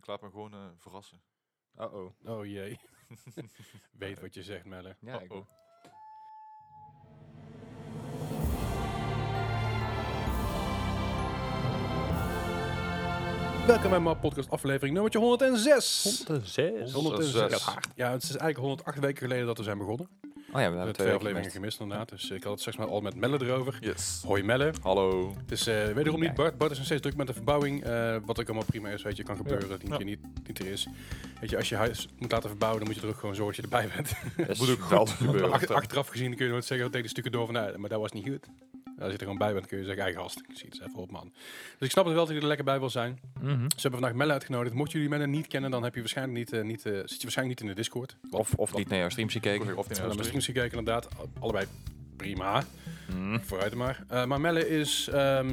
Ik laat me gewoon verrassen. Uh-oh. Oh jee. Weet wat je zegt, Melle. Ja, ik Uh-oh. Welkom bij mijn podcast aflevering nummertje 106. 106. 106. Ja, het is eigenlijk 108 weken geleden dat we zijn begonnen. Oh ja, we We hebben hebben 2 twee afleveringen gemist inderdaad. Dus ik had het straks maar al met Melle erover. Yes. Hoi Melle. Hallo. Het is wederom niet Bart. Bart is nog steeds druk met de verbouwing. Wat ook allemaal prima is, weet je, kan gebeuren dat die een keer niet er is. Weet je, als je huis moet laten verbouwen, dan moet je er ook gewoon zorgen dat je erbij bent. Dat Moet ook is goed wel gebeuren. Achteraf gezien kun je nooit zeggen tegen de stukken door van, nee, maar dat was niet goed. Als je er gewoon bij bent, kun je zeggen, eigen gast, ik zie het eens even op, man. Dus ik snap het wel dat je er lekker bij wil zijn. Mhm. Ze hebben vandaag Melle uitgenodigd. Mochten jullie Melle niet kennen, dan heb je waarschijnlijk zit je waarschijnlijk niet in de Discord. Of niet naar jouw streams gekeken. Of die Naar mijn streams gekeken, inderdaad. Allebei prima. Mhm. Vooruit maar. Maar Melle is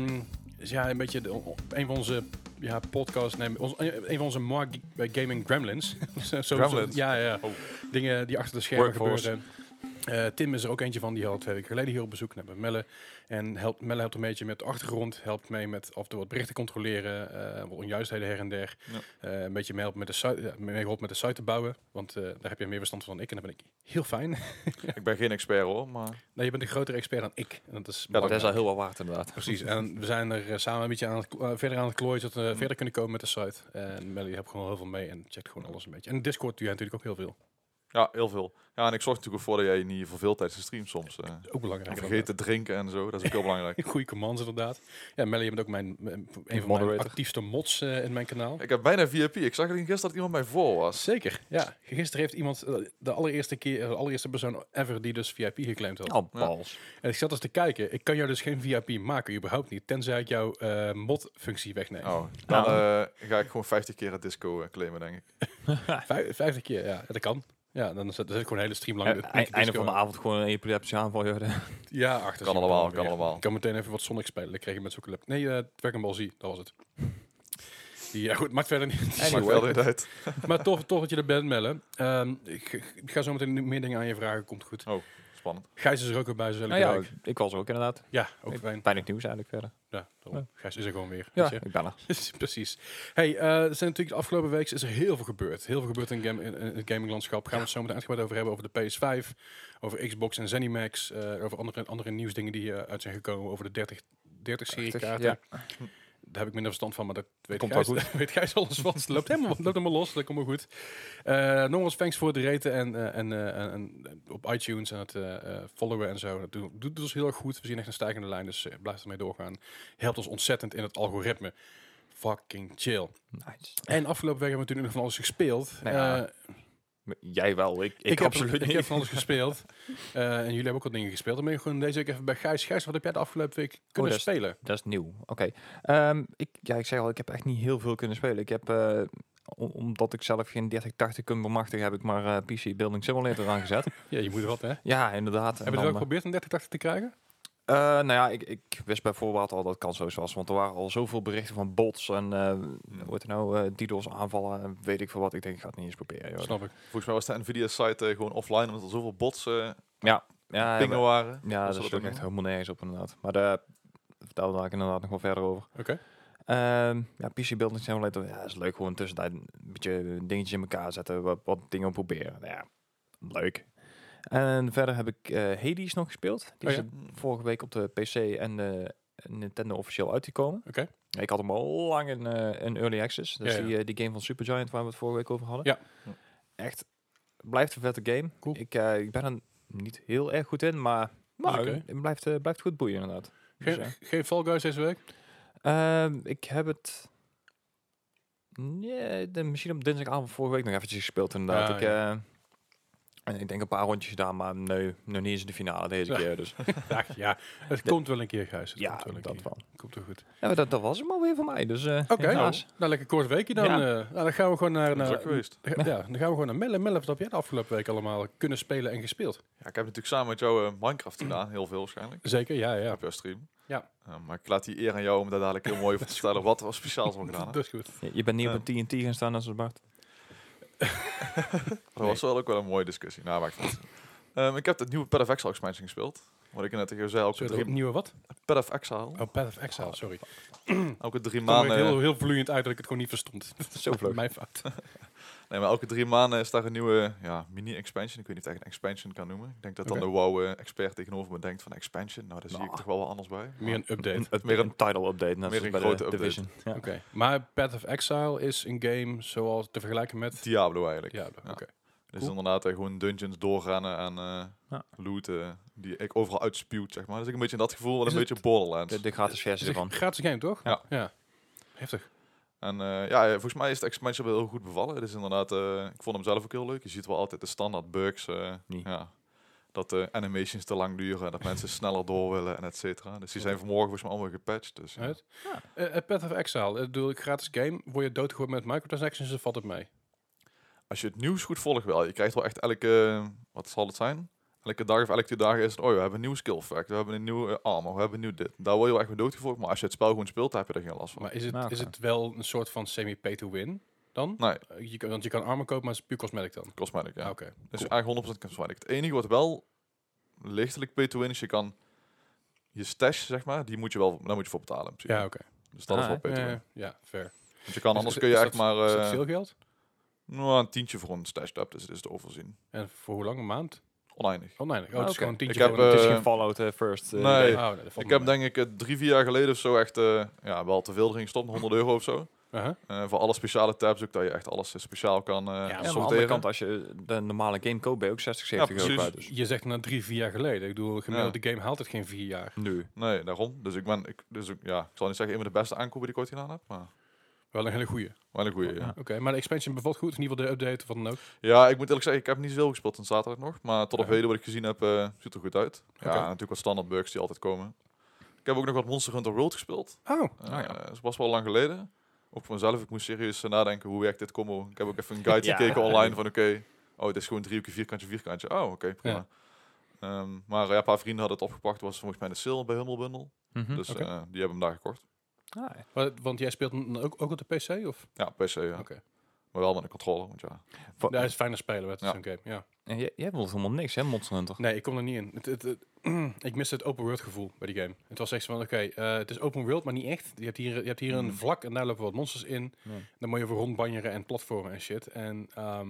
ja, een beetje een van onze podcasts. Nee, een van onze gaming gremlins. Gremlins? Ja. Oh. Dingen die achter de schermen Workforce. gebeuren. Tim is er ook eentje van, die al 2 weken geleden hier op bezoek. Dan hebben we Melle. En Melle helpt een beetje met de achtergrond. Helpt mee met af en toe wat berichten controleren. Wat onjuistheden her en der. Ja. Een beetje mee helpt met de site, meegeholpen met de site te bouwen. Want daar heb je meer verstand van dan ik. En daar ben ik heel fijn. Ik ben geen expert hoor, maar... Nee, je bent een grotere expert dan ik. En dat is Ja, dat is al belangrijk. heel wat waard inderdaad. Precies. En we zijn er samen een beetje aan verder aan het klooien, zodat we verder kunnen komen met de site. En Melly hebt gewoon heel veel mee en checkt gewoon alles een beetje. En Discord doe jij natuurlijk ook heel veel. Ja, heel veel. Ja, en ik zorg natuurlijk ook voor dat jij niet verveelt tijdens de stream soms. Ook belangrijk. Vergeet te drinken en zo, dat is ook heel belangrijk. Goede commands inderdaad. Ja, Melly, je bent ook een van mijn Moderator. actiefste mods in mijn kanaal. Ik heb bijna VIP. Ik zag gisteren dat iemand mij voor was. Zeker, ja. Gisteren heeft iemand, de allereerste persoon ever die dus VIP geclaimd had. Oh, balls. En ik zat eens te kijken, ik kan jou dus geen VIP maken, überhaupt niet, tenzij ik jouw mod-functie wegneem. Oh, dan ga ik gewoon 50 keer het disco claimen, denk ik. 50 keer, ja, dat kan. Ja, dan zit gewoon een hele stream lang. Einde van de avond gewoon een epileptische aanval. Ja, achter. Kan allemaal, kan allemaal. Ik kan meteen even wat Sonic spelen. Dat kreeg je met zo'n clip. Nee, Dragon Ball Z, dat was het. Ja, goed, maakt verder niet. Dat maakt wel niet uit. Maar toch dat je er bent, Melle. Ik ga zo meteen meer dingen aan je vragen, komt goed. Spannend. Gijs is er ook weer bij, zo Nou ja, ik was er ook inderdaad. ja, ook fijn. Weinig nieuws eigenlijk verder. Ja, daarom. Gijs is er gewoon weer. Ja, weet je. ik ben er. Precies. Hey, er zijn natuurlijk de afgelopen week is er heel veel gebeurd. Heel veel gebeurd in het gaminglandschap. Gaan we het zo meteen uitgebreid over hebben. Over de PS5, over Xbox en ZeniMax. Over andere nieuwsdingen die uit zijn gekomen. Over de 30-serie kaarten. Ja. Daar heb ik minder verstand van, maar dat weet Komt Gijs, wel goed. weet Gijs alles van. Het loopt helemaal los, dat komt wel goed. Nogmaals, thanks voor het raten en op iTunes en het followen en zo. Dat doet ons heel erg goed. We zien echt een stijgende lijn, dus blijf ermee doorgaan. Helpt ons ontzettend in het algoritme. Fucking chill. Nice. En afgelopen week hebben we natuurlijk nog van alles gespeeld. Nou ja, Jij wel, ik absoluut Ik niet. heb van alles gespeeld. En jullie hebben ook wat dingen gespeeld. Dan ben ik gewoon deze week even bij Gijs. Gijs, wat heb jij de afgelopen week kunnen spelen? Dat is nieuw. Oké. Ik zeg al, ik heb echt niet heel veel kunnen spelen. Ik heb, omdat ik zelf geen 3080 kan bemachtigen, heb ik maar PC Building Simulator aangezet. Ja, je moet er wat, hè? Ja, inderdaad. Heb je het wel geprobeerd een 3080 te krijgen? Nou ja, ik wist bijvoorbeeld al dat het kansloos was, want er waren al zoveel berichten van bots en hoe het nou, DDoS aanvallen en weet ik veel wat. Ik denk, ik ga het niet eens proberen. Joh. Snap ik. Volgens mij was de Nvidia-site gewoon offline, omdat er zoveel bots Ja, pingen waren. ja, Was dat dat is ook ook echt helemaal nergens op inderdaad. Maar daar vertelde ik inderdaad nog wel verder over. Oké. Ja, PC Building Simulator, ja, is leuk. Gewoon tussentijd een beetje dingetjes in elkaar zetten, wat dingen proberen. Nou ja, leuk. En verder heb ik Hades nog gespeeld. Die Oh is ja? vorige week op de PC en de Nintendo officieel uitgekomen. Oké. Ik had hem al lang in Early Access. Dat is Ja, ja. die game van Supergiant waar we het vorige week over hadden. Ja. Echt, blijft een vette game. Cool. Ik ben er niet heel erg goed in, maar oké. het blijft goed boeien inderdaad. Dus, Geen Fall Guys deze week? ik heb het... Nee, misschien op dinsdagavond vorige week nog eventjes gespeeld inderdaad. En ik denk een paar rondjes gedaan, maar nee, nog niet eens in de finale deze Ja. keer. Dus Ach, ja, het komt wel een keer, Gijs. Het ja, komt wel een dat keer. wel. Komt wel goed. Ja, maar dat was hem alweer voor mij. Dus, Oké, helaas. nou lekker kort weekje dan. Ja. Nou, dan gaan we gewoon naar... Dat is ook geweest. Ja, dan gaan we gewoon naar Melle. Melle, wat heb jij de afgelopen week allemaal kunnen spelen en gespeeld? Ja, ik heb natuurlijk samen met jou Minecraft gedaan, heel veel waarschijnlijk. Zeker, ja. Op jouw stream. Ja. Maar ik laat die eer aan jou om daar dadelijk heel mooi over te vertellen wat er speciaals van gedaan hebt. Dat is goed. Je bent niet op een TNT gaan staan als Bart. Dat was wel ook wel een mooie discussie. Nou, maakt niet uit. Ik heb het nieuwe Path of Exile expansion gespeeld. Wat ik net tegen jou zei, elke Sorry, 3 nieuwe wat? Path of Exile. Oh, Path of Exile, sorry. Elke 3 Het kwam maanden. heel vloeiend uit dat ik het gewoon niet verstond. Zo vlug. Mijn fout. Nee, maar elke 3 maanden is daar een nieuwe mini-expansion. Ik weet niet of ik het echt een expansion kan noemen. Ik denk dat dan Oké. de WoW-expert tegenover me denkt van expansion. Nou, daar zie ik Nou. toch wel wat anders bij. Meer een update. Meer een title update, net meer zoals een bij grote de update. Division. Ja. Oké. Maar Path of Exile is een game zoals te vergelijken met... Diablo eigenlijk. Diablo. Ja. Oké. Dus Cool. inderdaad gewoon dungeons doorrennen en Ja. looten die ik overal uitspuwt, zeg maar. Dus ik een beetje in dat gevoel, wel Is een het- beetje Borderlands. De gratis Het versie is een ervan. gratis game, toch? Ja. Heftig. En ja, volgens mij is de expansion wel heel goed bevallen. Het is inderdaad, ik vond hem zelf ook heel leuk. Je ziet wel altijd de standaard bugs. Niet. Ja, dat de animations te lang duren, dat mensen sneller door willen en et cetera. Dus die zijn vanmorgen volgens mij allemaal gepatcht. Dus, ja. Uit? Path of Exile, bedoel ik gratis game. Word je doodgegooid met microtransactions of valt het mee? Als je het nieuws goed volgt wel, je krijgt wel echt elke, wat zal het zijn? Elke dag of elke 2 dagen is het, oh, we hebben een nieuw skill fact, we hebben een nieuw armor, we hebben een nieuw dit. Daar word je wel echt mee doodgegooid, maar als je het spel gewoon speelt, dan heb je er geen last van. Maar is het, Ah, oké. is het wel een soort van semi-pay-to-win dan? Nee, Want je kan armor kopen, maar het is puur cosmetic dan? cosmetic, ja. Ah, Oké. Dus Cool. eigenlijk 100% cosmetic. Het enige wat wel lichtelijk pay to win is, je kan je stash, zeg maar, daar moet je voor betalen in principe. Ja, oké. Dus dat is Ah, wel pay to win. Ja, fair. Want je kan, anders Is- kun je is echt dat- maar Is dat veel geld? nou, een tientje voor een stash tab, dus het is te overzien. En voor hoe lang? Een maand? Oneindig. Oneindig. Oh, Ah, het is oké. gewoon een tientje Ik heb, voor een- Het is Eh, geen Fallout First. nee. idee. Oh, nee, dat valt Ik heb mee. denk ik 3-4 jaar geleden of zo echt ja, wel te veel erin gestopt, €100 of zo. Uh-huh. Voor alle speciale tabs ook, dat je echt alles speciaal kan Ja, Ja, maar maar aan de sorteren. andere kant, als je de normale game koopt, ben je ook 60, 70 euro precies. kwijt. Dus. Je zegt na 3-4 jaar geleden. Ik bedoel, gemiddelde game haalt het geen 4 jaar. Nu. Nee, daarom. Dus ik zal niet zeggen een van de beste aankopen die ik ooit gedaan heb, maar Wel een hele goeie. wel een goede. Ja. Ja. Oké, maar de expansion bevalt goed. In ieder geval de update of wat dan ook. Ja, ik moet eerlijk zeggen, ik heb niet zoveel gespeeld sinds zaterdag nog. Maar tot op Ja. heden wat ik gezien heb, ziet er goed uit. Ja, Oké. en natuurlijk wat standaard bugs die altijd komen. Ik heb ook nog wat Monster Hunter World gespeeld. Oh, ja. Dat was wel lang geleden. Ook voor mezelf, ik moest serieus nadenken, hoe werkt dit combo? Ik heb ook even een guide Ja. gekeken online van oké, oh, het is gewoon 3 keer vierkantje, vierkantje. Oh, oké, prima. Maar ja, een paar vrienden hadden het opgepakt. Was volgens mij de sale bij Humble Bundle. Mhm. Dus Oké. die hebben hem daar gekocht. Ah, ja. want jij speelt ook op de PC? Of? Ja, PC, ja. Oké. Maar wel met een controller, want ja. Voor- Ja, het is fijner spelen met Ja. zo'n game. Ja. En jij wilt helemaal niks, hè, Monster Hunter? Nee, ik kom er niet in. Ik miste het open world gevoel bij die game. Het was echt zo van, oké, het is open world, maar niet echt. Je hebt hier een vlak en daar lopen wat monsters in. Nee. Dan moet je over rondbanjeren en platformen en shit. En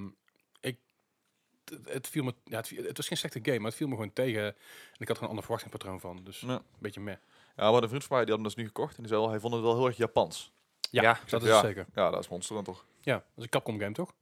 het viel me, ja, het was geen slechte game, maar het viel me gewoon tegen. En ik had er een ander verwachtingspatroon van. Dus Ja. een beetje meh. Ja, maar een vriend van mij, die had hem dus nu gekocht. En die zei wel, hij vond het wel heel erg Japans. Ja, dat is ja. het zeker. Ja, dat is Monster Hunter. Ja, dat is een Capcom game, toch?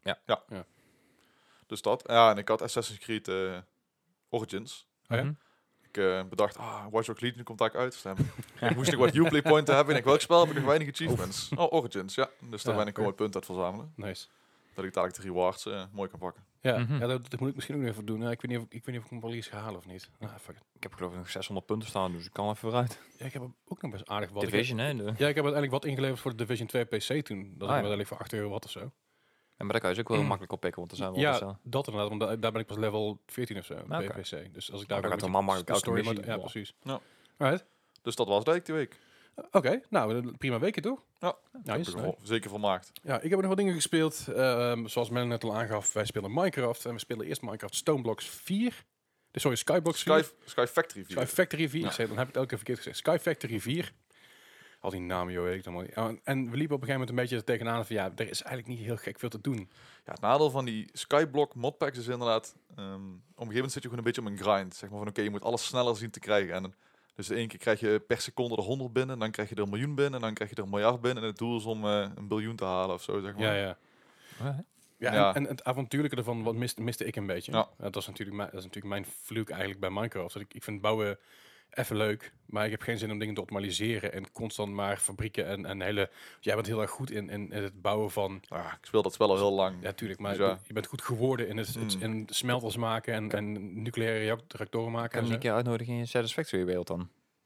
Dus dat. Ja, en ik had Assassin's Creed Origins. Oh ja? Mhm. Ik bedacht, Watch Dogs Legion komt daar uit. Dus ik moest nog wat Uplay pointen hebben. En ik welk spel heb ik nog weinig achievements? Oh, Origins, ja. Dus daar Ja, ben ik gewoon oké. het punt uit verzamelen. Nice. Dat ik dadelijk de rewards mooi kan pakken. Ja, Mhm. ja dat moet ik misschien ook nog even doen. Ja, ik weet niet of ik hem wel eens ga halen of niet. Nou, fuck it. Ik heb geloof ik nog 600 punten staan, dus ik kan even vooruit. Ja, ik heb ook nog best aardig wat. Division, hè? Ja, ik heb uiteindelijk wat ingeleverd voor de Division 2 PC toen. Dat is ja. uiteindelijk voor €8 wat of zo. En maar daar kan je ze ook wel heel makkelijk op pikken, want er zijn wel Ja, best wel- dat inderdaad, want daar ben ik pas level 14 of zo op Oké. PC. Dus als ik Nou, daar dan gaat een helemaal makkelijk de elke story missie. mode- Ja, Wow. precies. Ja. Alright. Dus dat was het eigenlijk die week. Oké, nou, een prima weekje toch? Ja, Nice. Heb ik nice. wel zeker vermaakt. Ja, ik heb nog wat dingen gespeeld. Zoals Mel net al aangaf, wij spelen Minecraft. En we spelen eerst Minecraft Stoneblocks 4. Sorry, Skybox 4. Sky Factory 4. Sky Factory 4. Ja. Ik zei, dan heb ik het elke keer verkeerd gezegd. Sky Factory 4. Al die namen, joh, weet ik dan wel niet. En we liepen op een gegeven moment een beetje tegenaan van, ja, er is eigenlijk niet heel gek veel te doen. Ja, het nadeel van die Skyblock modpacks is inderdaad... op een gegeven moment zit je gewoon een beetje op een grind. Zeg maar van oké, je moet alles sneller zien te krijgen. En dus de ene keer krijg je per seconde er 100 binnen. Dan krijg je er 1 miljoen binnen. En dan krijg je er 1 miljard binnen. En het doel is om 1 biljoen te halen of zo, zeg maar. Ja, ja. Ja, Ja. en het avontuurlijke ervan wat miste ik een beetje. Ja. Dat is natuurlijk mijn fluke eigenlijk bij Minecraft. Dat ik vind bouwen even leuk, maar ik heb geen zin om dingen te optimaliseren en constant maar fabrieken en hele... Jij bent heel erg goed in het bouwen van... Ik speel dat spel al heel lang. Ja, tuurlijk, maar Dus ja. je bent goed geworden in het in smelters maken en nucleaire reactoren maken. Kan En je zo. een keer uitnodigen in je Satisfactory wereld dan?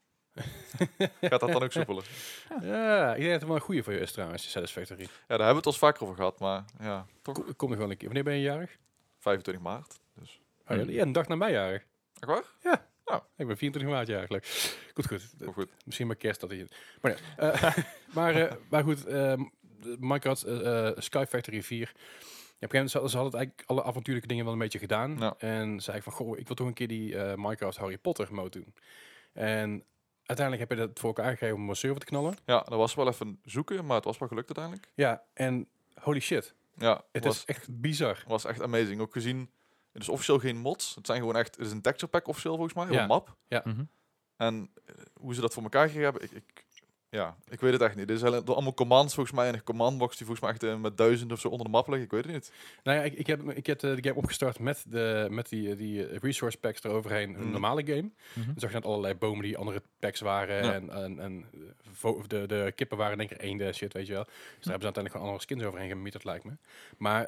Gaat dat dan ook soepeler? Ja, ik denk dat het wel een goede voor je is trouwens, je Satisfactory. Ja, daar hebben we het al eens vaker over gehad. Maar ja, toch Kom nog wel een keer. Wanneer ben je jarig? 25 maart. Dus. Oh, ja, een dag na mij jarig. Echt waar? Ik ben 24 maart jarig. Leuk. Goed. Heel goed. Misschien maar kerst dat hij... Maar, nee, maar goed, Minecraft Sky Factory 4. een gegeven moment ze hadden het eigenlijk alle avontuurlijke dingen wel een beetje gedaan. Ja. En zei ik van, goh, ik wil toch een keer die Minecraft Harry Potter mode doen. En uiteindelijk heb je dat voor elkaar gegeven om een server te knallen. Ja, dat was wel even zoeken, maar het was wel gelukt uiteindelijk. Ja, en holy shit. Ja, Het was, is echt bizar. was echt amazing. Ook gezien, het is officieel geen mods. Het zijn gewoon echt, het is een texture pack officieel volgens mij, Ja. een map. Mhm. En hoe ze dat voor elkaar gekregen hebben, ik weet het echt niet. Dit is allemaal commands volgens mij en een commandbox die volgens mij echt met 1000 of zo onder de map liggen. Ik weet het niet. Nou ja, ik heb de game opgestart met die resource packs eroverheen. Een normale game. Mhm. Dan zag je net allerlei bomen die andere packs waren. Ja. En de kippen waren denk ik eenden shit, weet je wel. Dus daar hebben ze uiteindelijk gewoon andere skins overheen gemieterd, lijkt me. Maar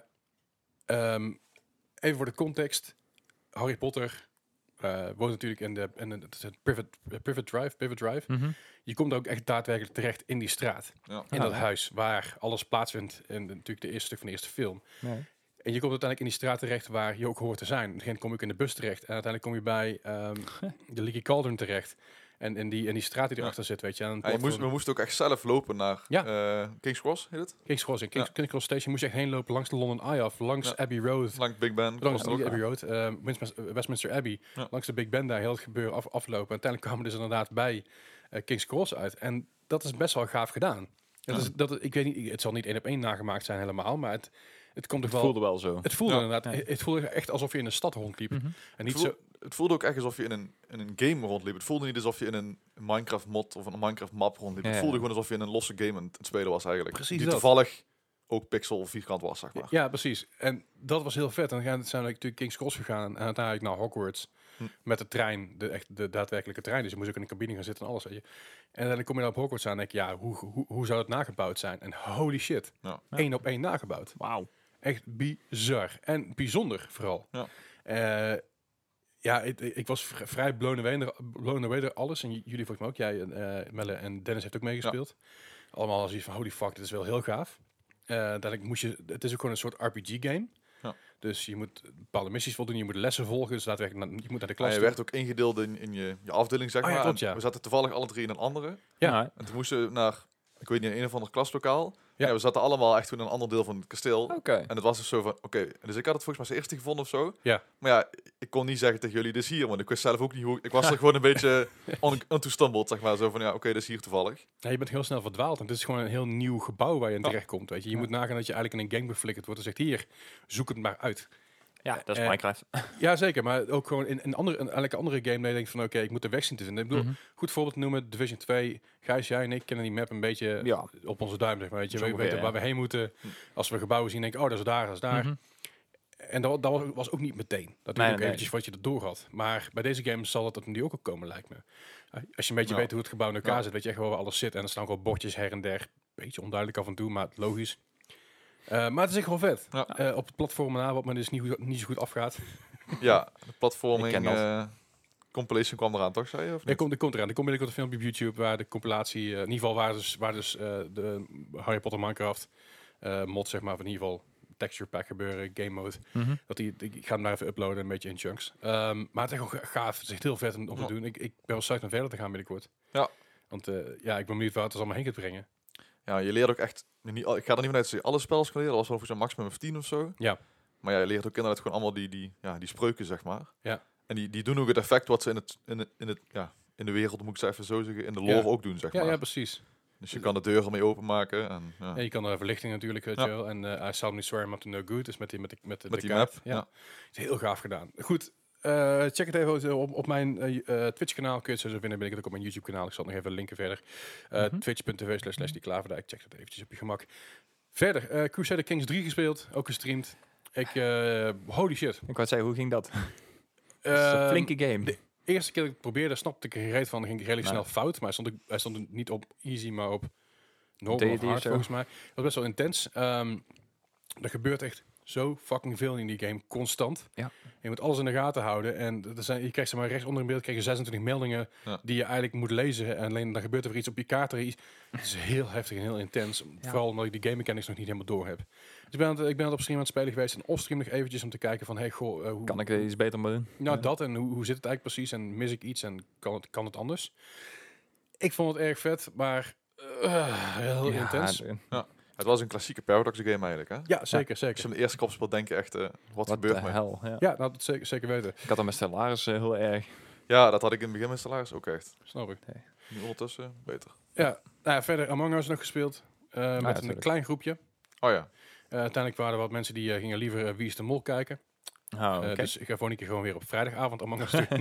even voor de context. Harry Potter woont natuurlijk in het Pivot Drive. Mhm. Je komt ook echt daadwerkelijk terecht in die straat. Ja. In dat huis waar alles plaatsvindt. In natuurlijk de eerste stuk van de eerste film. Nee. En je komt uiteindelijk in die straat terecht waar je ook hoort te zijn. Begin kom je ook in de bus terecht. En uiteindelijk kom je bij de Leaky Cauldron terecht. En in die straat die erachter zit, weet je. En Ja, we moesten ook echt zelf lopen naar King's Cross, heet het? King's Cross en King's Cross Station moest je echt heen lopen langs de London Eye of, langs Ja. Abbey Road. Langs Big Ben. Langs was niet er ook. Abbey Road, Westminster Abbey. Ja. Langs de Big Ben daar heel het gebeuren aflopen. En uiteindelijk kwamen we dus inderdaad bij King's Cross uit. En dat is best wel gaaf gedaan. Ik weet niet, het zal niet 1 op 1 nagemaakt zijn helemaal, maar het komt toch Het wel... voelde wel zo. Het voelde Ja. inderdaad, het voelde echt alsof je in een stad rondliep. Mhm. En niet Het voelde ook echt alsof je in een game rondliep. Het voelde niet alsof je in een Minecraft mod of een Minecraft map rondliep. Ja, Het ja. voelde gewoon alsof je in een losse game aan het spelen was eigenlijk. Precies Die dat. toevallig ook pixel vierkant was, zeg maar. Ja, precies. En dat was heel vet. En dan zijn we natuurlijk King's Cross gegaan en uiteindelijk naar Hogwarts met de trein, de daadwerkelijke trein. Dus je moest ook in de cabine gaan zitten en alles, weet je. En dan kom je naar op Hogwarts aan en denk je, ja, hoe zou het nagebouwd zijn? En holy shit, Ja. 1 op 1 nagebouwd. Wauw. Echt bizar. En bijzonder vooral. Ja. Ja, ik was vrij blown away door alles. En jullie volgens mij ook. Jij, Melle en Dennis heeft ook meegespeeld. Allemaal als iets van, holy fuck, dit is wel heel gaaf. Het is ook gewoon een soort RPG-game. Ja. Dus je moet bepaalde missies voldoen, je moet lessen volgen. Dus daadwerkelijk, je moet naar de klas En je toe. werd ook ingedeeld in je afdeling, zeg Oh ja, maar. klopt, En ja. we zaten toevallig alle 3 in een andere. Ja. En toen moesten we naar, ik weet niet, een of ander klaslokaal. Ja. Ja, we zaten allemaal echt in een ander deel van het kasteel. Oké. En het was dus zo van, oké, dus ik had het volgens mij als eerste gevonden of zo. Ja. Maar ja, ik kon niet zeggen tegen jullie, dit is hier, want ik wist zelf ook niet hoe... Ik was er gewoon een beetje ontoestambeld, zeg maar. Zo van, ja, oké, dit is hier toevallig. Ja, je bent heel snel verdwaald. Want het is gewoon een heel nieuw gebouw waar je in Ja. terecht komt. Weet je. Je moet nagaan dat je eigenlijk in een gang beflikkerd wordt. En zegt, hier, zoek het maar uit. Ja, dat is Eh, Minecraft. Ja, zeker. Maar ook gewoon in elke andere game dat je denkt van oké, ik moet de weg zien te vinden. Ik bedoel, Mhm. goed voorbeeld te noemen, Division 2. Gijs, jij en ik kennen die map een beetje Ja. op onze duim, zeg maar. Weet je. Zo We ongeveer, weten waar we heen moeten. Als we gebouwen zien, denk ik, oh, dat is daar, dat is daar. Mhm. En dat was ook niet meteen. Dat duurde Nee, ook nee. eventjes wat je erdoor had. Maar bij deze games zal dat nu ook al komen, lijkt me. Als je een beetje Ja. weet hoe het gebouw in elkaar Ja. zit, weet je echt wel waar alles zit. En er staan ook wel bordjes her en der. Beetje onduidelijk af en toe, maar logisch. Maar het is echt wel vet. Ja. Op het platform na, wat me dus niet zo goed afgaat. Ja, de Ik platforming ken dat. compilation kwam eraan, toch, zei je? Of Er niet? komt eraan. Er komt binnenkort een filmpje op YouTube waar de compilatie, in ieder geval waar dus de Harry Potter Minecraft mod, zeg maar, van in ieder geval texture pack gebeuren, game mode. Mhm. Ik ga hem daar even uploaden, een beetje in chunks. Maar het is echt wel gaaf. Het is echt heel vet om te Ja. doen. Ik ben wel psyched om verder te gaan binnenkort. Ja. Want ik ben benieuwd waar het dus allemaal heen gaat brengen. Ja, je leert ook echt... Ik ga er niet vanuit dat je alle spels kan leren. Dat was wel voor zo'n maximum of 10 of zo. Ja. Maar ja, je leert ook inderdaad gewoon allemaal die spreuken, zeg maar. Ja. En die doen ook het effect wat ze in de wereld, moet ik ze even zo zeggen, in de lore Ja. ook doen, zeg Ja, maar. ja, precies. Dus je kan de deuren mee openmaken. En, ja. Ja, je kan er verlichting natuurlijk, weet Ja. je wel. En I solemnly swear I'm up to no good. Dus met die die kaart. map, Ja. ja. Het is heel gaaf gedaan. Goed. Check het even op mijn Twitch-kanaal. Kun je het zo vinden. Ben ik het ook op mijn YouTube-kanaal. Ik zal het nog even linken verder. Mhm. Twitch.tv/die Klaverdijk. Check dat eventjes op je gemak. Verder, Crusader Kings 3 gespeeld. Ook gestreamd. Holy shit. Ik wou zeggen, hoe ging dat? Het is een flinke game. de eerste keer dat ik het probeerde, snapte ik er gereed van. Ging redelijk Nee. snel fout. Maar hij stond niet op easy, maar op normal Deed of hij hard, zo? volgens mij. Dat was best wel intens. Er gebeurt echt zo fucking veel in die game, constant. Ja. Je moet alles in de gaten houden. En je krijgt zeg maar rechts onder in beeld krijg je 26 meldingen Ja. die je eigenlijk moet lezen. En alleen dan gebeurt er weer iets op je kaart. Het is heel heftig en heel intens. Ja. Vooral omdat ik die game mechanics nog niet helemaal door heb. Dus ik ben het op stream aan het spelen geweest. En offstream nog eventjes om te kijken van, hey, goh, hoe Kan ik er iets beter mee doen? nou, Ja. dat en hoe zit het eigenlijk precies en mis ik iets en kan het anders? Ik vond het erg vet, maar heel Ja, intens. Het was een klassieke Paradox game eigenlijk, hè? Ja, zeker, Als je zeker. hem de eerste kop speelt, denk je echt, wat Wat gebeurt de me? hel. Ja. Ja, nou, dat zeker weten. Ik had dat met Stellaris heel erg. Ja, dat had ik in het begin met Stellaris ook echt. Snap ik. Nu ondertussen, beter. Ja, nou ja, verder Among Us nog gespeeld. Met een natuurlijk. klein groepje. Oh ja. Uiteindelijk waren er wat mensen die gingen liever Wie is de Mol kijken. Oh, oké. Dus ik ga voor een keer gewoon weer op vrijdagavond Among Us doen.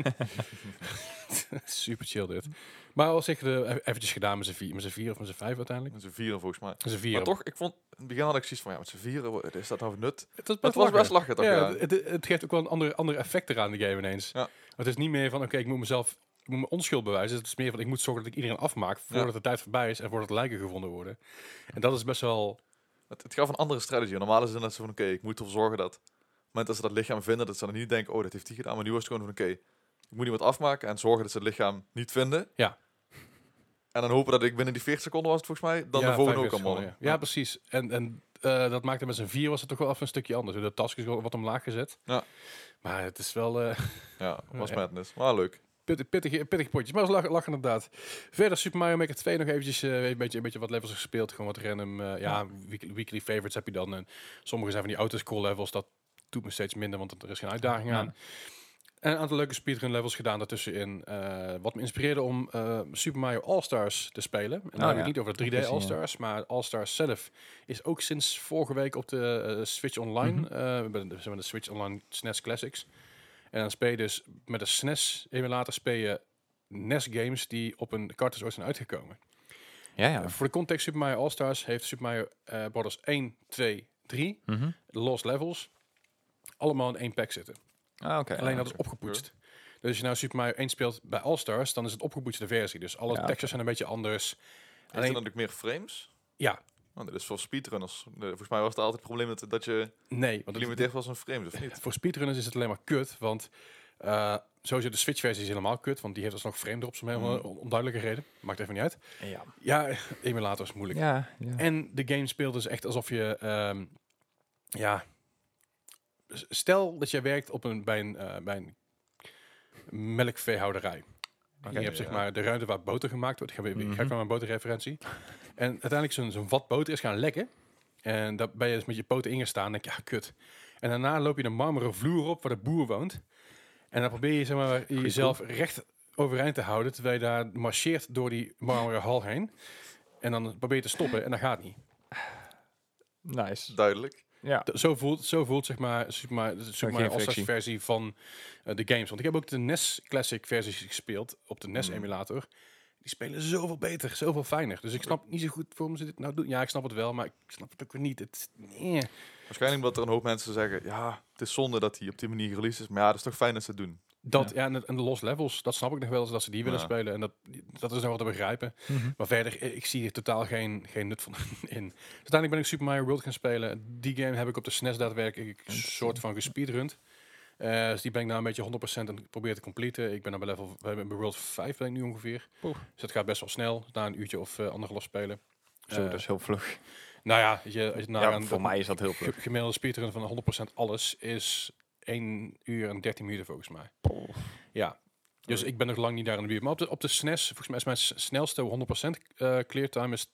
Super chill dit. Maar al zeg eventjes gedaan met z'n vier of met z'n vijf uiteindelijk. Met z'n vieren volgens mij. Met z'n vier. Maar toch, ik vond, in het begin had ik zoiets van, ja, met z'n vieren, is dat nou nut? Het Het was best lachen, toch? Ja, Ja. het geeft ook wel een ander effect eraan de game ineens. Ja. Het is niet meer van, oké, ik moet mijn onschuld bewijzen. Het is meer van, ik moet zorgen dat ik iedereen afmaak voordat de tijd voorbij is en voordat lijken gevonden worden. En dat is best wel... Het gaf een andere strategie. Normaal is het net zo van, oké, ik moet ervoor zorgen dat... Op het moment dat ze dat lichaam vinden, dat ze dan niet denken, oh, dat heeft hij gedaan. Maar nu was het gewoon van, oké, ik moet iemand afmaken en zorgen dat ze het lichaam niet vinden. Ja. En dan hopen dat ik binnen die 40 seconden was het volgens mij, dan de volgende ook 45 allemaal. seconden, ja. Ja, precies. En dat maakte met z'n vier was het toch wel even een stukje anders. De task is wel wat omlaag gezet. Ja. Maar het is wel Ja, was Ja. madness. Maar leuk. pittige potjes. Maar dat is lachen inderdaad. Verder Super Mario Maker 2 nog eventjes een beetje wat levels gespeeld. Gewoon wat random. Weekly favorites heb je dan. En sommige zijn van die autoscroll levels. Dat doet me steeds minder, want er is geen uitdaging aan. En een aantal leuke speedrun levels gedaan daartussenin. Wat me inspireerde om Super Mario All-Stars te spelen. En dan heb ik niet over de 3D Gezien, All-Stars, maar All-Stars zelf is ook sinds vorige week op de Switch Online. De Switch Online SNES Classics. En dan speel je dus met een SNES emulator speel je NES games die op een cartridge ooit zijn uitgekomen. Ja. Voor de context, Super Mario All-Stars heeft Super Mario Bros. 1, 2, 3, de Lost Levels, allemaal in één pack zitten. Ah, oké. Alleen dat is opgepoetst. Dus als je nou Super Mario 1 speelt bij All-Stars, dan is het opgepoetste versie. Dus alle textures zijn een beetje anders. Heeft er natuurlijk meer frames? Ja. Oh, dat is voor speedrunners. Volgens mij was het altijd het probleem dat je Nee, want gelimiteerd was aan frames, of niet? voor speedrunners is het alleen maar kut, want sowieso de Switch-versie is helemaal kut, want die heeft alsnog frame drops om helemaal onduidelijke reden. Maakt even niet uit. Ja. Ja, emulator is moeilijk. Ja. En de game speelt dus echt alsof je, stel dat jij werkt bij een melkveehouderij. Je hebt zeg maar de ruimte waar boter gemaakt wordt. Ik ga van mijn boterreferentie. En uiteindelijk zo'n vat boter is gaan lekken. En daar ben je dus met je poten ingestaan en denk je, ja, kut. En daarna loop je een marmeren vloer op waar de boer woont. En dan probeer je zeg maar, jezelf recht overeind te houden, terwijl je daar marcheert door die marmeren hal heen. En dan probeer je te stoppen en dat gaat niet. Nice. Duidelijk. Ja. Zo voelt zeg maar Super Mario All-Stars versie van de games. Want ik heb ook de NES Classic versies gespeeld op de NES emulator. Die spelen zoveel beter, zoveel fijner. Dus ik snap niet zo goed waarom ze dit nou doen. Ja, ik snap het wel, maar ik snap het ook weer niet. Waarschijnlijk omdat er een hoop mensen zeggen, ja, het is zonde dat hij op die manier released is. Maar ja, dat is toch fijn dat ze het doen. En de Lost Levels, dat snap ik nog wel eens dat ze die willen spelen. En dat is nog wel te begrijpen. Maar verder, ik zie er totaal geen nut van in. Dus uiteindelijk ben ik Super Mario World gaan spelen. Die game heb ik op de SNES daadwerkelijk een soort van gespeedrund. Dus die ben ik nou een beetje 100% en probeer te completen. Ik ben nou bij World 5 ben ik nu ongeveer. Dus dat gaat best wel snel. Na een uurtje of anderhalf spelen. Zo, dat is heel vlug. Nou ja, als je Voor mij is dat heel vlug. Gemiddelde speedrun van 100% alles is 1 uur en 13 minuten volgens mij. Ja. Dus ik ben nog lang niet daar in de buurt. Maar op de SNES, volgens mij is mijn snelste 100% clear time is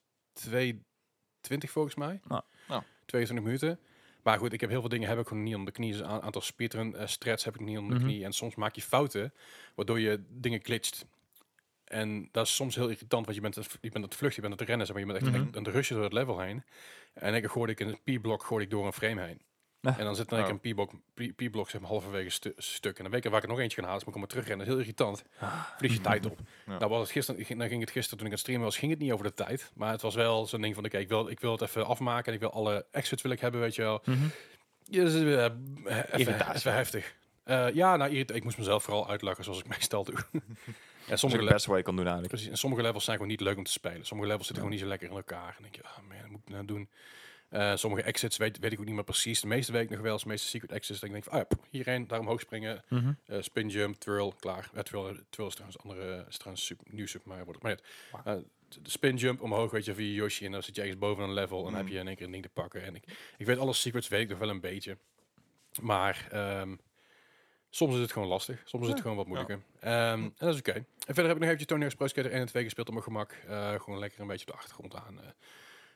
2:20 volgens mij. 22 minuten. Maar goed, ik heb heel veel dingen heb ik gewoon niet onder de knie. Dus een aantal speedrun strats heb ik niet onder de knie. En soms maak je fouten, waardoor je dingen glitcht. En dat is soms heel irritant, want je bent aan het vluchten, je bent aan het rennen, maar je bent echt aan het rushen door het level heen. En dan gooi ik een P-blok door een frame heen. En dan zit dan een P-blok zeg maar halverwege stuk. En dan weet ik waar ik er nog eentje kan halen, dus moet ik maar terugrennen. Dat is heel irritant. Vlieg je tijd op. Nou was het gisteren, dan ging het gisteren toen ik aan het streamen was, ging het niet over de tijd. Maar het was wel zo'n ding van, oké, ik wil het even afmaken en ik wil alle exits wil ik hebben, weet je wel. Dus, even heftig. Ik moest mezelf vooral uitlachen zoals ik meestal doe. Ja, sommige best wat je kan doen eigenlijk. Precies. En sommige levels zijn gewoon niet leuk om te spelen. Sommige levels zitten gewoon niet zo lekker in elkaar. En dan denk je, man, dat moet ik nou doen. Sommige exits weet ik ook niet meer precies. De meeste weet ik nog wel. De meeste secret exits. Dat ik denk van, hierheen, daar omhoog springen. Spin jump, twirl, klaar. Twirl is trouwens nieuw Super Mario wordt. Maar de spin jump omhoog, weet je, via Yoshi. En dan zit je ergens boven een level. En dan heb je in één keer een ding te pakken. En ik weet alle secrets, weet ik nog wel een beetje. Maar soms is het gewoon lastig. Soms is het gewoon wat moeilijker. En dat is oké. En verder heb ik nog eventjes Tony Hawk's Pro Skater 1 en 2 gespeeld op mijn gemak. Gewoon lekker een beetje op de achtergrond aan.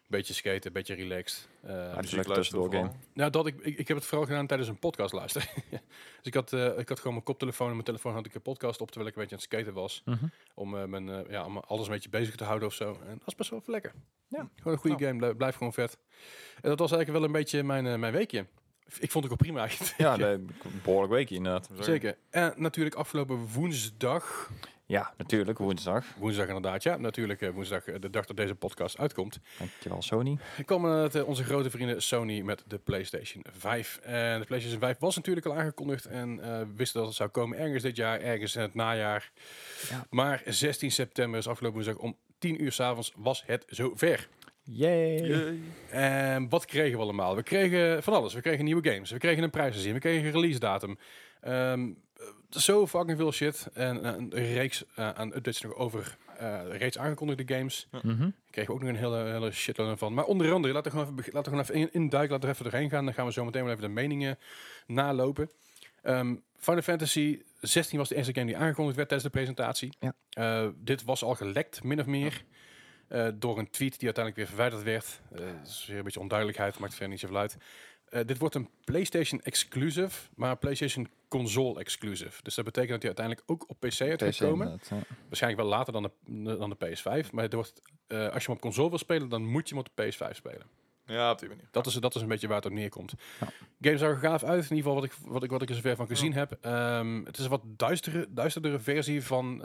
Beetje skaten, beetje relaxed. dus Muziek lekker luisteren tussendoor vooral. game. Nou, ik heb het vooral gedaan tijdens een podcast luisteren. Dus ik had gewoon mijn koptelefoon en mijn telefoon had ik een podcast op terwijl ik een beetje aan het skaten was. Om om alles een beetje bezig te houden of zo. En dat is best wel even lekker. Ja. Gewoon een goede game, blijft gewoon vet. En dat was eigenlijk wel een beetje mijn weekje. Ik vond het ook prima eigenlijk. Ja, een behoorlijk weekje inderdaad. Zeker. En natuurlijk afgelopen woensdag. Ja, natuurlijk, woensdag. Woensdag inderdaad, ja. Natuurlijk woensdag, de dag dat deze podcast uitkomt. Dankjewel, Sony. Komen onze grote vrienden Sony met de PlayStation 5. En de PlayStation 5 was natuurlijk al aangekondigd en wisten dat het zou komen ergens dit jaar, ergens in het najaar. Ja. Maar 16 september is afgelopen woensdag om 10 uur 's avonds was het zover. Yay! En wat kregen we allemaal? We kregen van alles. We kregen nieuwe games. We kregen een prijs te zien. We kregen een release datum. Zo fucking veel shit. En een reeks aan updates nog over reeds aangekondigde games. Mhm. Kregen we ook nog een hele shitload van. Maar onder andere, laten we gewoon even induiken. Laten we even doorheen gaan. Dan gaan we zo meteen wel even de meningen nalopen. Final Fantasy 16 was de eerste game die aangekondigd werd tijdens de presentatie. Ja. Dit was al gelekt, min of meer. Door een tweet die uiteindelijk weer verwijderd werd. Dat is weer een beetje onduidelijkheid, maakt verder niet zoveel uit. Dit wordt een PlayStation exclusive, maar een PlayStation console exclusive. Dus dat betekent dat hij uiteindelijk ook op PC uit gaat komen. inderdaad, ja. Waarschijnlijk wel later dan de PS5. Maar het wordt, als je hem op console wil spelen, dan moet je hem op de PS5 spelen. Ja, op die manier. Dat is een beetje waar het op neerkomt. Ja. Game zag er gaaf uit, in ieder geval wat ik er zover van gezien heb. Het is een wat duisterdere versie van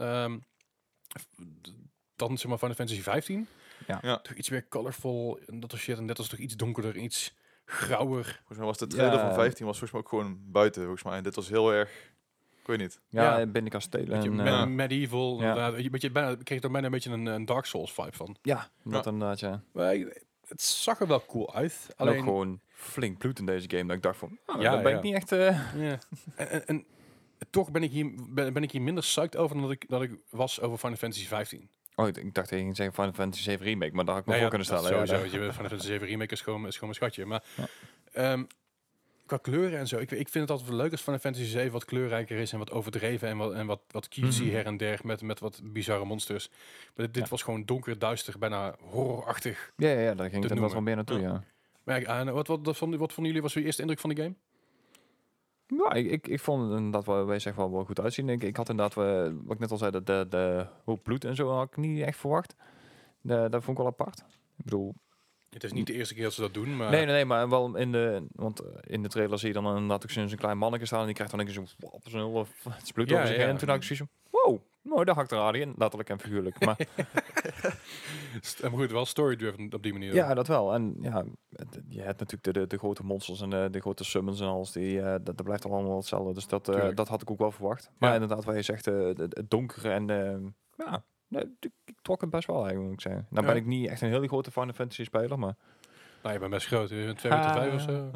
dan zeg maar Final Fantasy 15. Ja. Toch iets meer colorful en dat soort shit. En net als toch iets donkerder, iets grauwer. Volgens mij was de trailer Ja. van 15 was volgens mij ook gewoon buiten, volgens mij. En dit was heel erg, ik weet niet. Ja, Ja. ben ik als stelen. Beetje medieval. ja. Inderdaad. Ik kreeg er bijna een beetje een Dark Souls vibe van. Ja, dat inderdaad, ja. Maar het zag er wel cool uit. En ook Alleen, gewoon flink bloed in deze game. Dat ik dacht van, Ja, dat ben ja. ik niet echt... ja. En toch ben ik hier minder psyched over dan dat ik was over Final Fantasy 15. Oh, ik dacht dat je ging zeggen Final Fantasy 7 Remake, maar daar had ik me Nou voor ja, kunnen dat stellen. sowieso. Ja, Je Final Fantasy 7 Remake is gewoon een schatje. Maar Ja. qua kleuren en zo, ik vind het altijd wel leuk als Final Fantasy 7 wat kleurrijker is en wat overdreven en wat cutesy her en der met wat bizarre monsters. Maar dit was gewoon donker, duister, bijna horrorachtig. ja, daar ging het inderdaad noemen. wel meer naartoe, Ja. ja. Maar ja, en wat vonden jullie, was uw eerste indruk van die game? Ja, ik vond het inderdaad wel, wij zeggen wel goed uitzien. Ik had inderdaad, wat ik net al zei, de hoop bloed en zo had ik niet echt verwacht. Dat vond ik wel apart. Ik bedoel, Het is niet de eerste keer dat ze dat doen, maar... nee, maar wel in de trailer zie je dan inderdaad ook zo'n klein manneke staan en die krijgt dan een keer zo'n hele bloed Ja, over zich ja. heen. En toen had ik zoiets van, wow, nou, daar hakt er aardig in, letterlijk en figuurlijk. Maar Maar goed, wel story-driven op die manier. ja, dat wel. En ja, je hebt natuurlijk de grote monsters en de grote summons en alles. Dat blijft allemaal hetzelfde. Dus Tuurlijk. dat had ik ook wel verwacht. Maar Ja. inderdaad, wat je zegt, het donkere en ja, nee, ik trok het best wel eigenlijk, moet ik zeggen. Nou ben Ja. ik niet echt een hele grote Final Fantasy speler, maar... Nou, je bent best groot. 2,5 meter of zo.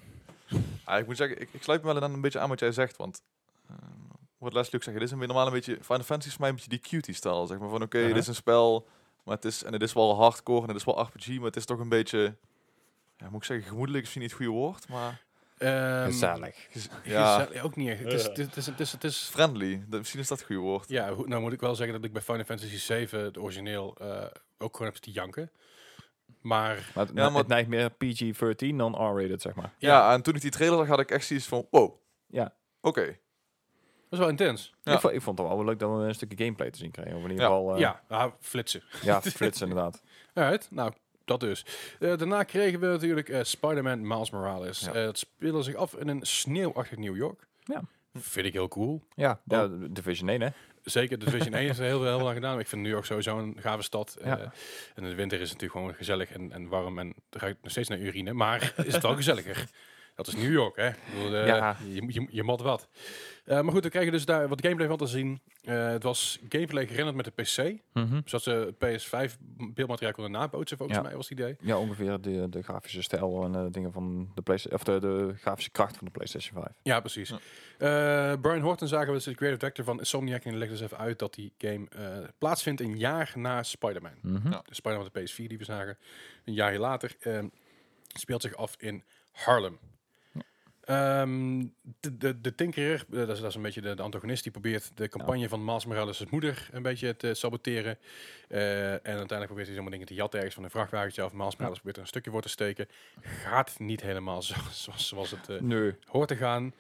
Ik moet zeggen, ik sluit me wel dan een beetje aan wat jij zegt, want wat Leslie ook zegt, dit is normaal een beetje, Final Fantasy is voor mij een beetje die cutie-stijl, zeg maar, van oké, dit is een spel, maar het is wel hardcore en het is wel RPG, maar het is toch een beetje, ja, moet ik zeggen, gemoedelijk is misschien niet het goede woord, maar Gezellig. ja, Ook niet echt. Het is friendly, misschien is dat het goede woord. ja, nou moet ik wel zeggen dat ik bij Final Fantasy 7, het origineel, ook gewoon heb te janken. Maar Maar, Ja, maar- het neigt meer PG-13 dan R-rated, zeg maar. Ja, en toen ik die trailer zag, had ik echt zoiets van, wow, Ja. oké. dat is wel intens. Ja. Ik vond het wel leuk dat we een stukje gameplay te zien kregen. Of in ieder Ja. geval... Ja, nou, flitsen. Ja, flitsen inderdaad. Alright, nou, dat dus. Daarna kregen we natuurlijk Spider-Man Miles Morales. Ja. Het speelde zich af in een sneeuwachtig New York. Ja. Vind ik heel cool. Ja, Division 1, hè? Zeker, de Division 1 is er heel lang gedaan. Ik vind New York sowieso een gave stad. Ja. En in de winter is het natuurlijk gewoon gezellig en warm. En dan ga ik nog steeds naar urine. Maar is het wel gezelliger. Dat is New York, hè? Ik bedoel, Ja. je mat wat. Maar goed, we kregen dus daar wat gameplay van te zien. Het was gameplay gerenderd met de PC. Zodat ze PS5 beeldmateriaal konden nabootsen, volgens Ja. mij was het idee. Ja, ongeveer de grafische stijl en dingen van de PlayStation, of de grafische kracht van de PlayStation 5. Ja, precies. Brian Horton zagen we, dus de creative director van Insomniac, en die legde dus even uit dat die game plaatsvindt een jaar na Spider-Man. Ja. De Spider-Man op de PS4 die we zagen, een jaar later, speelt zich af in Harlem. De Tinkerer, dat is een beetje de antagonist, die probeert de campagne van Miles Morales' moeder een beetje te saboteren. En uiteindelijk probeert hij zomaar dingen te jatten ergens van een vrachtwagentje af. Miles Morales probeert er een stukje voor te steken. Gaat niet helemaal zoals het hoort te gaan.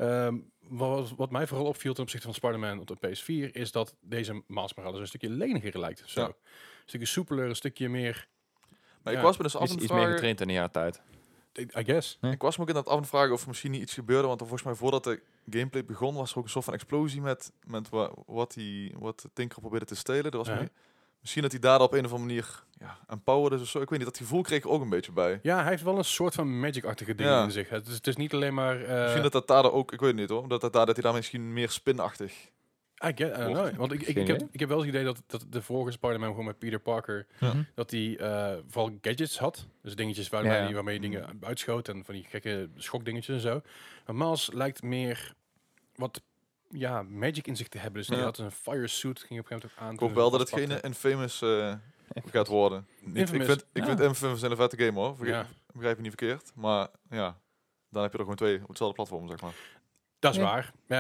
Wat mij vooral opviel ten opzichte van Spider-Man op de PS4 is dat deze Miles Morales een stukje leniger lijkt. Zo. Ja. Een stukje soepeler, een stukje meer... Maar Ja. ik was me dus af en Iets meer vragen... getraind in een jaar tijd. I guess. Ik was me ook inderdaad af en vragen of er misschien niet iets gebeurde. Want volgens mij voordat de gameplay begon was er ook een soort van explosie met wat Tinker probeerde te stelen. Er was misschien dat hij daar op een of andere manier empowerde of zo. Ik weet niet, dat gevoel kreeg ik ook een beetje bij. Ja, hij heeft wel een soort van magic-achtige dingen in zich. Het is niet alleen maar... Misschien dat daar ook, ik weet het niet hoor, dat hij daar misschien meer spinachtig... I don't know. Want ik heb wel het idee dat de vorige Spider-Man gewoon met Peter Parker, dat hij vooral gadgets had. Dus dingetjes waarmee je dingen uitschoot en van die gekke schokdingetjes en zo. Maar Miles lijkt meer wat magic in zich te hebben. Dus hij had een fire suit, ging op een gegeven moment ook aan. Ik hoop wel dat hetgene Infamous gaat worden. Ik vind Infamous een vette game hoor. Begrijp je niet verkeerd. Maar ja, dan heb je er gewoon 2 op hetzelfde platform, zeg maar. Dat is waar. Ja,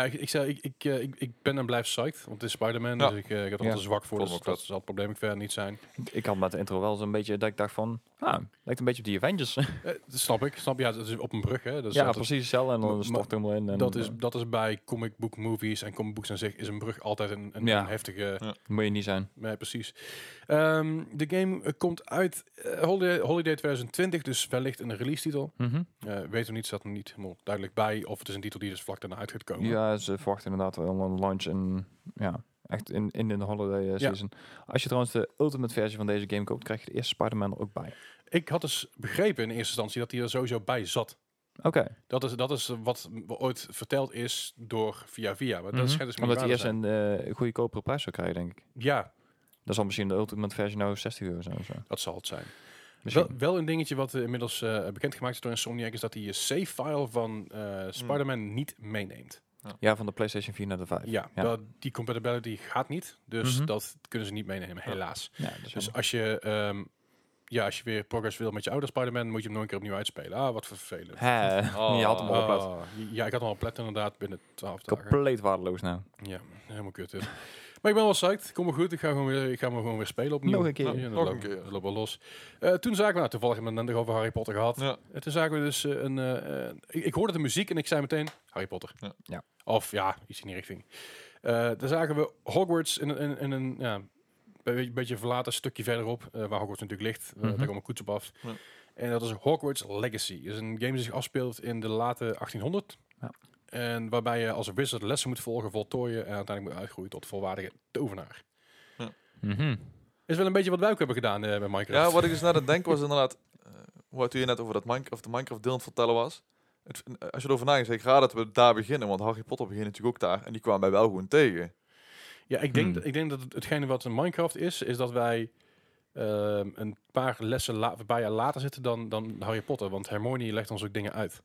ik ben en blijf psyched, want het is Spider-Man, dus ik heb er zwak voor, dus dat zal het probleem verder niet zijn. Ik had met de intro wel zo'n beetje dat ik dacht van, lijkt een beetje op die Avengers. Dat snap ik. Ja, het is op een brug, hè. Dus ja, precies hetzelfde en dan stort er helemaal in. En, dat is bij comic book movies en comic books aan zich is een brug altijd een heftige... Ja. Moet je niet zijn. Nee, precies. De game komt uit Holiday 2020, dus wellicht een release titel. Weten we niet, staat er niet helemaal duidelijk bij, of het is een titel die dus vlak daarna uit gaat komen. Ja, ze verwachten inderdaad wel een launch echt in de holiday season. Als je trouwens de ultimate versie van deze game koopt, krijg je de eerste Spider-Man er ook bij. Ik had dus begrepen in eerste instantie dat hij er sowieso bij zat. Oké. Dat is wat ooit verteld is door via. Maar dat schijnt dus omdat hij eerst een goedkopere prijs zou krijgen, denk ik. Ja. Dat zal misschien de ultimate versie nou €60 zijn of zo. Dat zal het zijn. Misschien. Wel een dingetje wat inmiddels bekendgemaakt is door Insomniac is dat hij je save-file van Spider-Man niet meeneemt. Ja, van de PlayStation 4 naar de 5. Ja. Die compatibility gaat niet, dus dat kunnen ze niet meenemen, helaas. Ja, dus als je weer progress wil met je oude Spider-Man, moet je hem nog een keer opnieuw uitspelen. Wat voor vervelend. Je had hem al op plat. Ja, ik had hem al op plat inderdaad binnen 12 dagen. Compleet waardeloos nou. Ja, helemaal kut. Dus. Maar ik ben wel psyched. Kom maar goed. Ik ga me gewoon weer spelen opnieuw. Nog een keer. Ja, dat loopt wel los. Toen zagen we, toevallig hebben we het net over Harry Potter gehad. Ja. Toen zagen we dus ik hoorde de muziek en ik zei meteen Harry Potter. Ja. Of iets in die richting. Daar zagen we Hogwarts in een beetje verlaten stukje verderop, waar Hogwarts natuurlijk ligt. Daar komt een koets op af. Ja. En dat is Hogwarts Legacy. Dat is een game die zich afspeelt in de late 1800. Ja. En waarbij je als wizard lessen moet volgen, voltooien en uiteindelijk moet uitgroeien tot volwaardige tovenaar. Ja. Is wel een beetje wat wij ook hebben gedaan bij Minecraft. Ja, wat ik dus net aan het denken was inderdaad, wat je net over dat Minecraft deel aan het vertellen was. Als je erover nadenkt, ik raad dat we daar beginnen, want Harry Potter begint natuurlijk ook daar en die kwamen wij wel gewoon tegen. Ja, ik denk dat hetgene wat in Minecraft is dat wij een paar jaar later zitten dan Harry Potter, want Hermione legt ons ook dingen uit.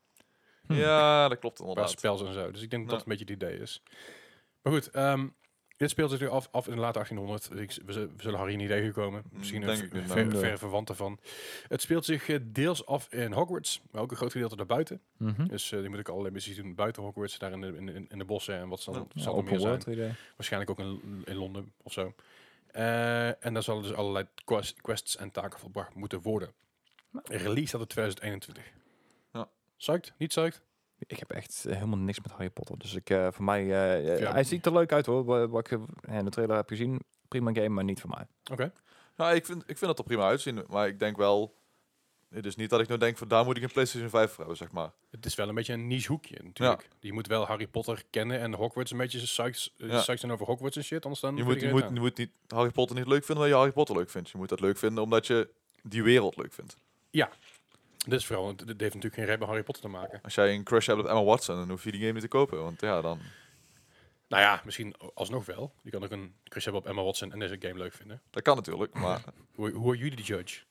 Ja, dat klopt inderdaad. Qua spels en zo. Dus ik denk dat dat een beetje het idee is. Maar goed, dit speelt zich nu af in de late 1800. We zullen Harry niet tegenkomen. Misschien een verre verwant ervan. Het speelt zich deels af in Hogwarts, maar ook een groot gedeelte daarbuiten. Dus die moet ik allerlei missies doen buiten Hogwarts, daar in de bossen en wat zal er meer zijn. Idee. Waarschijnlijk ook in Londen of zo. En daar zullen dus allerlei quests en taken volbracht moeten worden. Release dat in 2021. Psyched? Niet psyched? Ik heb echt helemaal niks met Harry Potter. Dus voor mij... hij ziet er leuk uit hoor. Wat ik in de trailer heb gezien. Prima game, maar niet voor mij. Oké. Nou, ik vind het er prima uitzien. Maar ik denk wel... Het is niet dat ik nou denk van daar moet ik een PlayStation 5 voor hebben, zeg maar. Het is wel een beetje een niche hoekje natuurlijk. Ja. Je moet wel Harry Potter kennen en Hogwarts een beetje psyched zijn over Hogwarts en shit. Anders dan je moet niet Harry Potter niet leuk vinden omdat je Harry Potter leuk vindt. Je moet dat leuk vinden omdat je die wereld leuk vindt. Ja. Dit is vooral, het heeft natuurlijk geen reden met Harry Potter te maken. Als jij een crush hebt op Emma Watson, dan hoef je die game niet te kopen. Want ja, dan... Nou ja, misschien alsnog wel. Je kan ook een crush hebben op Emma Watson en deze game leuk vinden. Dat kan natuurlijk, maar... Hoe are you the judge?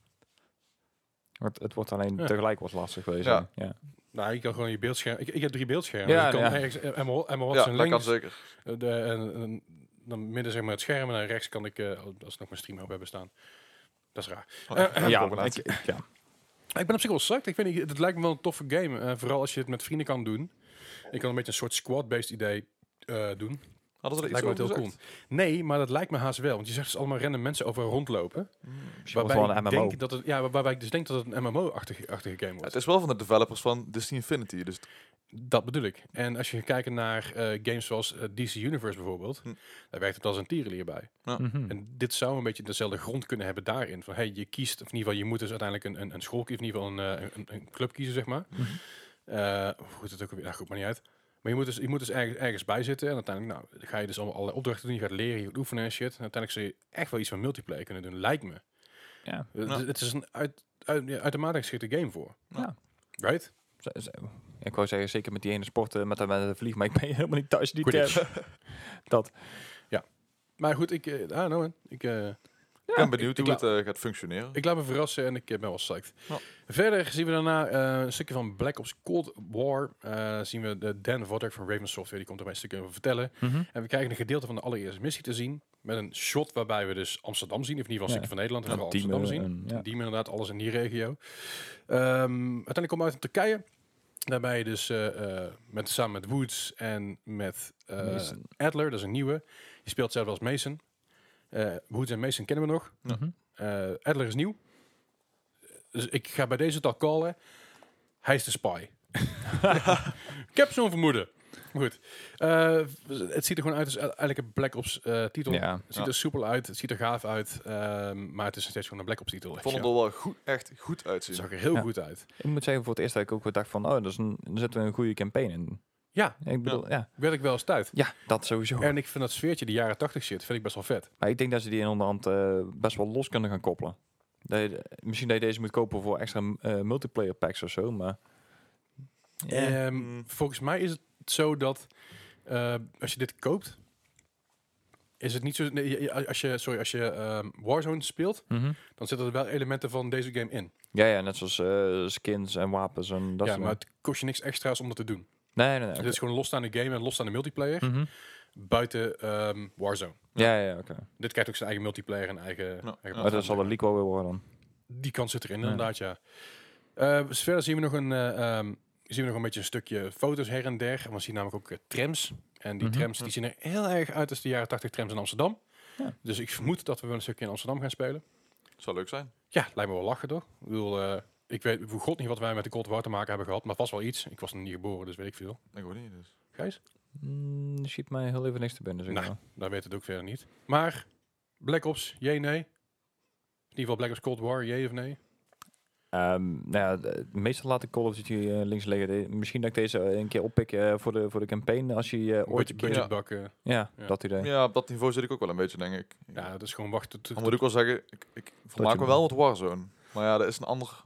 Het wordt alleen tegelijk wat lastig geweest. Ja. Nou, je kan gewoon je beeldscherm... Ik heb 3 beeldschermen. Ja, dus je kan ergens Emma Watson links. Dat kan zeker. Dan midden zeg maar het scherm en dan rechts kan ik, als nog mijn stream op hebben staan. Dat is raar. Ik ben op zich wel psyched. Ik weet niet, het lijkt me wel een toffe game. Vooral als je het met vrienden kan doen. Je kan een beetje een soort squad-based idee doen. Hadden ze er Lijkt iets me over heel cool. gezegd? Nee, maar dat lijkt me haast wel. Want je zegt dus allemaal random mensen over rondlopen. Misschien wordt het wel een MMO. Denk dat het, waarbij ik dus denk dat het een MMO-achtige game Ja, wordt. het is wel van de developers van Disney Infinity. Dus Dat bedoel ik. En als je kijkt naar games zoals DC Universe bijvoorbeeld, daar werkt het als een tierenlier bij. Mhm. En dit zou een beetje dezelfde grond kunnen hebben daarin. Van hey, je kiest, of in ieder geval, je moet dus uiteindelijk een school kiezen, in ieder geval een club kiezen, zeg maar. Mhm. Hoe het ook weer, nou goed, maar niet uit. Maar je moet dus ergens bij zitten en uiteindelijk ga je dus allemaal allerlei opdrachten doen. Je gaat leren, je gaat oefenen en shit. En uiteindelijk zul je echt wel iets van multiplayer kunnen doen, lijkt me. Ja. Het is een uitermate geschikte game voor. Ja. Right? Ik wou zeggen, zeker met die ene sport met de vlieg, maar ik ben helemaal niet thuis in die Quidditch. term. Dat. Maar goed, ik ben benieuwd ik hoe het gaat functioneren. Ik laat me verrassen en ik ben wel psyched. Ja. Verder zien we daarna een stukje van Black Ops Cold War. Zien we de Dan Vodek van Raven Software, die komt er een stukje over vertellen. Mhm. En we krijgen een gedeelte van de allereerste missie te zien. Met een shot waarbij we dus Amsterdam zien. Of in ieder geval een stukje van Nederland. En vooral Amsterdam zien. Ja. Die inderdaad, alles in die regio. Uiteindelijk komen we uit in Turkije. Daarbij dus samen met Woods en met Mason. Adler, dat is een nieuwe. Die speelt zelf als Mason. Woods en Mason kennen we nog. Mhm. Adler is nieuw. Dus ik ga bij deze het al callen. Hij is de spy. Ik heb zo'n vermoeden. Maar goed. Het ziet er gewoon uit als eigenlijk een Black Ops titel. Ja. Het ziet er soepel uit. Het ziet er gaaf uit. Maar het is nog steeds gewoon een Black Ops titel. Ik vond het er wel goed, echt goed uitzien. Het zag er heel Ja. goed uit. Ik moet zeggen, voor het eerst dat ik ook weer dacht van, er zitten we een goede campaign in. Ja, Ik bedoel, ja. werd ik wel eens tijd. Ja, dat sowieso. En ik vind dat sfeertje, die jaren 80 shit, vind ik best wel vet. Maar ik denk dat ze die in onderhand best wel los kunnen gaan koppelen. Misschien dat je deze moet kopen voor extra multiplayer packs of zo, maar... Ja. Volgens mij is het zo dat als je dit koopt, is het niet zo... Nee, als je Warzone speelt, Mhm. dan zitten er wel elementen van deze game in. Ja, net zoals skins en wapens en dat Ja, soort maar het kost je niks extra's om dat te doen. Nee. Het is gewoon een losstaande game en een losstaande multiplayer. Mhm. Buiten Warzone. Ja, oké. Dit krijgt ook zijn eigen multiplayer en eigen... Ja. eigen Maar dat zal een leak wel weer worden dan. Die kans zit erin, Ja. inderdaad, ja. Verder zien we nog een beetje een stukje foto's her en der. En we zien namelijk ook trams. En die Mhm. trams die zien er heel erg uit als de jaren 80 trams in Amsterdam. Ja. Dus ik vermoed dat we wel een stukje in Amsterdam gaan spelen. Zou leuk zijn. Ja, lijkt me wel lachen, toch? Ik bedoel, ik weet voor god niet wat wij met de Cold War te maken hebben gehad. Maar vast wel iets. Ik was nog niet geboren, dus weet ik veel. Ik weet niet. Dus. Gijs? Schiet mij heel even niks te binnen, zeg Nou, maar. daar weet het ook verder niet. Maar Black Ops, jee, nee? In ieder geval Black Ops Cold War, jee of nee? Meestal laat ik Call of Duty links liggen. Misschien dat ik deze een keer oppik voor de campaign. Als je ooit een keer... Budgetbak. Ja, Ja. dat idee. Ja, op dat niveau zit ik ook wel een beetje, denk ik. Ja, dat is gewoon wachten tot Dan moet ik wel zeggen, ik vermaak me wel met Warzone. Maar ja, dat is een ander...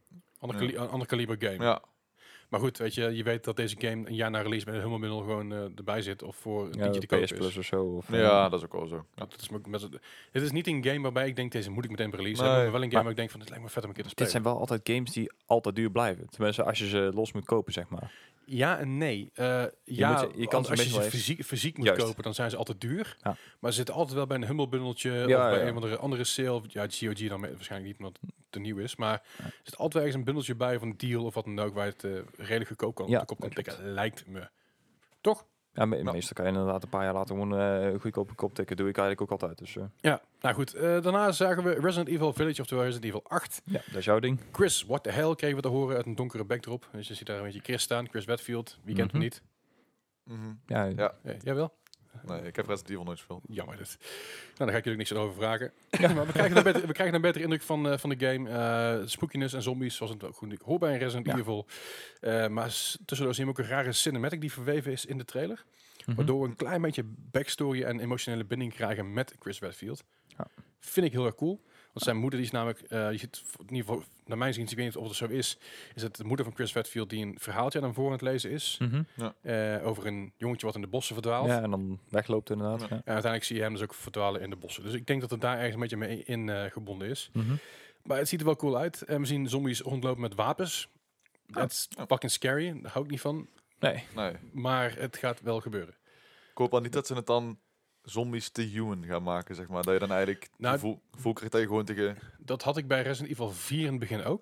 ander kaliber game. Ja, Maar goed, weet je weet dat deze game een jaar na release bij de Humble Bundle gewoon erbij zit. Of voor een Ja, tientje te koop PS Plus is. of zo. Of, ja, dat is ook wel zo. Ja. Dat is het is niet een game waarbij ik denk, deze moet ik meteen release Nee. hebben. Maar wel een game Maar- waar ik denk van, het lijkt me vet om een keer te Dit spelen. zijn wel altijd games die altijd duur blijven. Tenminste, als je ze los moet kopen, zeg maar. Ja en nee. je kan ze als je meestal ze eens- fysiek moet Juist. kopen, dan zijn ze altijd duur. Ja. Maar ze zitten altijd wel bij een Humble Bundeltje Ja, of bij ja. een van de andere sale. Ja, GOG dan waarschijnlijk niet, omdat het te nieuw is. Maar Ja. er zit altijd wel ergens een bundeltje bij of een deal of wat dan ook, waar je het redelijk goedkoop kan, Ja, te kop kan dat tikken. Lijkt me. Toch? Ja, meestal kan je inderdaad een paar jaar later gewoon goedkoop een kop tikken. Doe ik eigenlijk ook altijd. Dus Ja, nou goed. Daarna zagen we Resident Evil Village, oftewel Resident Evil 8. ja, dat is jouw ding. Chris, what the hell, kregen we te horen uit een donkere backdrop. Dus je ziet daar een beetje Chris staan, Chris Redfield. Wie kent hem Mhm. niet? Mhm. Ja, Ja. Jawel? Nee, ik heb Resident Evil nooit gespeeld. Jammer dit. Nou, dan ga ik jullie niks over vragen. Maar we krijgen een betere indruk van de game. Spookiness en zombies, zoals het ook goed hoort bij een Resident Ja. Evil. Maar tussendoor zien we ook een rare cinematic die verweven is in de trailer. Mhm. Waardoor we een klein beetje backstory en emotionele binding krijgen met Chris Redfield. Ja. Vind ik heel erg cool. Want zijn moeder die is namelijk, je ziet, in ieder geval naar mijn zin, ik weet niet of het zo is het de moeder van Chris Redfield die een verhaaltje aan hem voor aan het lezen is. Mhm. Over een jongetje wat in de bossen verdwaalt. Ja, en dan wegloopt inderdaad. Ja. Ja. En uiteindelijk zie je hem dus ook verdwalen in de bossen. Dus ik denk dat het daar ergens een beetje mee in gebonden is. Mhm. Maar het ziet er wel cool uit. En we zien zombies rondlopen met wapens. Dat is Ja. fucking scary. Daar hou ik niet van. Nee. Nee. Maar het gaat wel gebeuren. Ik hoop al niet dat ze het dan zombies te human gaan maken, zeg maar. Dat je dan eigenlijk Nou, gevoel krijgt dat je gewoon tegen... Dat had ik bij Resident Evil 4 in het begin ook.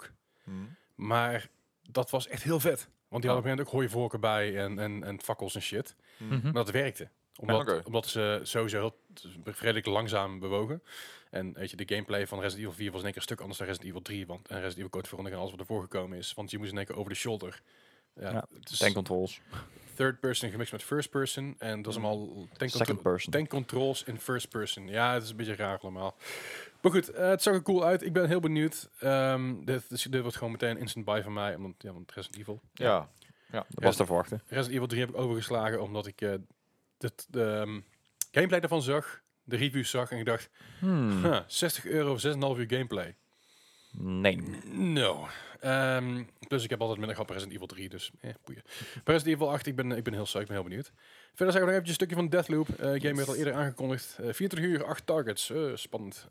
Maar dat was echt heel vet. Want die hadden op een gegeven moment ook hooivorken bij en fakkels en shit. Maar dat werkte. Omdat ze sowieso heel redelijk langzaam bewogen. En weet je, de gameplay van Resident Evil 4 was in één keer een stuk anders dan Resident Evil 3. En Resident Evil Code Veronica en alles wat ervoor gekomen is. Want je moest in één keer over de shoulder. Tank controls. Third person gemixt met first person. En dat is allemaal Second person. tank controls in first person. Ja, het is een beetje raar allemaal. Maar goed, het zag er cool uit. Ik ben heel benieuwd. Dit wordt gewoon meteen een instant buy van mij. Want Resident Evil. Ja. Dat was te verwachten. Resident Evil 3 heb ik overgeslagen omdat ik de gameplay daarvan zag. De reviews zag en ik dacht, €60, 6,5 uur gameplay. Nee. No. Plus ik heb altijd minder gehad bij Resident Evil 3, dus boeien. Bij Resident Evil 8, ik ben heel psyched, ik ben heel benieuwd. Verder zeggen we nog eventjes een stukje van Deathloop. Game werd al eerder aangekondigd. 24 uur, 8 targets. Spannend.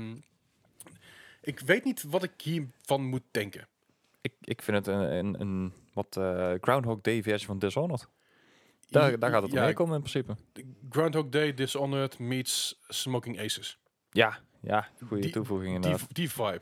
Ik weet niet wat ik hiervan moet denken. Ik vind het een wat Groundhog Day versie van Dishonored. Daar gaat het op neerkomen in principe. Groundhog Day, Dishonored meets Smoking Aces. Ja, goede toevoeging inderdaad. Die vibe.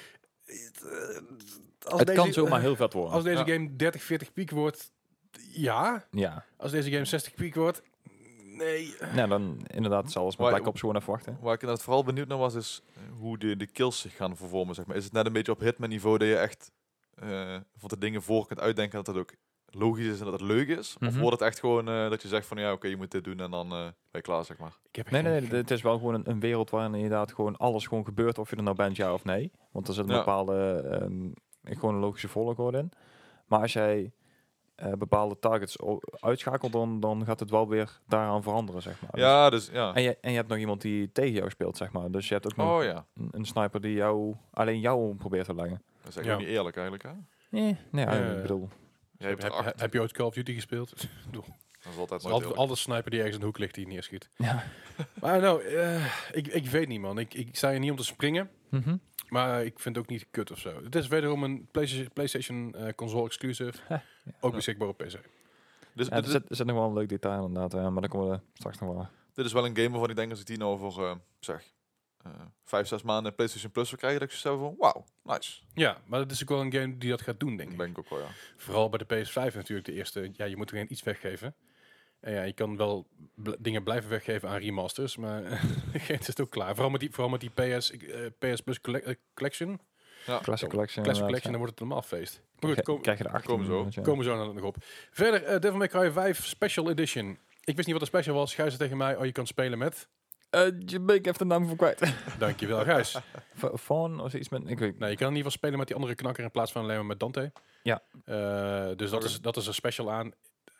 Het kan zomaar heel vet worden. Als deze game 30, 40 piek wordt, ja. Als deze game 60 piek wordt, nee. Nou, dan inderdaad zal eens met Black Ops gewoon even wachten. Waar ik inderdaad vooral benieuwd naar was, is hoe de kills zich gaan vervormen. Zeg maar. Is het net een beetje op Hitman niveau dat je echt van de dingen voor kunt uitdenken dat het ook logisch is en dat het leuk is? Of wordt het echt gewoon dat je zegt van ja, oké, je moet dit doen en dan ben je klaar, zeg maar? Nee, het is wel gewoon een wereld waarin inderdaad gewoon alles gewoon gebeurt, of je er nou bent, ja of nee. Want er zit een bepaalde gewoon een logische volgorde in. Maar als jij bepaalde targets uitschakelt, dan gaat het wel weer daaraan veranderen, zeg maar. Ja, dus ja. En je hebt nog iemand die tegen jou speelt, zeg maar. Dus je hebt ook nog een sniper die alleen jou probeert te leggen. Dat is eigenlijk niet eerlijk eigenlijk, hè? Ik bedoel... Heb je ooit Call of Duty gespeeld? Dat is altijd alle sniper die ergens in de hoek ligt die neerschiet. Ja. Maar ik weet niet, man. Ik sta hier niet om te springen. Maar ik vind het ook niet kut of zo. Het is wederom een PlayStation console exclusive. Ook beschikbaar op PC. Dus er zit nog wel een leuk detail inderdaad. Maar dan komen we straks nog wel. Dit is wel een game waarvan ik denk als ik die nou over 5-6 maanden PlayStation Plus wil krijgen, dat ik zo van wauw, nice. Ja, maar het is ook wel een game die dat gaat doen, denk ik. Denk ik ook wel, ja. Vooral bij de PS5 natuurlijk de eerste. Ja, je moet er iets weggeven. En ja, je kan wel dingen blijven weggeven aan remasters, maar het is ook klaar. Vooral met die PS Plus Collection. Ja. Classic Collection. Dan wordt het helemaal feest. Maar goed, krijg je de 18. Komen zo nog op. Verder, Devil May Cry 5 Special Edition. Ik wist niet wat de special was. Gijs zei tegen mij, je kan spelen met... Je ben ik even de naam voor kwijt. Dankjewel, Gijs. Fawn of iets met... Ik weet. Nee, je kan in ieder geval spelen met die andere knakker in plaats van alleen maar met Dante. Ja. Dus dat is een special aan.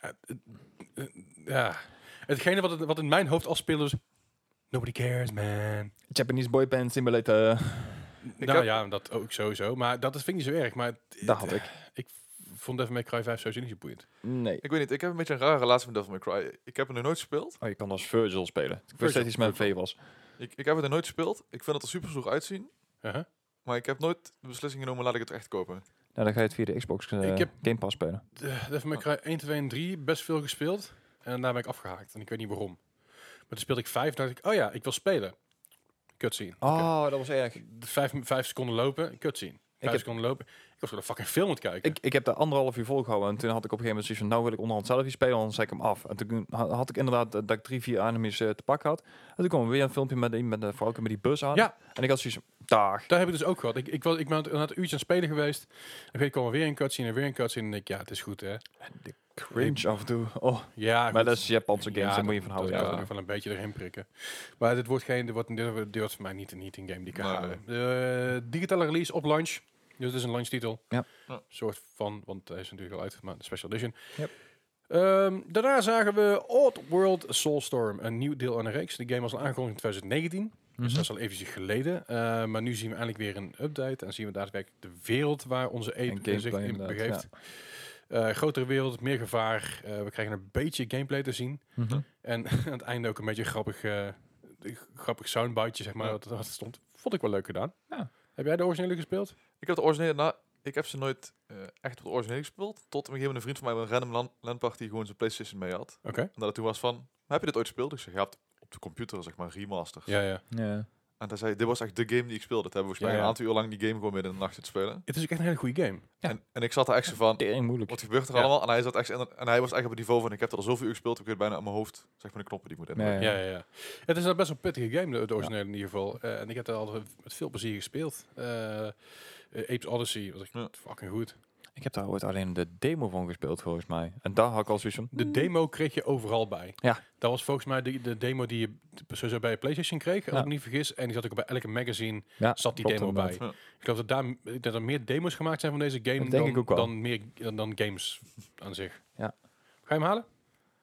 Ja. Hetgene wat in mijn hoofd afspeelde is... Nobody cares, man. Japanese Boy Band Simulator. Ja, dat ook sowieso. Maar dat vind ik niet zo erg. Maar dat had ik. Ik vond Devil May Cry 5 sowieso niet zo boeiend. Nee. Ik weet niet, ik heb een beetje een rare relatie met Devil May Cry. Ik heb hem nog nooit gespeeld. Je kan als Virgil spelen. Ik wist dat iets met een V was. Ik heb het nog nooit gespeeld. Ik vind het er super stoer uitzien. Maar ik heb nooit de beslissing genomen, laat ik het echt kopen. Nou, dan ga je het via de Xbox Game Pass spelen. Devil May Cry 1, 2 en 3 best veel gespeeld. En daar ben ik afgehaakt. En ik weet niet waarom. Maar toen speelde ik 5 dacht ik, ik wil spelen. Cutscene. Dat was erg. 5 seconden lopen, cutscene. 5 seconden lopen. Ik was gewoon een fucking film aan het kijken. Ik heb daar 1,5 uur volgehouden. En toen had ik op een gegeven moment zoiets van, nou wil ik onderhand zelf iets spelen, dan zei ik hem af. En toen had ik inderdaad dat ik 3-4 animes te pakken had. En toen kwam weer een filmpje met de vrouw met die bus aan. Ja. En ik had zoiets van, dag. Daar heb ik dus ook gehad. Ik ben een uurtje aan het spelen geweest. En ik kwam er weer een cutscene en weer een cutscene. En ik het is goed, hè. De cringe af en toe. Oh. Ja, maar dat is Japanse games, daar moet je van houden. Ja, nog wel een beetje erin prikken. Maar dit wordt voor mij niet een game die ik kan halen. De digitale release op launch. Dus het is een launchtitel. Ja. Soort van, want hij is natuurlijk al uit, maar de special edition. Yep. Daarna zagen we Oddworld Soulstorm, een nieuw deel aan de reeks. De game was al aangekondigd in 2019. Dus dat is al eventjes geleden. Maar nu zien we eindelijk weer een update. En zien we daadwerkelijk de wereld waar onze ape zich in begeeft. Grotere wereld, meer gevaar. We krijgen een beetje gameplay te zien. En aan het einde ook een beetje grappig soundbiteje, zeg maar, wat stond. Vond ik wel leuk gedaan. Ja. Heb jij de originele gespeeld? Ik heb de originele... ik heb ze nooit echt op de originele gespeeld. Tot op een gegeven moment een vriend van mij bij een random LAN-party gewoon zijn PlayStation mee had. Oké. En dat het toen was van, heb je dit ooit gespeeld? Ik zeg, ja, op de computer, zeg maar, remaster. Ja. En hij zei, dit was echt de game die ik speelde. Dat hebben we volgens mij Ja. een aantal uur lang die game gewoon midden in de nacht zitten spelen. Het is ook echt een hele goede game. Ja. En ik zat daar echt zo van, Tering moeilijk. wat gebeurt er Ja. allemaal? En hij zat echt en hij was echt op het niveau van, ik heb er al zoveel uur gespeeld, ik weet bijna aan mijn hoofd, zeg maar de knoppen die ik moet indrukken. Nee. Ja. Het is best wel een pittige game, de originele in ieder geval. En ik heb er al met veel plezier gespeeld. Apes Odyssey was echt fucking goed. Ik heb daar ooit alleen de demo van gespeeld, volgens mij. En daar had ik al zoiets van... De demo kreeg je overal bij. Ja. Dat was volgens mij de demo die je sowieso bij je PlayStation kreeg, als Ja. ik me niet vergis. En die zat ook bij elke magazine, Ja, zat die klopt demo bij. inderdaad. Ja. Ik geloof dat er meer demo's gemaakt zijn van deze game Dat denk ik ook wel. dan games aan zich. Ja. Ga je hem halen?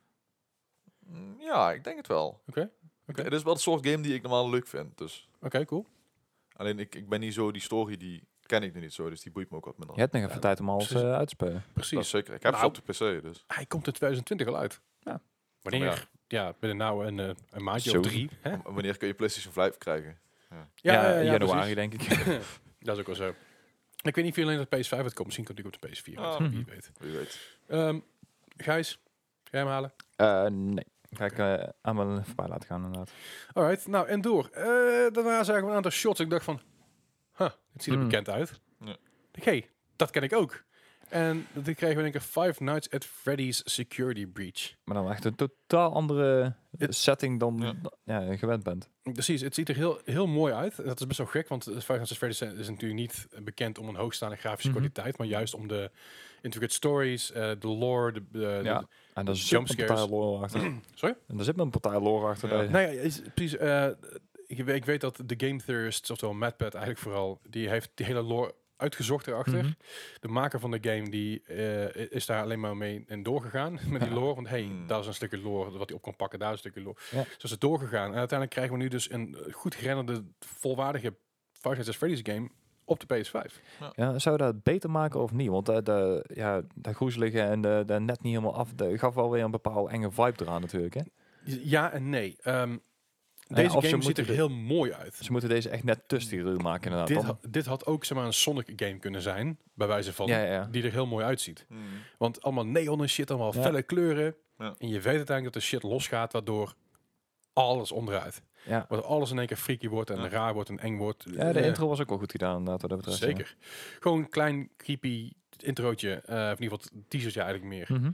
Ja, ik denk het wel. Oké. Het is wel het soort game die ik normaal leuk vind. Dus. Oké, cool. Alleen ik ben niet zo, die story die ken ik nu niet zo, dus die boeit me ook wat minder. Je hebt nog even tijd om alles precies. uit te spelen. Dat is Precies. zeker. Ik heb Nou, ze op de PC, dus. Hij komt in 2020 al uit. Ja. Wanneer? Ja. Ja, binnen nou een maandje Zo. of 3. Hè? Wanneer kun je PlayStation 5 krijgen? Ja, januari precies. denk ik. Dat is ook wel zo. Ik weet niet of alleen dat PS5 uitkomt. Misschien komt die op de PS4 uit. Ah. Wie weet. Wie weet. Gijs, ga je hem halen? Nee. Ga ik aan mijn voorbij laten gaan inderdaad. Alright, nou en door. Daarna zagen we een aantal shots. Ik dacht van, het ziet er bekend uit. Ja. Hey, dat ken ik ook. En toen kregen we denk ik Five Nights at Freddy's Security Breach. Maar dan echt een totaal andere setting dan je gewend bent. Precies, het ziet er heel mooi uit. Dat is best wel gek, want Five Nights at Freddy's is natuurlijk niet bekend om een hoogstaande grafische kwaliteit, maar juist om de intricate stories, de lore, Ja. En daar zit jump een scares. partij lore achter. Sorry? En daar zit een partij lore achter. Ja. dat je- Nou ja, precies. Ik weet dat de Game Theorist, oftewel MadPad eigenlijk vooral, die heeft die hele lore uitgezocht erachter. Mhm. De maker van de game die is daar alleen maar mee in doorgegaan met die lore. Want hey, daar is een stukje lore wat hij op kan pakken, daar is een stukje lore. Ja. Zo is het doorgegaan. En uiteindelijk krijgen we nu dus een goed gerenderde, volwaardige Five Nights at Freddy's game op de PS5. Ja, zou je dat beter maken of niet? Want dat groezelige en de net niet helemaal af, gaf wel weer een bepaalde enge vibe eraan natuurlijk. Hè? Ja en nee. Ja, Deze of ze game ziet er moeten heel mooi uit. Ze moeten deze echt net te steriel maken inderdaad. Dit had ook zeg maar een Sonic game kunnen zijn, bij wijze van, Ja. die er heel mooi uitziet. Hmm. Want allemaal neon en shit, allemaal Ja. felle kleuren. Ja. En je weet uiteindelijk dat de shit losgaat, waardoor alles onderuit. Ja. Waardoor alles in één keer freaky wordt en Ja. raar wordt en eng wordt. Ja, de intro was ook wel goed gedaan inderdaad wat dat betreft. Zeker. Gewoon een klein creepy introotje. Of in ieder geval teasertje eigenlijk meer. Ja. Mhm.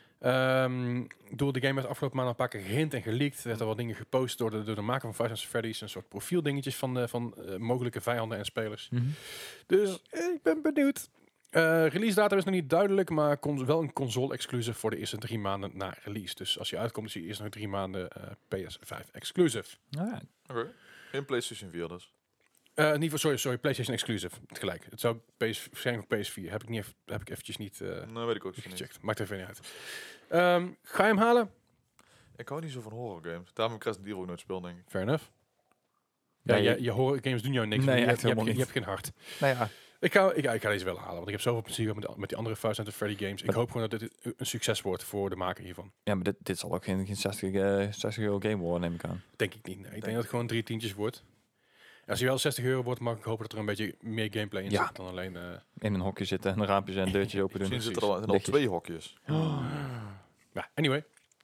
Door de game werd afgelopen maand een paar keer gehint en geleakt. Er werd er wat dingen gepost door de maker van Five Nights at Freddy's. Een soort profieldingetjes van mogelijke vijanden en spelers. Mhm. Dus ik ben benieuwd. Release datum is nog niet duidelijk, maar wel een console exclusive voor de eerste 3 maanden na release. Dus als je uitkomt, is je eerst nog 3 maanden PS5 exclusive. Ja, Oké. Geen PlayStation 4 dus. Niet voor, sorry, PlayStation exclusive. Het gelijk. Het zou waarschijnlijk op PS4. Heb ik eventjes niet Nee, weet ik ook niet. gecheckt. Maakt er even niet uit. Ga je hem halen? Ik hou niet zo van horror games. Daarom heb ik Resident Evil ook nooit speel, denk ik. Fair enough. Ja, Nee. je horror games doen jou niks. Nee, je, echt je, hebt, helemaal je niet. hebt geen hart. nou ja, Ik ga deze wel halen, want ik heb zoveel plezier met die andere Five Nights at Freddy games. Ik hoop gewoon dat dit een succes wordt voor de maker hiervan. ja, maar dit zal ook geen 60 euro game worden, neem ik aan. Denk ik niet. Nee. Ik denk dat het gewoon 3 tientjes wordt. En als hij wel 60 euro wordt, mag ik hopen dat er een beetje meer gameplay in Ja. zit dan alleen... In een hokje zitten en raampjes en deurtjes open doen. Misschien zitten er al Lichtjes. 2 hokjes. Ja, anyway.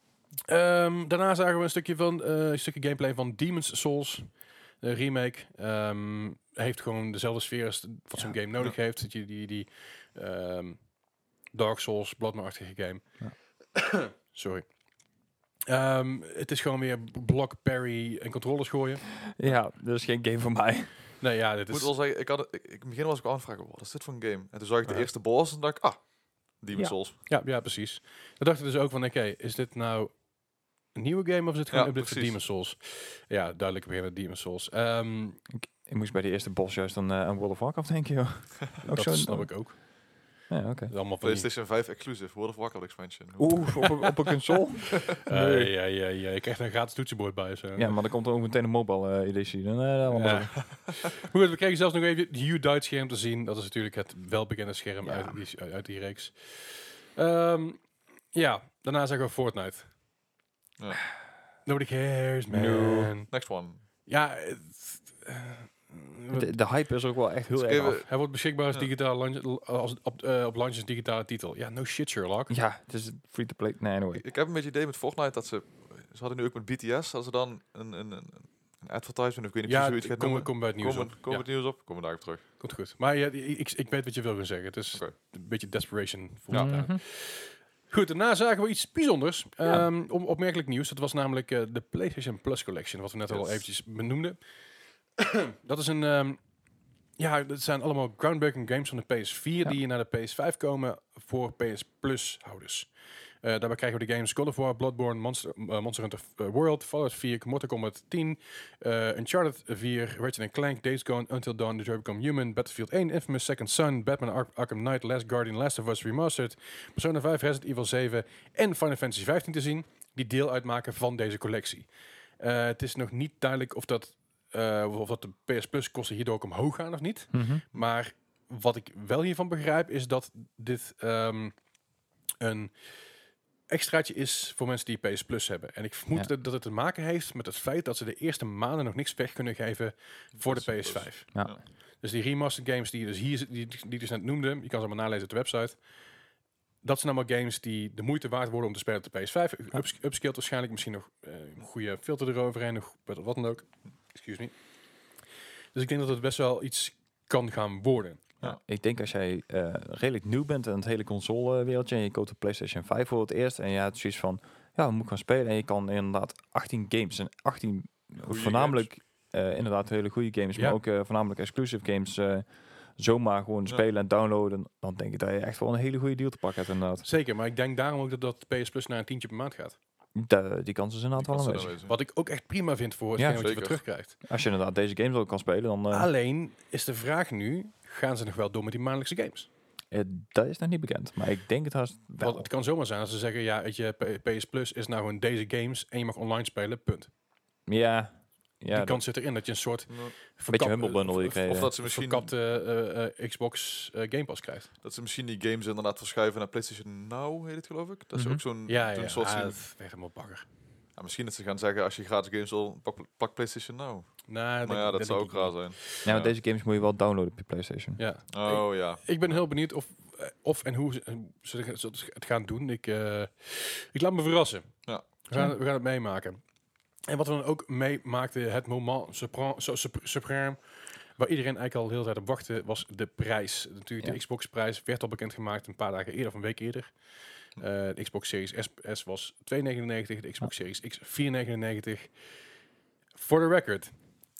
Daarna zagen we een stukje gameplay van Demon's Souls. De remake. Heeft gewoon dezelfde sfeer als wat zo'n game nodig heeft. Dat je die Dark Souls, Bloodborne-achtige game. Ja. Sorry. Het is gewoon weer block, parry en controllers gooien. Ja, dat is geen game voor mij. Nee, ja, dit Ik moet is... wel zeggen, in het begin was ik al aan het vragen, wat is dit voor een game? En toen zag ik de Ja. eerste boss en dacht ik, Demon's Ja. Souls. Ja, precies. Dan dacht ik dus ook van, oké, is dit nou een nieuwe game of is het gewoon Ja, een update voor precies. Demon's Souls? Ja, duidelijk beginnen met Demon's Souls. Ik moest bij de eerste boss juist aan World of Warcraft denken, joh. Ook dat zo'n- snap ik ook. Ja, oké. Dat is allemaal van die- PlayStation 5 exclusive, World of Warcraft expansion. Oeh, op een console? Ja, je krijgt er een gratis toetsenbord bij. Zo. Ja, maar dan komt er ook meteen een mobile editie. Dan, Ja. Goed, we kregen zelfs nog even het Hue-Dite scherm te zien. Dat is natuurlijk het welbekende scherm Ja. uit die reeks. Daarna zagen we Fortnite. Ja. Nobody cares, man. No. Next one. Ja, De hype is ook wel echt heel Dus erg even- af. hij wordt beschikbaar als Ja. digitaal op launch als digitale titel. Ja, no shit, Sherlock. Ja, het is free-to-play. Nee, anyway. Ik heb een beetje idee met Fortnite dat ze hadden nu ook met BTS, dat ze dan een een advertisement, of ik weet niet Ja, precies hoe je het gaat noemen. kom bij het nieuws op. Komen we het nieuws op? Komen we daar even terug. Komt goed. Maar ja, ik weet wat je wil gaan zeggen. Het is Oké. een beetje desperation. Ja. Mhm. Goed, daarna zagen we iets bijzonders. Ja. Opmerkelijk nieuws. Dat was namelijk de PlayStation Plus Collection, wat we net al eventjes benoemden. Dat is een... dat zijn allemaal groundbreaking games van de PS4 die naar de PS5 komen voor PS Plus houders. Daarbij krijgen we de games God of War, Bloodborne, Monster Hunter World, Fallout 4, Mortal Kombat 10, Uncharted 4, Ratchet Clank, Days Gone, Until Dawn, Detroit Become Human, Battlefield 1, Infamous Second Son, Batman Arkham Knight, Last Guardian, Last of Us Remastered, Persona 5, Resident Evil 7 en Final Fantasy 15 te zien, die deel uitmaken van deze collectie. Het is nog niet duidelijk of dat de PS Plus kosten hierdoor ook omhoog gaan of niet. Mhm. Maar wat ik wel hiervan begrijp is dat dit een extraatje is voor mensen die PS Plus hebben. En ik vermoed dat het te maken heeft met het feit dat ze de eerste maanden nog niks weg kunnen geven voor de PS5. Ja. Dus die remastered games die je dus hier die dus net noemde, je kan ze allemaal nalezen op de website. Dat zijn allemaal games die de moeite waard worden om te spelen op de PS5. Upscaled waarschijnlijk, misschien nog een goede filter eroverheen, nog wat dan ook. Excuse me. Dus ik denk dat het best wel iets kan gaan worden. Ja. Ik denk als jij redelijk nieuw bent in het hele console-wereldje en je koopt de PlayStation 5 voor het eerst en je hebt zoiets van, ja, we moeten gaan spelen en je kan inderdaad 18 games en 18 Goeie voornamelijk inderdaad hele goede games, maar ook voornamelijk exclusive games zomaar gewoon spelen en downloaden, dan denk ik dat je echt wel een hele goede deal te pakken hebt inderdaad. Zeker, maar ik denk daarom ook dat PS Plus naar een $10 per maand gaat. Die kans is inderdaad wel aanwezig. Wat ik ook echt prima vind voor hetgeen wat je zeker. weer terugkrijgt. Als je inderdaad deze games ook kan spelen, dan Alleen is de vraag nu, gaan ze nog wel door met die maandelijkse games? dat is nog niet bekend, maar ik denk het haast wel. Want het kan zomaar zijn als ze zeggen, ja, weet je, PS Plus is nou gewoon deze games en je mag online spelen, punt. Ja, Die kans zit erin dat je een soort beetje humble bundle je krijgt. Of dat ze misschien verkapte Xbox Game Pass krijgt. Dat ze misschien die games inderdaad verschuiven naar PlayStation Now, heet het geloof ik. Dat is ook zo'n Ja, soort dat werd helemaal bagger. Ja, misschien dat ze gaan zeggen, als je gratis games wil, pak PlayStation Now. Nou, Maar ja, dat zou ook raar zijn. Ja, maar deze games moet je wel downloaden op je PlayStation. Ja. Oh ja. Ik ben heel benieuwd of en hoe ze het gaan doen. Ik laat me verrassen. Ja. We gaan het meemaken. En wat we dan ook meemaakten, het moment supreme, waar iedereen eigenlijk al de hele tijd op wachtte, was de prijs. Natuurlijk, de Xbox-prijs werd al bekendgemaakt een paar dagen eerder of een week eerder. De Xbox Series S was $2,99, de Xbox Series X $4,99. For the record,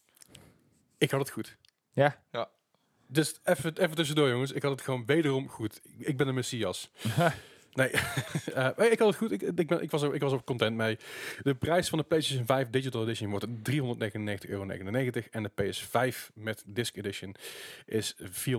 ik had het goed. Ja. Dus even tussendoor, jongens. Ik had het gewoon wederom goed. Ik ben een messias. Nee, ik had het goed. Ik was ook content mee. De prijs van de PlayStation 5 Digital Edition wordt €399,99 en de PS5 met Disc Edition is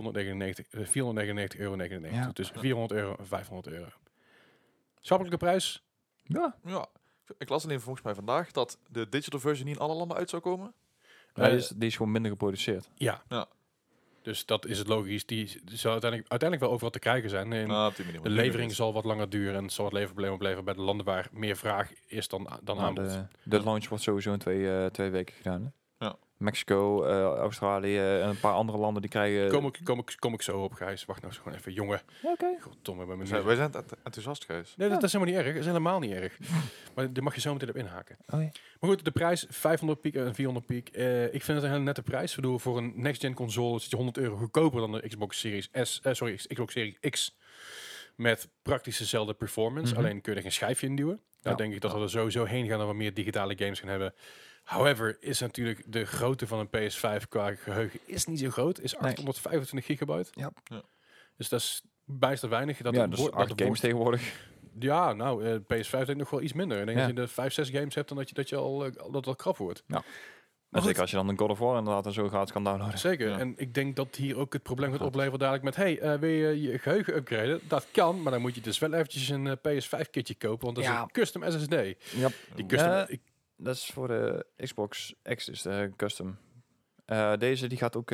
€499,99. Ja. Dus €400 en €500. Schappelijke prijs? Ja. Ja. Ik las alleen volgens mij vandaag dat de digital version niet in alle landen uit zou komen. Die is gewoon minder geproduceerd. Ja. Dus dat is het logisch. Die zou uiteindelijk wel overal te krijgen zijn. En Nou, op die manier. de levering zal wat langer duren en zal wat leverproblemen blijven bij de landen waar meer vraag is dan aanbod. De launch wordt sowieso in twee weken gedaan. Hè? Ja. Mexico, Australië en een paar andere landen die krijgen... Kom ik zo op, Gijs. Wacht nou eens gewoon even, jongen. Oké. Goddomme, bij Wij zijn enthousiast, Gijs. Nee, dat is helemaal niet erg. Dat is helemaal niet erg. Maar daar mag je zo meteen op inhaken. Oh, ja. Maar goed, de prijs, 500 piek en 400 piek. Ik vind het een hele nette prijs. Ik bedoel, voor een next-gen console zit je €100 goedkoper dan de Xbox Series Xbox Series X. Met praktisch dezelfde performance. Alleen kun je er geen schijfje in duwen. Daar denk ik dat we er sowieso heen gaan dat we meer digitale games gaan hebben. However, is natuurlijk de grootte van een PS5 qua geheugen is niet zo groot. Is 825 gigabyte. Ja. Dus dat is bijster weinig. Dus 8 games tegenwoordig. Ja, nou, PS5 denk ik nog wel iets minder. Ik denk dat je de 5-6 games hebt, dan dat je al dat het al krap wordt. Ja. Maar zeker als je dan een God of War inderdaad en zo gaat kan downloaden. Zeker. Ja. En ik denk dat hier ook het probleem gaat opleveren dadelijk met... wil je geheugen upgraden? Dat kan, maar dan moet je dus wel eventjes een PS5-kitje kopen. Want dat is een custom SSD. Ja. Die custom... Dat is voor de Xbox X, is de custom. Deze die gaat ook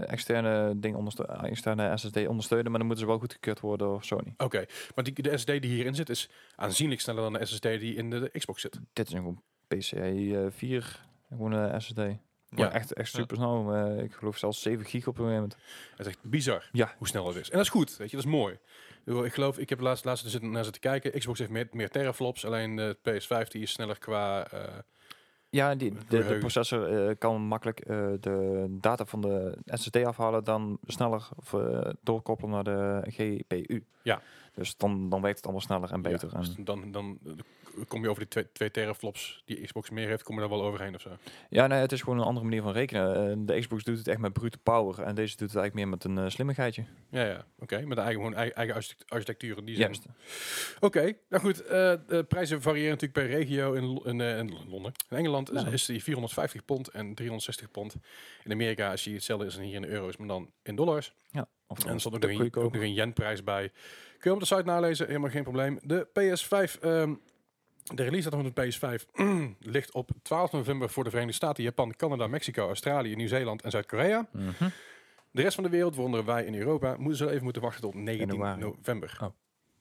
externe SSD ondersteunen, maar dan moeten ze wel goedgekeurd worden door Sony. Oké, maar de SSD die hierin zit is aanzienlijk sneller dan de SSD die in de Xbox zit. Dit is gewoon PCIe 4, gewoon een SSD. Ja, echt super snel. Ik geloof zelfs 7 gig op een gegeven moment. Het is echt bizar Ja. hoe snel het is. En dat is goed, weet je, dat is mooi. Ik geloof, ik heb laatst naar zitten kijken. Xbox heeft meer teraflops, alleen de PS5 die is sneller qua Ja, de geheugen. processor kan makkelijk de data van de SSD afhalen, dan sneller doorkoppelen naar de GPU. Ja. Dus dan werkt het allemaal sneller en beter. Ja, dus dan kom je over die 2 teraflops die Xbox meer heeft, kom je daar wel overheen of zo. Ja, nee, het is gewoon een andere manier van rekenen. De Xbox doet het echt met brute power en deze doet het eigenlijk meer met een slimmigheidje. Ja, oké. Met gewoon eigen architectuur in die zin. Juist. Oké, nou goed. De prijzen variëren natuurlijk per regio in Londen. In Engeland is die £450 en £360. In Amerika is die hetzelfde als hier in de euro's, maar dan in dollars. Ja. En er stond ook nog een yen-prijs bij. Kun je op de site nalezen, helemaal geen probleem. De PS5, de release datum van de PS5 ligt op 12 november voor de Verenigde Staten, Japan, Canada, Mexico, Australië, Nieuw-Zeeland en Zuid-Korea. De rest van de wereld, waaronder wij in Europa, zullen even moeten wachten tot 19 november. Oh.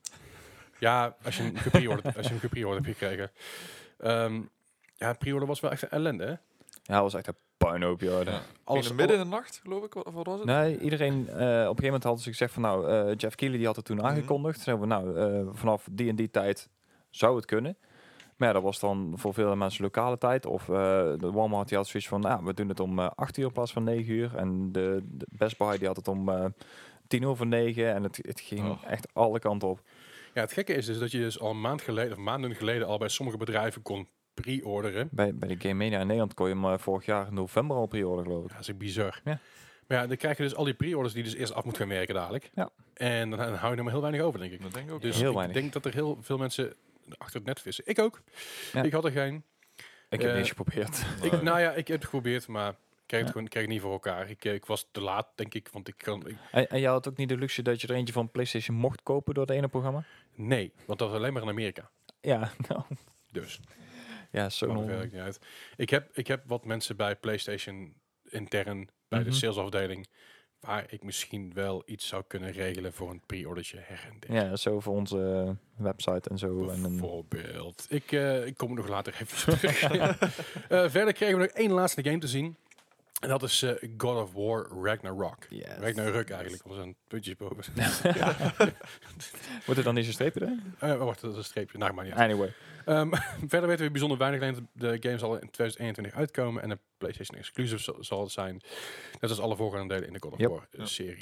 Ja, als je hem gepreorderd hebt gekregen. Ja, pre-order was wel echt een ellende, hè? Ja, dat was echt een puinhoop, joh. Ja. Alles midden in de nacht, geloof ik. Of wat was het? Nee, iedereen, op een gegeven moment hadden ze gezegd van nou, Jeff Keighley die had het toen aangekondigd. Zeiden we nou, vanaf die en die tijd zou het kunnen. Maar ja, dat was dan voor veel mensen lokale tijd. Of de Walmart die had zoiets van, nou, we doen het om 8 uur in plaats van 9 uur. En de Best Buy die had het om 9:10. En het ging echt alle kanten op. Ja, het gekke is dus dat je dus al maanden geleden al bij sommige bedrijven kon pre-orderen. Bij de Game Mania in Nederland kon je hem vorig jaar in november al pre-orderen, geloof ik. Ja, dat is bizar. Ja. Maar ja, dan krijg je dus al die pre-orders die dus eerst af moeten gaan werken dadelijk. Ja. En dan hou je er maar heel weinig over, denk ik. Dat denk ik ook. Dus Heel ik weinig. denk dat er heel veel mensen achter het net vissen. Ik ook. Ja. Ik had er geen. Ik heb niks geprobeerd. Nee. Ik heb het geprobeerd, maar ik kreeg het niet voor elkaar. Ik was te laat, denk ik, want ik kan... En jij had ook niet de luxe dat je er eentje van PlayStation mocht kopen door het ene programma? Nee, want dat was alleen maar in Amerika. Ja, nou. Dus, Ja, zo dat nog. werkt niet uit. Ik heb wat mensen bij PlayStation intern, bij de salesafdeling, waar ik misschien wel iets zou kunnen regelen voor een pre-ordertje her en der. Ja, zo voor onze website en zo. Bijvoorbeeld. Ik kom er nog later even op terug. Verder kregen we nog één laatste game te zien. En dat is God of War Ragnarok. Yes. Ragnarok eigenlijk, want er zijn puntjes boven. Moet er dan niet zo'n streepje erin? Wacht, dat is een streepje. Nou, maar niet uit. Anyway. Verder weten we bijzonder weinig. Alleen dat de game zal in 2021 uitkomen en een PlayStation exclusive zal het zijn. Net als alle voorgaande delen in de God of War serie.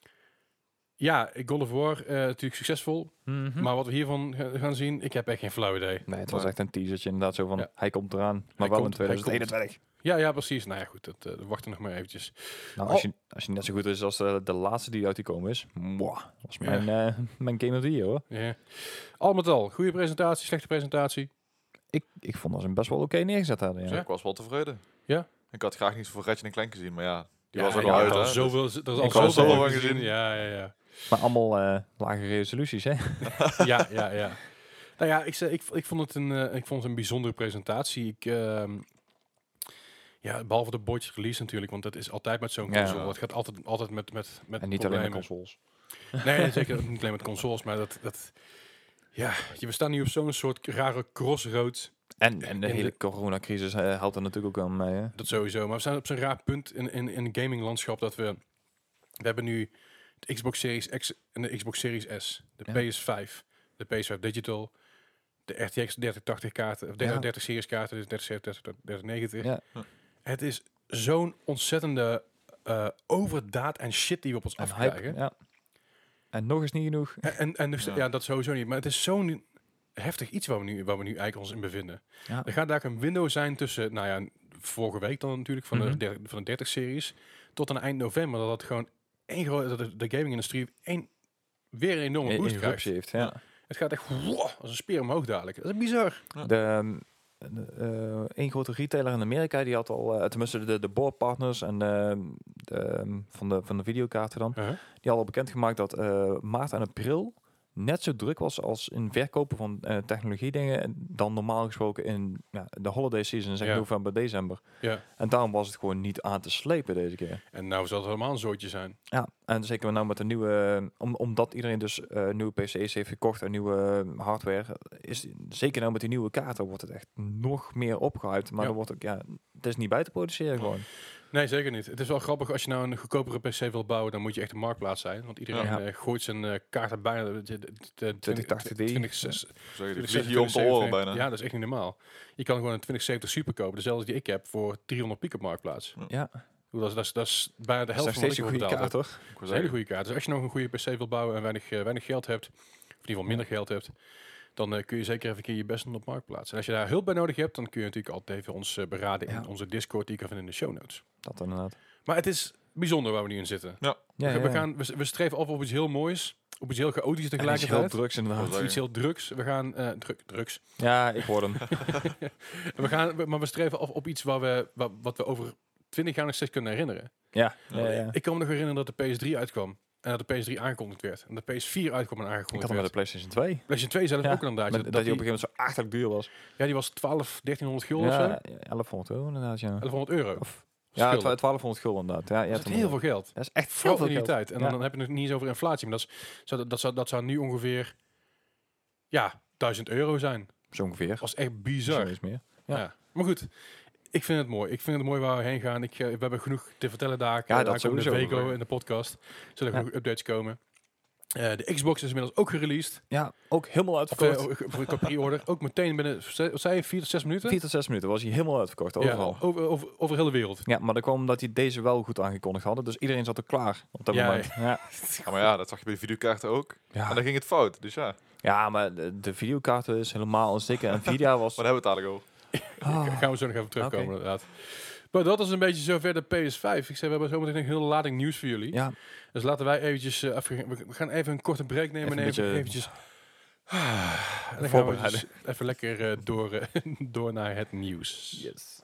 Ja, God of War natuurlijk succesvol. Maar wat we hiervan gaan zien, ik heb echt geen flauw idee. Nee, het was echt een teasertje inderdaad zo van, hij komt eraan. Maar Hij wel komt, in 2021. Ja, precies. Nou ja, goed. We wachten nog maar eventjes. Nou, als je net zo goed is als de laatste die uitgekomen is. Mwah, dat was mijn Game of the Year, hoor. Ja. Al met al, goede presentatie, slechte presentatie. Ik vond dat ze hem best wel oké neergezet hadden. Ja. Ik was wel tevreden. Ja? Ik had graag niet voor Ratchet en Clank gezien, maar ja, die Ja, was ook ja, al uit. er Hè? is zoveel, er is Ik al had zoveel zoveel van van gezien. Ja. Maar allemaal lage resoluties, hè? ja. Nou ja, ik vond het een bijzondere presentatie. Behalve de botched release natuurlijk, want dat is altijd met zo'n console. Het gaat altijd met En niet alleen met consoles. Nee, zeker niet alleen met consoles, maar we staan nu op zo'n soort rare crossroads. En de hele coronacrisis helpt er natuurlijk ook aan mee, hè? Dat sowieso, maar we staan op zo'n raar punt in het gaminglandschap dat we hebben nu de Xbox Series X en de Xbox Series S, de PS5, de PS5 Digital, de RTX 3080 kaarten, of 30 series kaarten, dus 3090. Ja. Het is zo'n ontzettende overdaad en shit die we op ons afkrijgen. Ja. En nog eens niet genoeg. En dat sowieso niet. Maar het is zo'n heftig iets waar we nu eigenlijk ons in bevinden. Ja. Er gaat daar een window zijn tussen, vorige week dan natuurlijk, van de 30 series, tot aan eind november, dat het gewoon de gaming-industrie weer een enorme boost krijgt. Heeft, ja. Het gaat echt als een speer omhoog dadelijk. Dat is bizar. Een grote retailer in Amerika, die had al, tenminste de boardpartners en van de videokaarten dan, die hadden al bekendgemaakt dat maart en april net zo druk was als in verkopen van technologie dingen dan normaal gesproken in de holiday season, zeg november, december. Ja. En daarom was het gewoon niet aan te slepen deze keer. En nou zal het helemaal een zootje zijn. Ja, en zeker nou met de nieuwe, omdat iedereen dus nieuwe PC's heeft gekocht en nieuwe hardware, is zeker nou met die nieuwe kaarten wordt het echt nog meer opgehyped. Maar er wordt ook het is niet bij te produceren gewoon. Nee, zeker niet. Het is wel grappig, als je nou een goedkopere PC wil bouwen, dan moet je echt een marktplaats zijn. Want iedereen gooit zijn kaarten bijna de 2080 Ti. 2060. Die vliegen je om te horen bijna. Ja, dat is echt niet normaal. Je kan gewoon een 2070 Super kopen, dezelfde die ik heb, voor 300 piek op marktplaats. Ja, Dat is bijna de dat is helft nog van wat steeds ik een goede betaald heb. kaart, hoor. Ik Dat is een hele goede kaart. Dus als je nog een goede PC wil bouwen en weinig geld hebt, of in ieder geval minder geld hebt, dan kun je zeker even een keer je best doen op marktplaats. En als je daar hulp bij nodig hebt, dan kun je natuurlijk altijd even ons beraden in onze Discord, die je kan vinden in de show notes. Dat inderdaad. Maar het is bijzonder waar we nu in zitten. We streven af op iets heel moois, op iets heel chaotisch Heel tegelijkertijd. drugs inderdaad. Iets heel drugs. We gaan drugs. Ja, ik hoor hem. Maar we streven af op iets wat we over 20 jaar nog steeds kunnen herinneren. Ja. Ik kan me nog herinneren dat de PS3 uitkwam. En dat de PS3 aangekondigd werd. En de PS4 uitkwam en Ik aangekondigd had hem met de werd. PlayStation 2. PlayStation 2 zelf Ja, ook inderdaad. Dat die op een gegeven moment zo achterlijk duur was. Ja, die was 1300 gulden of zo. Ja, 1100 euro inderdaad, ja. 1100 euro. Of, ja, Schulden. 1200 gulden inderdaad. Ja, Dat is heel veel geld. Dat is echt veel Vooral in die geld. tijd. En Ja. dan heb je het nog niet eens over inflatie. Maar dat zou nu ongeveer 1000 euro zijn. Zo ongeveer. Dat was echt Zo bizar. is meer. Ja. Ja. Maar goed, ik vind het mooi. Ik vind het mooi waar we heen gaan. We hebben genoeg te vertellen daar. Ja, dat daar komen de sowieso. Vego in de podcast. Zullen er Ja. genoeg updates komen. De Xbox is inmiddels ook gereleased. Ja, ook helemaal Of uitverkocht. ik heb pre-order. Ook meteen binnen, wat zei je, 4 tot 6 minuten? 4 tot 6 minuten was hij helemaal uitverkocht, overal. Ja, over heel de wereld. Ja, maar dat kwam omdat die deze wel goed aangekondigd hadden. Dus iedereen zat er klaar op dat Ja, moment. Ja. Ja, maar ja, dat zag je bij de videokaarten ook. En Ja. dan ging het fout. Dus ja, Ja, maar de videokaarten is helemaal een stikke. Nvidia was... maar daar hebben we het eigenlijk over. Ah. Gaan we zo nog even terugkomen Oké. inderdaad. Maar dat is een beetje zover de PS5. Ik zei, we hebben zometeen een hele lading nieuws voor jullie. Ja, Dus laten wij eventjes... we gaan even een korte break nemen. Even een beetje eventjes... en dan gaan we voorbereiden. dus even lekker door naar het nieuws. yes.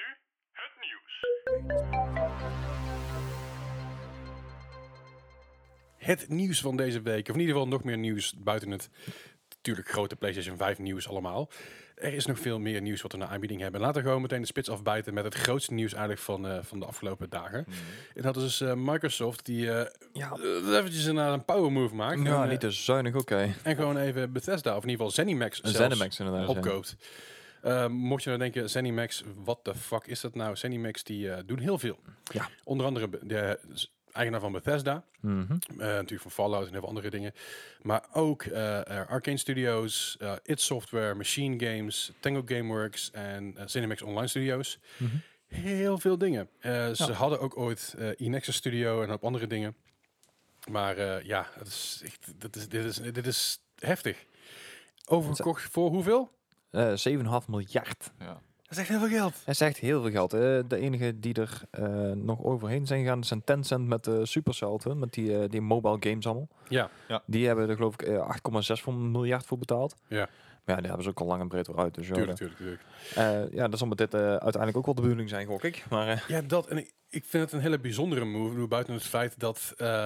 Het nieuws van deze week. Of in ieder geval nog meer nieuws buiten het natuurlijk grote PlayStation 5 nieuws allemaal. Er is nog veel meer nieuws wat we naar aanbieding hebben. Laten we gewoon meteen de spits afbijten met het grootste nieuws eigenlijk van de afgelopen dagen. En dat is Microsoft die eventjes een power move maakt. Ja, en, niet te zuinig, oké. en gewoon even Bethesda, of in ieder geval ZeniMax Een zelfs ZeniMax inderdaad. ja. opkoopt. Mocht je nou denken, ZeniMax, what the fuck is dat nou? ZeniMax die doen heel veel. Ja. Onder andere de eigenaar van Bethesda. Mhm. Natuurlijk van Fallout en heel veel andere dingen. Maar ook Arcane Studios, id Software, Machine Games, Tango Gameworks en ZeniMax Online Studios. Mhm. Heel veel dingen. Ze hadden ook ooit Enexus Studio en op andere dingen. Maar het is echt, dit is heftig. Overgekocht voor hoeveel? 7,5 miljard. Ja. Dat is echt heel veel geld. Dat is echt heel veel geld. De enige die er nog overheen zijn gegaan zijn Tencent met Supercell, hè, met die mobile games allemaal. Ja. Die hebben er geloof ik 8,6 miljard voor betaald. Ja. Maar ja, die hebben ze ook al lang en breed weer uit. Dus Tuurlijk. ja, dat zal met dit uiteindelijk ook wel de bedoeling zijn, gok ik. Maar Ja, dat. En ik vind het een hele bijzondere move. Buiten het feit dat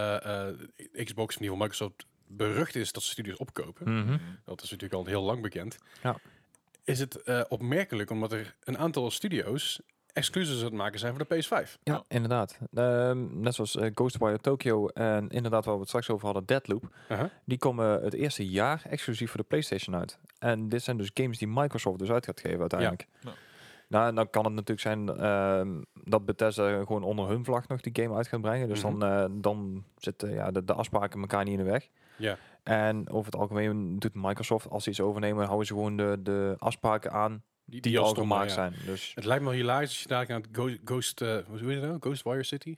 Xbox, in ieder geval Microsoft, berucht is dat ze studios opkopen. mhm. Dat is natuurlijk al heel lang bekend. Ja. Is het opmerkelijk omdat er een aantal studio's exclusies aan het maken zijn voor de PS5. Ja, inderdaad. Net zoals Ghostwire Tokyo en inderdaad waar we het straks over hadden, Deathloop. Die komen het eerste jaar exclusief voor de PlayStation uit. En dit zijn dus games die Microsoft dus uit gaat geven uiteindelijk. Ja. Nou, dan kan het natuurlijk zijn dat Bethesda gewoon onder hun vlag nog die game uit gaat brengen. Dus dan zitten de afspraken elkaar niet in de weg. Ja. En over het algemeen doet Microsoft, als ze iets overnemen, houden ze gewoon de afspraken aan die al al stonden, gemaakt ja. zijn. Dus Het lijkt me wel hilarisch als je daar naar het hoe heet het nou? Ghostwire City?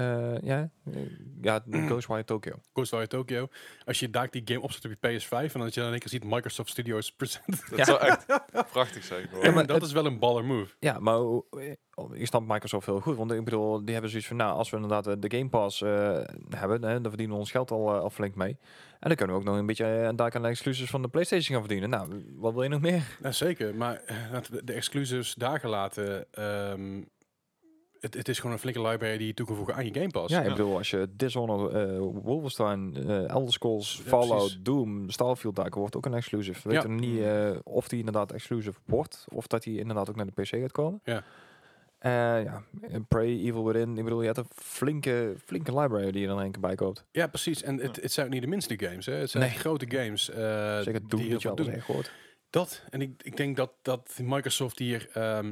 Ghostwire Tokyo. Ghostwire Tokyo. Als je daar die game opzet op je PS5 en dat je dan in één keer ziet Microsoft Studios present. Dat zou echt prachtig zijn. Hoor. Ja, maar dat is wel een baller move. Ja, maar ik snap Microsoft heel goed. Want ik bedoel, die hebben zoiets van, nou, als we inderdaad de Game Pass hebben, dan verdienen we ons geld al flink mee. En dan kunnen we ook nog een beetje daar aan de exclusives van de PlayStation gaan verdienen. Nou, wat wil je nog meer? Ja, zeker, maar de exclusives daar gelaten. Het is gewoon een flinke library die je toe kan voegen aan je Game Pass. Ja, ik bedoel, als je Dishonored, Wolfenstein, Elder Scrolls, Ja, Fallout, precies. Doom, Starfield, daar wordt ook een exclusive. We weten nog niet of die inderdaad exclusive wordt, of dat die inderdaad ook naar de PC gaat komen. Ja. Prey, Evil Within, ik bedoel, je hebt een flinke library die je dan in één keer bij koopt. Ja, precies. En het zijn ook niet de minste games. Hè. Het zijn Nee. grote games. Zeker Doom, die heel dat je veel alles doen. echt hoort. Dat, en ik denk dat Microsoft hier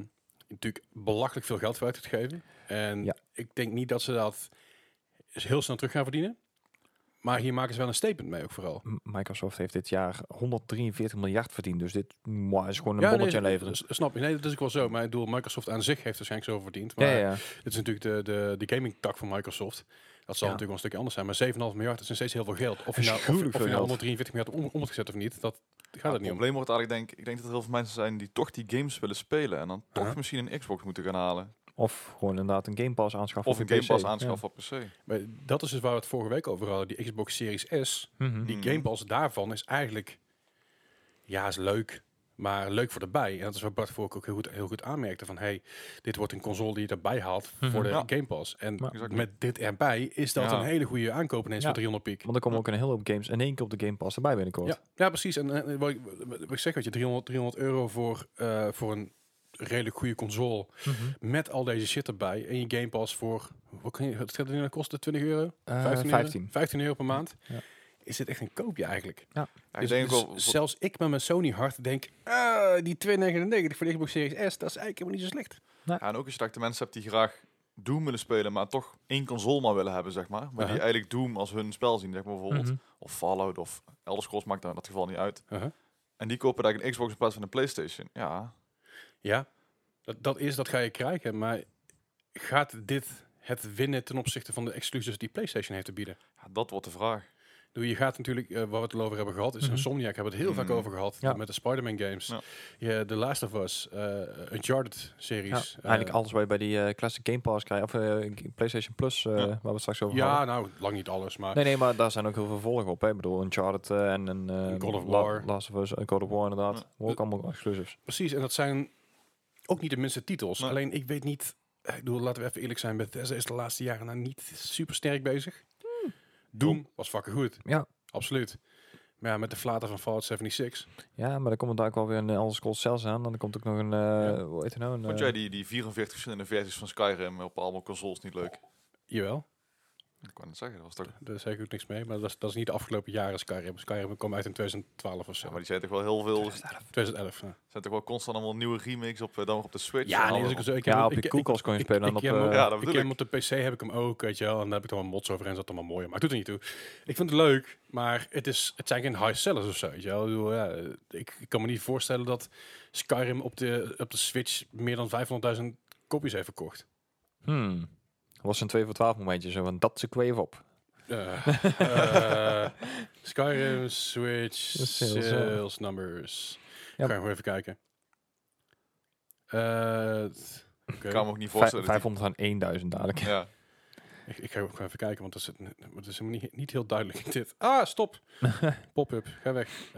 natuurlijk belachelijk veel geld voor uit te geven. En Ja. ik denk niet dat ze dat heel snel terug gaan verdienen. Maar hier maken ze wel een statement mee ook vooral. Microsoft heeft dit jaar 143 miljard verdiend. Dus dit is gewoon een bolletje leveren. Snap je. Nee, dat is ook wel zo. Maar ik bedoel, Microsoft aan zich heeft waarschijnlijk zoveel verdiend. Maar Ja. dit is natuurlijk de gaming tak van Microsoft. Dat zal natuurlijk wel een stukje anders zijn. Maar 7,5 miljard is nog steeds heel veel geld. Of je nou, Afschuwelijk of je veel nou geld. 143 miljard omgezet of niet, dat gaat Het het niet om. probleem wordt eigenlijk, ik denk dat er heel veel mensen zijn die toch die games willen spelen. En dan toch misschien een Xbox moeten gaan halen. Of gewoon inderdaad een Game Pass aanschaffen. Of een op je Game Pass PC. aanschaffen op PC. Maar dat is dus waar we het vorige week over hadden. Die Xbox Series S. Ja. Mhm. Die Game Pass daarvan is eigenlijk... Ja, is leuk. Maar leuk voor erbij. En dat is wat Bart vorige ook heel goed aanmerkte. Van, hey, dit wordt een console die je erbij haalt voor de Ja. Game Pass. En Ja. met dit erbij is dat Ja. een hele goede aankoop ineens Ja. voor 300 piek. Want er komen ook een hele hoop games in één keer op de Game Pass erbij binnenkort. Ja, precies. En wat ik zeg, wat je 300 euro voor een redelijk goede console Mhm. met al deze shit erbij. En je Game Pass voor, wat gaat het nu nou kosten? 20 euro? 15. 15 euro per maand? Ja. Is dit echt een koopje eigenlijk? Ja, ik Dus, denk dus ook wel, zelfs ik met mijn Sony hart denk, die 2,99 voor de Xbox Series S, dat is eigenlijk helemaal niet zo slecht. ja, en ook als je straks de mensen hebt die graag Doom willen spelen, maar toch één console maar willen hebben, zeg maar. Maar die eigenlijk Doom als hun spel zien, zeg maar bijvoorbeeld. Mhm. Of Fallout of Elder Scrolls maakt daar in dat geval niet uit. Uh-huh. En die kopen eigenlijk een Xbox in plaats van een PlayStation. Ja, Ja, dat ga je krijgen. Maar gaat dit het winnen ten opzichte van de exclusives die PlayStation heeft te bieden? ja, dat wordt de vraag. Je gaat natuurlijk, waar we het al over hebben gehad, is Insomniac, hebben we het heel vaak over gehad. Ja. Met de Spider-Man games. Ja. Ja, The Last of Us, Uncharted Ja, series. eigenlijk alles waar je bij die Classic Game Pass krijgt. Of PlayStation Plus, waar we het straks over Ja, hadden. nou, lang niet alles, maar... Nee, maar daar zijn ook heel veel volgen op. Hè. Ik bedoel, Uncharted en God of War. Last of Us, God of War inderdaad. Ja. Ook allemaal exclusives. Precies, en dat zijn ook niet de minste titels. Nee. Alleen, ik weet niet... Ik bedoel, laten we even eerlijk zijn, Bethesda is de laatste jaren nou niet super sterk bezig. Doom was fucking goed. Ja. Absoluut. Maar ja, met de flater van Fallout 76. Ja, maar dan komt er daar ook wel weer een Elder Scrolls Cells aan. En dan komt ook nog een, hoe heet het nou? Vond jij die 44 verschillende versies van Skyrim op allemaal consoles niet leuk? Jawel, Ik kan het zeggen, dat was toch... daar zeg ik ook niks mee. Maar dat is niet de afgelopen jaren Skyrim. Skyrim kwam uit in 2012 of zo. Ja, maar die zijn toch wel heel veel... 2011. Ja. zijn toch wel constant allemaal nieuwe remakes op, dan nog op de Switch. Ja, en nee, alles dat is ook op- zo. Ja, op je koelkast kon je spelen. En op, heb hem ook- ja, dat ik bedoel heb hem ik. op de PC heb ik hem ook, weet je wel. En daar heb ik dan wel mods over en dat allemaal mooi. Maar het doet er niet toe. Ik vind het leuk, maar het zijn geen high sellers of zo, weet je wel. Ik bedoel, ja, ik kan me niet voorstellen dat Skyrim op de Switch meer dan 500.000 kopies heeft verkocht. was een 2 voor 12 momentje. Zo van, dat zoek ik even op. Skyrim, Switch, sales numbers. Ja. Ga gewoon even kijken. Oké. Ik kan me ook niet voorstellen. dat 501.000 dadelijk. die- ja. Ik ga ook gewoon even kijken, want dat is helemaal niet heel duidelijk dit. Ah, stop. Pop-up, ga weg.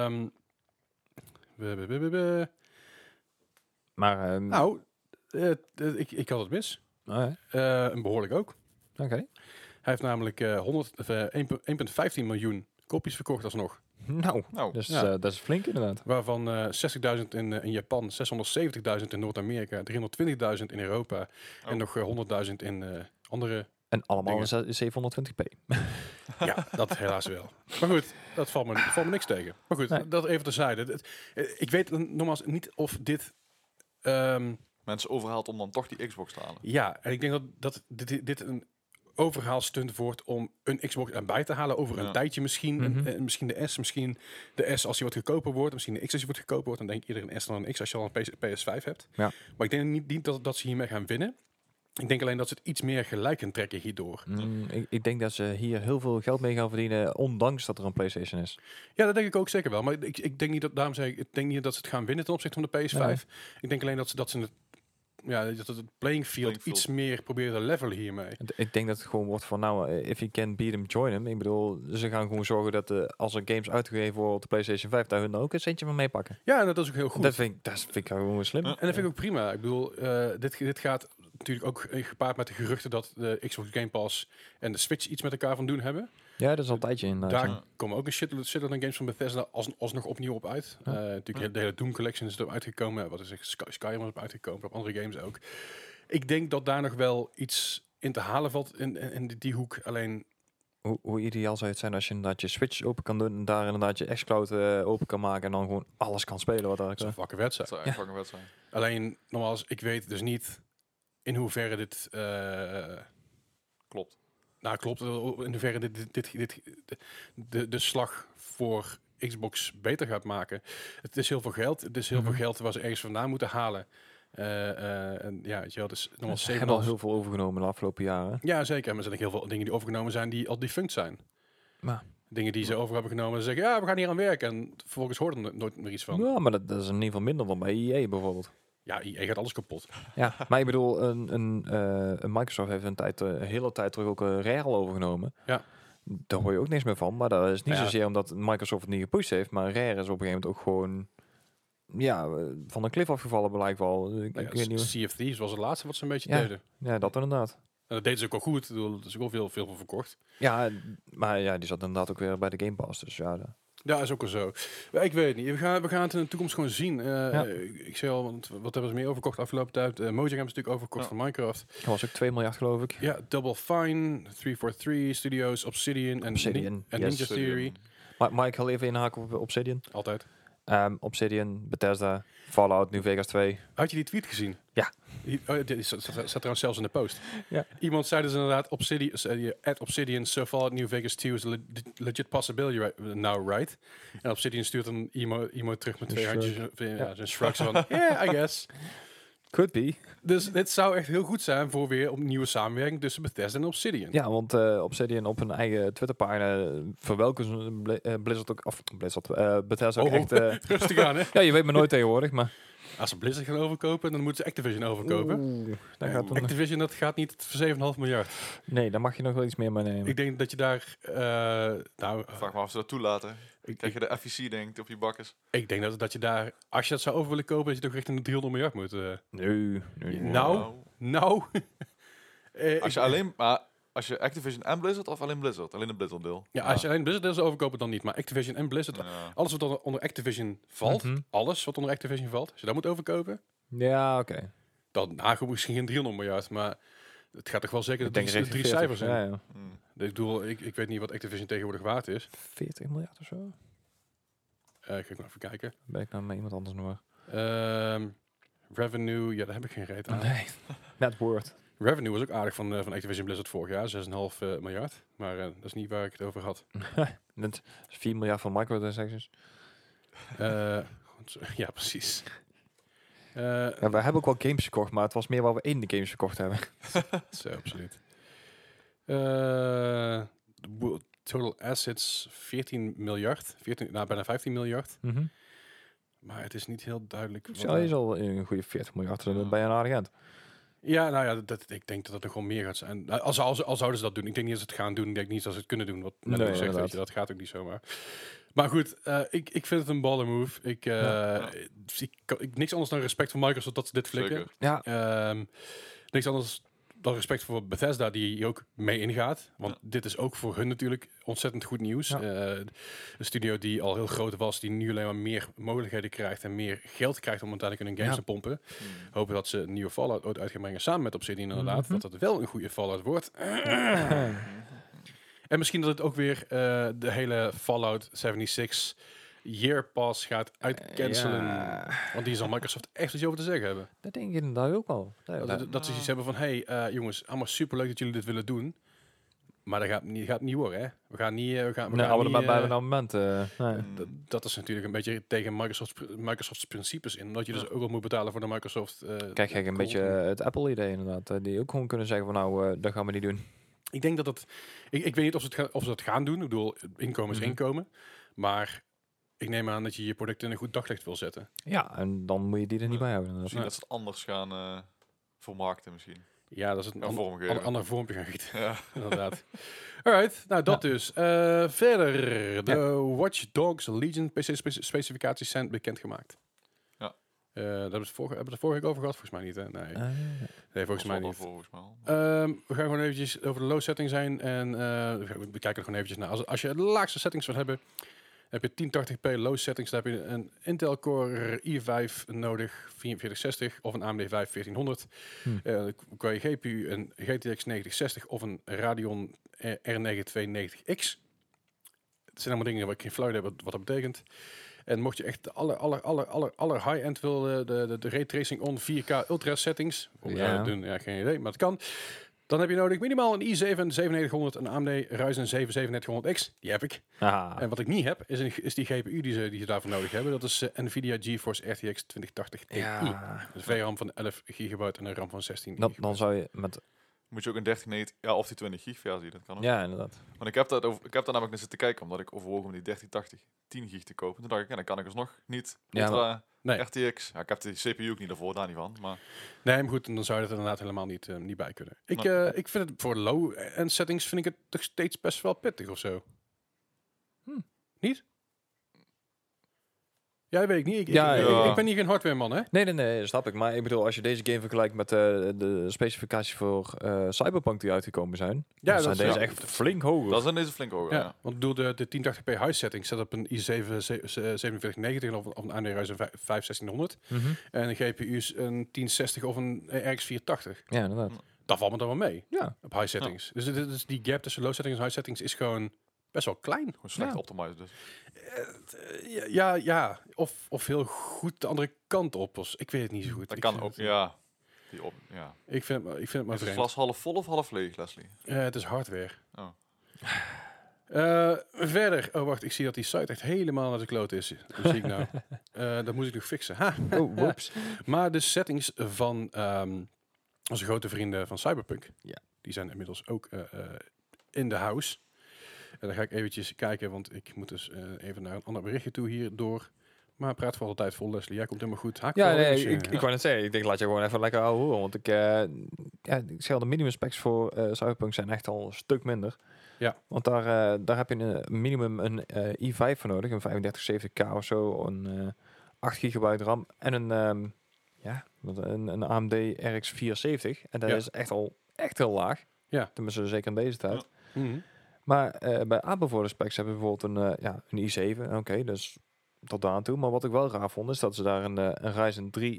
Maar, Nou, ik had het mis. Een behoorlijk ook. Oké. Hij heeft namelijk 1,15 miljoen kopies verkocht alsnog. Nou, Nou, dus Ja. dat is flink inderdaad. Waarvan 60.000 in Japan, 670.000 in Noord-Amerika, 320.000 in Europa Oh. en nog 100.000 in andere... En allemaal Dingen. in 720p. Ja, dat helaas wel. Maar goed, dat valt me niks tegen. Maar goed, Nee. dat even terzijde. Ik weet nogmaals niet of dit... mensen overhaalt om dan toch die Xbox te halen. ja, en ik denk dat dit een overhaalstunt wordt om een Xbox erbij te halen over een Ja. tijdje misschien. Mhm. Misschien de S, misschien de S als die wat goedkoper wordt. Misschien de X als die wat goedkoper wordt. Dan denk iedereen een S dan een X als je al een PS5 hebt. Ja. Maar ik denk niet dat ze hiermee gaan winnen. Ik denk alleen dat ze het iets meer gelijk kunnen trekken hierdoor. Ik denk dat ze hier heel veel geld mee gaan verdienen, ondanks dat er een PlayStation is. Ja, dat denk ik ook zeker wel. Maar ik denk niet dat, daarom zeg ik denk niet dat ze het gaan winnen ten opzichte van de PS5. Nee. Ik denk alleen dat ze het, ja, dat het playing field iets meer proberen te levelen hiermee. Ik denk dat het gewoon wordt van, nou, if you can beat them, join them. Ik bedoel, ze gaan gewoon zorgen dat als er games uitgegeven worden op de PlayStation 5, daar hun dan ook een centje van meepakken. Ja, en dat is ook heel goed. Dat vind ik gewoon slim. Ja. En dat vind ik ook prima. Ik bedoel, dit gaat natuurlijk ook gepaard met de geruchten dat de Xbox Game Pass en de Switch iets met elkaar van doen hebben. Ja, dat is al een tijdje in. Daar ja. komen ook een shitload games van Bethesda alsnog opnieuw op uit. Ja. Natuurlijk de hele Doom Collection is erop uitgekomen. Wat is het? Skyrim is op uitgekomen. Op andere games ook. Ik denk dat daar nog wel iets in te halen valt in die hoek. Alleen hoe ideaal zou het zijn als je inderdaad je Switch open kan doen en daar inderdaad je xCloud open kan maken en dan gewoon alles kan spelen wat Dat daar zou fucking vet zijn. Dat zou echt fucking vet zijn. Alleen, nogmaals, ik weet dus niet in hoeverre dit... Klopt. Nou, klopt. In hoeverre de slag voor Xbox beter gaat maken. Het is heel veel geld. Het is heel veel geld waar ze ergens vandaan moeten halen. En ja, weet je wel, dus nogmaals Ze hebben al heel veel overgenomen de afgelopen jaren. Ja, zeker. Maar er zijn ook heel veel dingen die overgenomen zijn die al defunct zijn. Maar, Dingen die ze over hebben genomen en zeggen, ja, we gaan hier aan werken. En vervolgens hoort er nooit meer iets van. ja, maar dat is in ieder geval minder dan bij EA bijvoorbeeld. Ja, EA gaat alles kapot. Ja, maar ik bedoel, een Microsoft heeft een hele tijd terug ook Rare al overgenomen. Ja. Daar hoor je ook niks meer van. Maar dat is niet Ja. zozeer omdat Microsoft het niet gepusht heeft. Maar Rare is op een gegeven moment ook gewoon van een klif afgevallen blijkbaar. Ik weet niet. Sea of Thieves was het laatste wat ze een beetje Ja. deden. Ja, dat inderdaad. En dat deden ze ook al goed. Ik bedoel, er is ook al veel verkocht. Ja, maar ja, die zat inderdaad ook weer bij de Game Pass. Dus ja, Ja, is ook al zo. Ja, ik weet het niet. We gaan het in de toekomst gewoon zien. Ik zei al, want wat hebben ze meer overkocht afgelopen tijd? Mojang hebben ze natuurlijk overgekocht van Minecraft. dat was ook 2 miljard geloof ik. Ja, Double Fine, 343 Studios, Obsidian en Obsidian, en yes. Ninja Theory. Maar ik ga even inhaken op Obsidian. Altijd. Obsidian, Bethesda, Fallout, New Vegas 2. Had je die tweet gezien? Ja. Die staat trouwens zelfs in de post. Ja. Iemand zei dus inderdaad, Obsidian, so Fallout New Vegas 2 is a legit possibility now, right? En Obsidian stuurt een emo terug met Een twee shrug. handjes, een shrug van, yeah, I guess. Could be. Dus dit zou echt heel goed zijn voor weer een nieuwe samenwerking tussen Bethesda en Obsidian. Ja, want Obsidian op hun eigen Twitterpagina verwelken Blizzard ook, of Blizzard, Bethesda ook echt... Rustig aan, hè? ja, je weet maar nooit tegenwoordig, maar... Als ze Blizzard gaan overkopen, dan moeten ze Activision overkopen. Dan gaat het Activision, dat gaat niet voor 7,5 miljard. nee, daar mag je nog wel iets meer mee nemen. Ik denk dat je daar... Vraag me af of ze dat toelaten. Krijg je de FEC denkt op je bakkers. Ik denk dat je daar, als je dat zou over willen kopen, dat je toch richting de 300 miljard moet. Nee. Nou. Als je Activision en Blizzard of alleen Blizzard? Alleen de Blizzard deel. Ja, als je alleen Blizzard is overkopen, dan niet. Maar Activision en Blizzard, Ja. alles wat onder Activision valt, alles wat onder Activision valt, als je dat moet overkopen, Ja, oké. dan hagen we misschien geen 300 miljard, maar het gaat toch wel zeker Ik de denk drie richting cijfers in. Ja. Ik bedoel, ik weet niet wat Activision tegenwoordig waard is. 40 miljard of zo? Ga ik nog even kijken. Ben ik nou met iemand anders nog? Revenue, ja, daar heb ik geen reet aan. Nee. Net Word. Revenue was ook aardig van Activision Blizzard vorig jaar, 6,5 miljard. Maar dat is niet waar ik het over had. Dat is 4 miljard van microtransactions. Ja, precies. Ja, we hebben ook wel games gekocht, maar het was meer waar we in de games gekocht hebben. Zo, absoluut. Total assets 14 miljard. Bijna 15 miljard. Maar het is niet heel duidelijk. Dus ja, je zal een goede 40 miljard bij een aardig end. Ja, nou ja, ik denk dat het nog wel meer gaat zijn. Al zouden ze dat doen. Ik denk niet dat ze het gaan doen. Ik denk niet dat ze het kunnen doen. Wat net Nee, zegt, weet inderdaad. je, dat gaat ook niet zomaar. Maar goed, ik vind het een baller move. Niks anders dan respect voor Microsoft dat ze dit flikken. Zeker. Ja, Niks anders dan respect voor Bethesda die hier ook mee ingaat. Want dit is ook voor hun natuurlijk ontzettend goed nieuws. Ja. Een studio die al heel groot was, die nu alleen maar meer mogelijkheden krijgt en meer geld krijgt om uiteindelijk in hun games te pompen. Hopen dat ze een nieuwe Fallout ooit uit gaan brengen samen met Obsidian inderdaad. Dat het wel een goede Fallout wordt. En misschien dat het ook weer de hele Fallout 76 Year Pass gaat uitcancelen. Ja. Want die zal Microsoft echt iets over te zeggen hebben. dat denk ik inderdaad ook wel. Dat ze iets hebben van, hey jongens, allemaal superleuk dat jullie dit willen doen. Maar dat gaat niet worden, hè. We gaan niet... We gaan abonnement bij niet, een abonnement. Nee. dat is natuurlijk een beetje tegen Microsoft's principes in. Dat je dus ook wel moet betalen voor de Microsoft... Kijk, een beetje het Apple-idee inderdaad. Die ook gewoon kunnen zeggen van nou, dat gaan we niet doen. Ik denk dat dat... Ik weet niet of ze dat gaan doen. Ik bedoel, inkomen is inkomen. Maar ik neem aan dat je je producten in een goed daglicht wil zetten. Ja, en dan moet je die er niet bij houden. Misschien inderdaad. dat ze het anders gaan vermarkten misschien. Ja, dat is een vormgeven. ander vormpje gaan gieten. Ja. Inderdaad. Alright, nou dat dus. Verder, de Watch Dogs Legion PC-specificaties zijn bekendgemaakt. Ja. Hebben we het vorige week over gehad? Volgens mij niet, hè? Nee, volgens mij niet. Volgens mij. We gaan gewoon eventjes over de low setting zijn. En we kijken er gewoon eventjes naar. Als je de laagste settings wil hebben, heb je 1080p low settings. Dan heb je een Intel Core i5 nodig, 4460 of een AMD 5 1400. Qua je GPU een GTX 9060 of een Radeon R9 290X. Het zijn allemaal dingen waar ik geen flauw idee heb wat dat betekent. En mocht je echt de aller high-end wil, de raytracing on 4K ultra settings, hoe zou je dat doen? Ja, geen idee, maar het kan. Dan heb je nodig minimaal een i7 9700, een AMD Ryzen 7 3700X. Die heb ik. Ah. En wat ik niet heb, is die GPU die ze daarvoor nodig hebben. Dat is Nvidia GeForce RTX 2080 Ti. Dus een VRAM van 11 gigabyte en een RAM van 16 gigabyte. Dan zou je met... Moet je ook een 1390, ja, of die 20 gig versie, dat kan ook. Ja, inderdaad. Want ik heb daar namelijk naar zitten kijken, omdat ik overwoog om die 1380 10 gig te kopen. Toen dacht ik, ja, dan kan ik alsnog niet ultra RTX. Ja, ik heb de CPU ook niet ervoor, daar niet van. Maar... Nee, maar goed, dan zou je het inderdaad helemaal niet bij kunnen. Ik vind het voor low-end settings vind ik het toch steeds best wel pittig of zo. Niet? Ja, weet ik niet. Ik ben hier geen hardware man, hè? Nee, dat snap ik. Maar ik bedoel, als je deze game vergelijkt met de specificaties voor Cyberpunk die uitgekomen zijn, dan zijn deze echt flink hoger. Dat zijn deze flink hoger, ja. Want door de 1080p high setting zet op een i7 4790 of een AMD Ryzen 5 1600. En een GPU's een 1060 of een RX 480. Ja, inderdaad. Dat valt me dan wel mee. Ja. Op high settings. Dus die gap tussen low settings en high settings is gewoon best wel klein. Gewoon slecht optimized dus. Ja. Of heel goed de andere kant op. Ik weet het niet zo goed. Dat kan ook, ja. Ik vind het maar Is vreemd. het glas half vol of half leeg, Leslie? Het is hardware. Oh. Verder. Oh, wacht. Ik zie dat die site echt helemaal naar de kloot is. Hoe zie ik nou? Dat moet ik nog fixen. Oh, whoops. Maar de settings van onze grote vrienden van Cyberpunk, die zijn inmiddels ook in de house. En dan ga ik eventjes kijken, want ik moet dus even naar een ander berichtje toe hierdoor. Maar praat voor altijd vol, Leslie. Jij komt helemaal goed. Ik wou net zeggen. Ik denk, laat je gewoon even lekker ouwe horen. Want ik zeg de minimum specs voor Cyberpunk zijn echt al een stuk minder. Ja. Want daar heb je een minimum een i5 voor nodig. Een 3570K of zo. Een 8 gigabyte RAM. En een AMD RX 470. En dat is echt heel laag. Ja. Tenminste, zeker in deze tijd. Ja. Maar bij aanbevolen specs hebben we bijvoorbeeld een i7. Oké, dus tot daar aan toe. Maar wat ik wel raar vond, is dat ze daar een Ryzen 3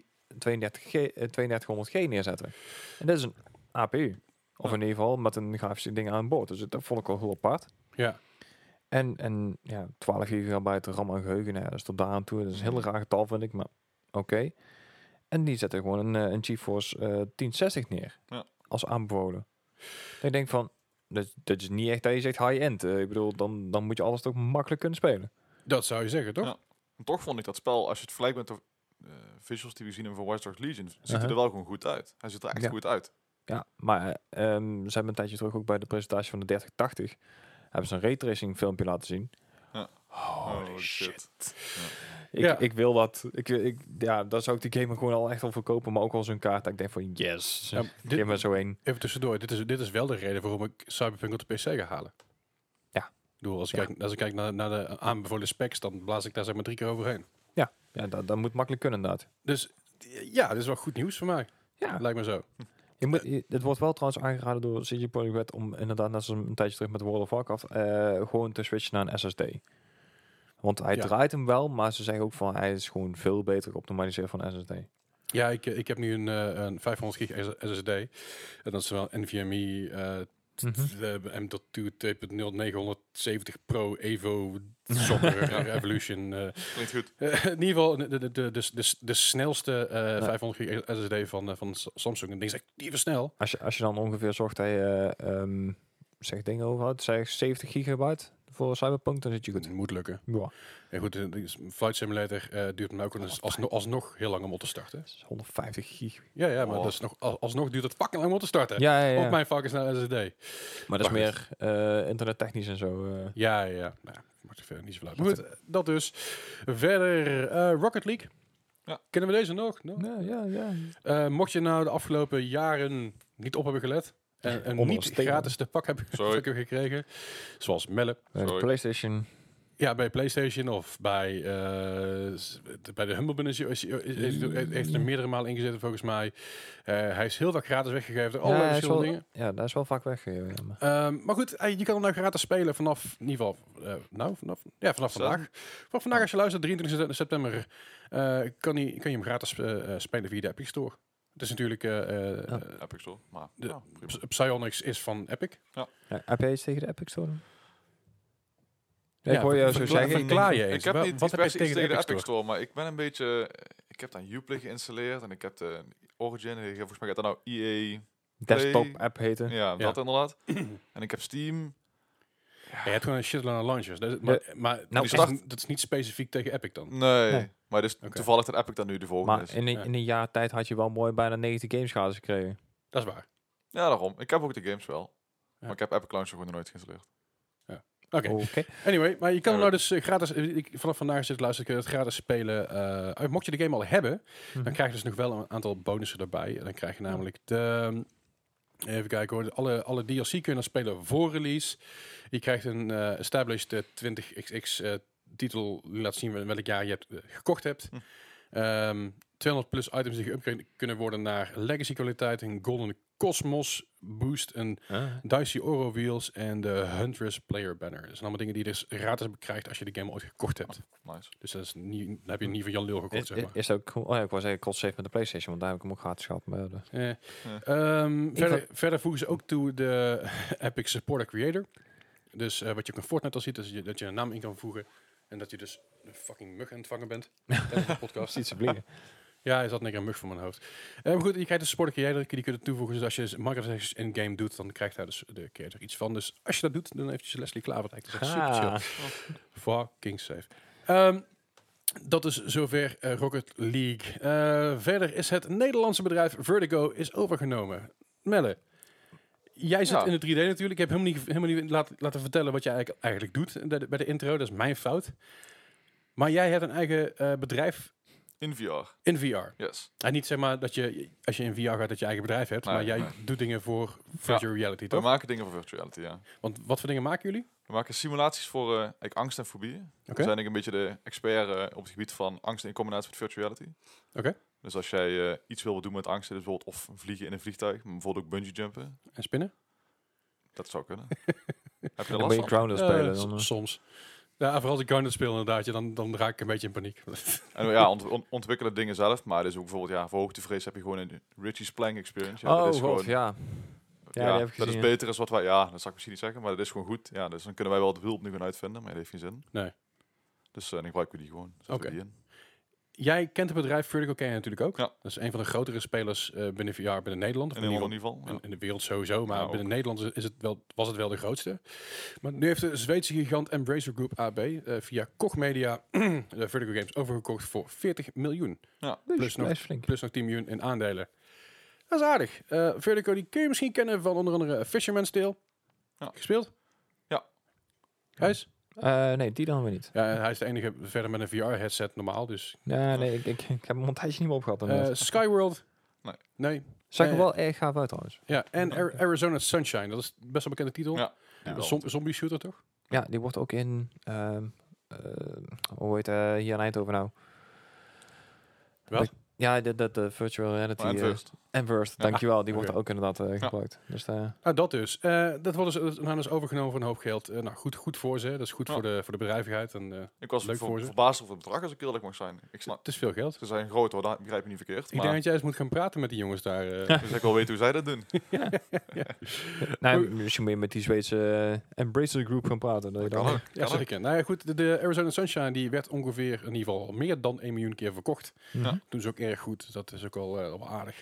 3200G neerzetten. En dat is een APU. Of in ieder geval met een grafische ding aan boord. Dus dat vond ik wel heel apart. Ja. En 12 gigabyte RAM en geheugen. Nou ja, dat is tot daar aan toe. Dat is een heel raar getal, vind ik. Maar oké. En die zetten gewoon een GeForce 1060 neer. Ja. Als aanbevolen. En ik denk van, dat is niet echt dat je zegt high-end. Ik bedoel, dan moet je alles toch makkelijk kunnen spelen. Dat zou je zeggen, toch? Ja. En toch vond ik dat spel, als je het vergelijkt met de visuals die we zien in van Watch Dogs Legion, ziet hij er wel gewoon goed uit. Hij ziet er echt goed uit. Ja, maar ze hebben een tijdje terug ook bij de presentatie van de 3080 hebben ze een raytracing filmpje laten zien. Ja. Holy shit. Ja. Ik wil dat. Dan zou ik die game gewoon al echt al verkopen, maar ook al zo'n kaart. Dat ik denk van yes, geef me zo één. Even tussendoor, dit is wel de reden waarom ik Cyberpunk op de PC ga halen. Ja. Als ik kijk naar de aanbevolen specs, dan blaas ik daar zeg maar 3 keer overheen. Ja, dat moet makkelijk kunnen inderdaad. Dus ja, dit is wel goed nieuws voor mij. Ja. Lijkt me zo. Het wordt wel trouwens aangeraden door CD Projekt Red om inderdaad, net zoals een tijdje terug met World of Warcraft, gewoon te switchen naar een SSD. Want hij draait hem wel, maar ze zeggen ook van hij is gewoon veel beter optimaliseren van SSD. Ja, ik heb nu een 500 gig SSD. En dat is wel NVMe M.2 2.0 970 Pro Evo Soccer Revolution. Klinkt goed. In ieder geval de snelste 500 gig SSD van Samsung. En die is echt even snel. Als je dan ongeveer zorgt dat je zeg dingen overhoudt, zeg 70 gigabyte voor Cyberpunk, dan zit je goed. Moet lukken. Ja. En goed, de Flight Simulator duurt hem ook alsnog heel lang om op te starten. 150 gig. Ja, maar dat is alsnog duurt het fucking lang om te starten. Ja. Op mijn fucking snel SSD. Maar dat is meer internettechnisch en zo. Ja. Nou, maakt er verder niet zoveel uit. Maar goed, dat dus. Verder, Rocket League. Ja. Kennen we deze nog? No? Ja. Mocht je nou de afgelopen jaren niet op hebben gelet en niet gratis te pak hebben gekregen, zoals Melle. De PlayStation. Ja, bij PlayStation of bij de Humble Bundle heeft er meerdere malen ingezet volgens mij. Hij is heel vaak gratis weggegeven door allerlei verschillende dingen. Ja, dat is wel vaak weggegeven. Ja, Maar goed, je kan hem nou gratis spelen vanaf, in ieder geval, vanaf vandaag. Vanaf vandaag als je luistert, 23 september, kan je hem gratis spelen via de Epic Store. Het is natuurlijk Epic Store. Maar, Psyonix is van Epic. Ja, heb jij iets tegen de Epic Store? Ja, ik hoor je zo zeggen. Verklaar je eens. Ik heb niet Wat iets heb je tegen de Epic Store? Store, maar ik ben een beetje... Ik heb dan Uplay geïnstalleerd en ik heb de Origin. En volgens mij gaat dat nou EA... Desktop app heten. Ja, dat inderdaad. En ik heb Steam. Ja, je hebt gewoon een shitload aan launchers. Maar dat is niet specifiek tegen Epic dan? Nee. Maar dus toevallig dat Epic dan nu de volgende is. Maar in een jaar tijd had je wel mooi bijna 90 games gratis gekregen. Dat is waar. Ja, daarom. Ik heb ook de games wel. Maar ik heb Epic Launcher gewoon nog nooit geïnstalleerd. Oké. Anyway, maar je kan hem nou dus gratis... vanaf vandaag zit luisteren, kun je het gratis spelen. Mocht je de game al hebben, dan krijg je dus nog wel een aantal bonussen erbij. En dan krijg je namelijk de... Even kijken hoor. Alle DLC kun je dan spelen voor release. Je krijgt een established 20xx titel die laat zien welk jaar je hebt gekocht hebt. 200 plus items die geüpgrade kunnen worden naar legacy kwaliteit, een golden cosmos boost, een dicey oro wheels en de Huntress player banner. Dat zijn allemaal dingen die je dus gratis krijgt als je de game ooit gekocht hebt. Nice. Dus dat is niet, dan heb je niet van Jan Lul gekocht, zeg maar. Is dat ook cool? Oh ja, ik was eigenlijk safe met de PlayStation, want daar heb ik hem ook gratis gehad. Maar, Verder voegen ze ook toe de Epic Supporter Creator. Dus wat je ook in Fortnite al ziet, is dat je een naam in kan voegen. En dat je dus een fucking mug aan het vangen bent tijdens de podcast. ziet ze vliegen. Ja, hij zat een mug voor mijn hoofd. Maar goed, je krijgt de Supporter Creator, die kun je toevoegen. Dus als je microtransactions in-game doet, dan krijgt hij dus de creator iets van. Dus als je dat doet, dan heeft je Leslie Klaverdijk. Dat is echt super chill. Fucking safe. Dat is zover Rocket League. Verder is het Nederlandse bedrijf Vertigo is overgenomen. Melle, jij zit in de 3D natuurlijk. Ik heb helemaal niet laten vertellen wat jij eigenlijk doet bij de intro. Dat is mijn fout. Maar jij hebt een eigen bedrijf... In VR. In VR. Yes. En niet zeg maar dat je, als je in VR gaat, dat je eigen bedrijf hebt. Maar jij doet dingen voor virtual reality, toch? We maken dingen voor virtual reality, ja. Want wat voor dingen maken jullie? We maken simulaties voor eigenlijk angst en fobieën. We zijn een beetje de expert op het gebied van angst in combinatie met virtual reality. Dus als jij iets wil doen met angst, dus bijvoorbeeld of vliegen in een vliegtuig, maar bijvoorbeeld ook bungee jumpen. En spinnen? Dat zou kunnen. Heb je er Dan last moet je Grounded spelen. Soms. Ja, vooral als ik Grounded speel inderdaad, dan raak ik een beetje in paniek. En ja, ontwikkelen dingen zelf, maar dus ook bijvoorbeeld, voor hoogtevrees heb je gewoon een Richie's Plank Experience. Ja, dat is gewoon, ja, die heb ik gezien, dat is beter dan wat wij, dat zal ik misschien niet zeggen, maar dat is gewoon goed. Ja, dus dan kunnen wij wel de hulp nu gaan uitvinden, maar dat heeft geen zin. Nee. Dus dan gebruiken we die gewoon. Oké. Jij kent het bedrijf Vertigo, ken je natuurlijk ook. Ja. Dat is een van de grotere spelers binnen VR binnen Nederland. In ieder geval. Ja. In de wereld sowieso, maar binnen Nederland was het wel de grootste. Maar nu heeft de Zweedse gigant Embracer Group AB via Koch Media de Vertigo Games overgekocht voor 40 miljoen. Ja. Plus nog 10 miljoen in aandelen. Dat is aardig. Vertigo die kun je misschien kennen van onder andere Fisherman's Tale. Ja. Gespeeld? Ja. Gijs? Nee, die dan weer niet. Ja, hij is de enige verder met een VR-headset normaal, dus... Nee, ik heb hem een tijdje niet meer opgehad. Skyworld? Nee. Zag er wel erg gaaf uit trouwens. Ja, en Arizona Sunshine, dat is best wel bekende titel. Ja. Een zombie shooter, toch? Ja, die wordt ook in... hoe heet hier in Eindhoven nou? Wat? Ja, de virtual reality. Enversed, dankjewel. Die wordt ook inderdaad gebruikt. Dus, dat dus. Dat wordt dus overgenomen voor een hoop geld. Goed voor ze. Dat is goed voor de bedrijvigheid. En, ik was verbaasd over het bedrag, als ik eerlijk mag zijn. Het is veel geld. Ze zijn groot hoor, dat begrijp je niet verkeerd. Ik denk dat jij eens moet gaan praten met die jongens daar. Dus ik wil weten hoe zij dat doen. Nou, misschien moet je met die Zweedse Embracer Group gaan praten. Dat kan ook. Ja, zeker. Nou ja, goed. De Arizona Sunshine die werd ongeveer in ieder geval meer dan 1 miljoen keer verkocht. Ja. Doen ze ook erg goed. Dat is ook al aardig.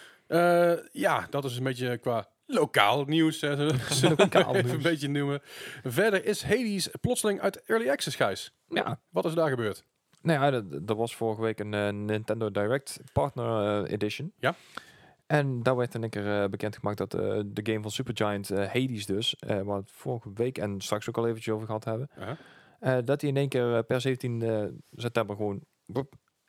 Dat is een beetje qua lokaal nieuws. Lokaal even een beetje noemen. Verder is Hades plotseling uit Early Access, Gijs. Ja. Wat is er daar gebeurd? Nou ja, er was vorige week een Nintendo Direct Partner Edition. Ja. En daar werd in één keer bekendgemaakt dat de game van Supergiant, Hades dus, waar we het vorige week en straks ook al eventjes over gehad hebben, dat die in één keer per 17 september gewoon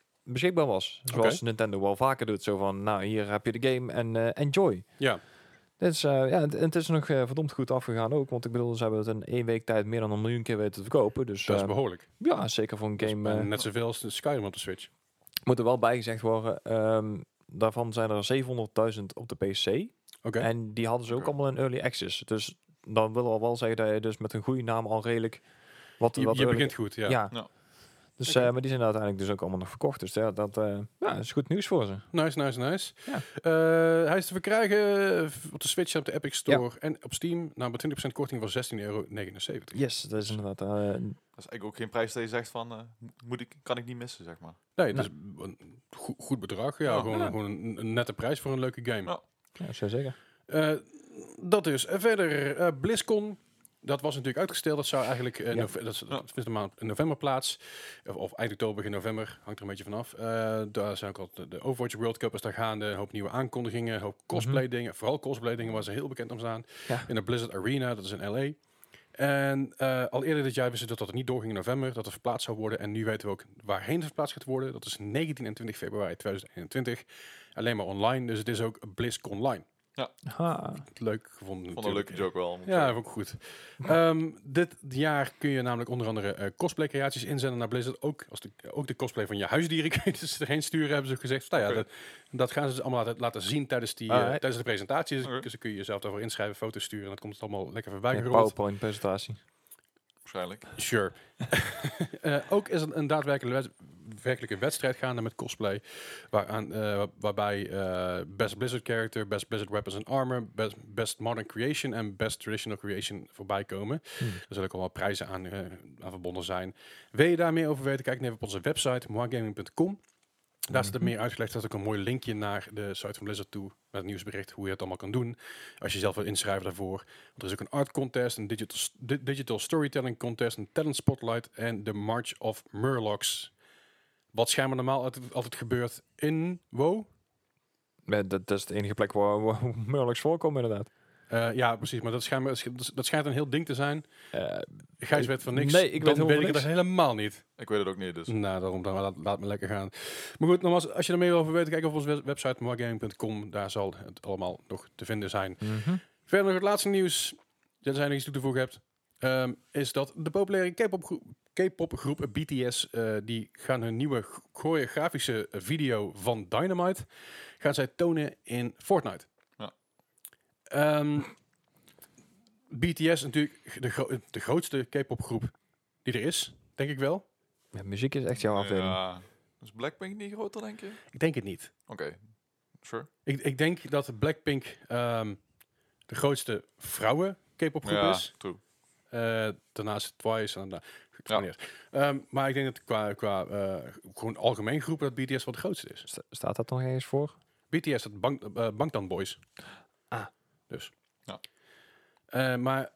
beschikbaar was. Zoals Nintendo wel vaker doet. Zo van, nou, hier heb je de game en enjoy. Ja. Dus het is nog verdomd goed afgegaan ook. Want ik bedoel, ze hebben het in 1 week tijd meer dan 1 miljoen keer weten te verkopen. Dus Dat is behoorlijk. ja, zeker voor een Dat is game. bijna net zoveel als de Skyrim op de Switch. Moet er wel bijgezegd worden. Daarvan zijn er 700.000 op de PC. Oké. En die hadden ze ook Oké. allemaal in early access. Dus dan wil al wel zeggen dat je dus met een goede naam al redelijk... Je early- begint goed, ja. Ja. Ja. Dus, Oké. maar die zijn uiteindelijk dus ook allemaal nog verkocht. Dus dat is goed nieuws voor ze. Nice. Ja. Hij is te verkrijgen op de Switch, op de Epic Store en op Steam. Nou, met 20% korting van €16,79. Yes, dat is inderdaad... Dat is eigenlijk ook geen prijs dat je zegt van, kan ik niet missen, zeg maar. Nee, het is een goed bedrag. Ja, Ja. gewoon een nette prijs voor een leuke game. Ja. ja, zo zeker. Dat dus. Verder, BlizzCon. Dat was natuurlijk uitgesteld. Dat zou eigenlijk dat vindt de maand in november plaats. Of eind oktober, begin november. Hangt er een beetje vanaf. Daar zijn ook al de Overwatch World Cup is daar gaande. Een hoop nieuwe aankondigingen. Een hoop cosplay dingen. Vooral cosplay dingen waar ze heel bekend om staan. Ja. In de Blizzard Arena. Dat is in LA. En al eerder dit jaar wisten we dat het niet doorging in november. Dat het verplaatst zou worden. En nu weten we ook waarheen het verplaatst gaat worden. Dat is 19 en 20 februari 2021. Alleen maar online. Dus het is ook BlizzCon Online. Ha. Leuk gevonden. Vond een leuke joke wel. moet ik Ja, zeggen. vond ik goed. Dit jaar kun je namelijk onder andere cosplay creaties inzenden naar Blizzard. Ook de cosplay van je huisdieren kun je dus erheen sturen, hebben ze gezegd. Nou ja, Oké. dat gaan ze dus allemaal laten zien tijdens de presentatie. Oké. Dus dan kun je jezelf daarvoor inschrijven, foto's sturen. En dat komt het allemaal lekker voorbij Ja, gerold. PowerPoint presentatie. Waarschijnlijk. Sure. Ook is er een daadwerkelijke wedstrijd gaande met cosplay. Waarbij Best Blizzard Character, Best Blizzard Weapons and Armor, Best Modern Creation en Best Traditional Creation voorbij komen. Er zullen ook allemaal prijzen aan verbonden zijn. Wil je daar meer over weten? Kijk even op onze website, moagaming.com. Daar staat het meer uitgelegd. Er staat ook een mooi linkje naar de site van Blizzard toe. Met een nieuwsbericht hoe je het allemaal kan doen. Als je zelf wil inschrijven daarvoor. Want er is ook een art contest, een digital storytelling contest, een talent spotlight en de March of Murlocs. Wat schijnbaar normaal altijd gebeurt in WoW. Ja, dat is de enige plek waar Murlocs voorkomen inderdaad. Ja, precies. Maar dat schijnt een heel ding te zijn. Gijs weet van niks. Nee, ik weet dan helemaal weet ik het niks. helemaal niet. Ik weet het ook niet, dus. Nou, daarom dan laat me lekker gaan. Maar goed, nogmaals, als je er meer over weet, kijk op onze website moagaming.com. Daar zal het allemaal nog te vinden zijn. Verder nog het laatste nieuws. Dat zijn nog iets toe te voegen hebt. Is dat de populaire K-pop groep BTS, die gaan hun nieuwe choreografische video van Dynamite gaan zij tonen in Fortnite. Ja. BTS natuurlijk de grootste K-pop groep die er is, denk ik wel. Ja, muziek is echt jouw afdeling. Ja. Is Blackpink niet groter, denk je? Ik denk het niet. Oké. Sure. Ik denk dat Blackpink de grootste vrouwen K-pop groep Ja, is. true. Daarnaast Twice en Ja. maar ik denk dat qua gewoon algemeen groep dat BTS wel de grootste is. Staat dat nog ergens voor? BTS, dat Bangtan Boys. Ah. Dus. Ja. Maar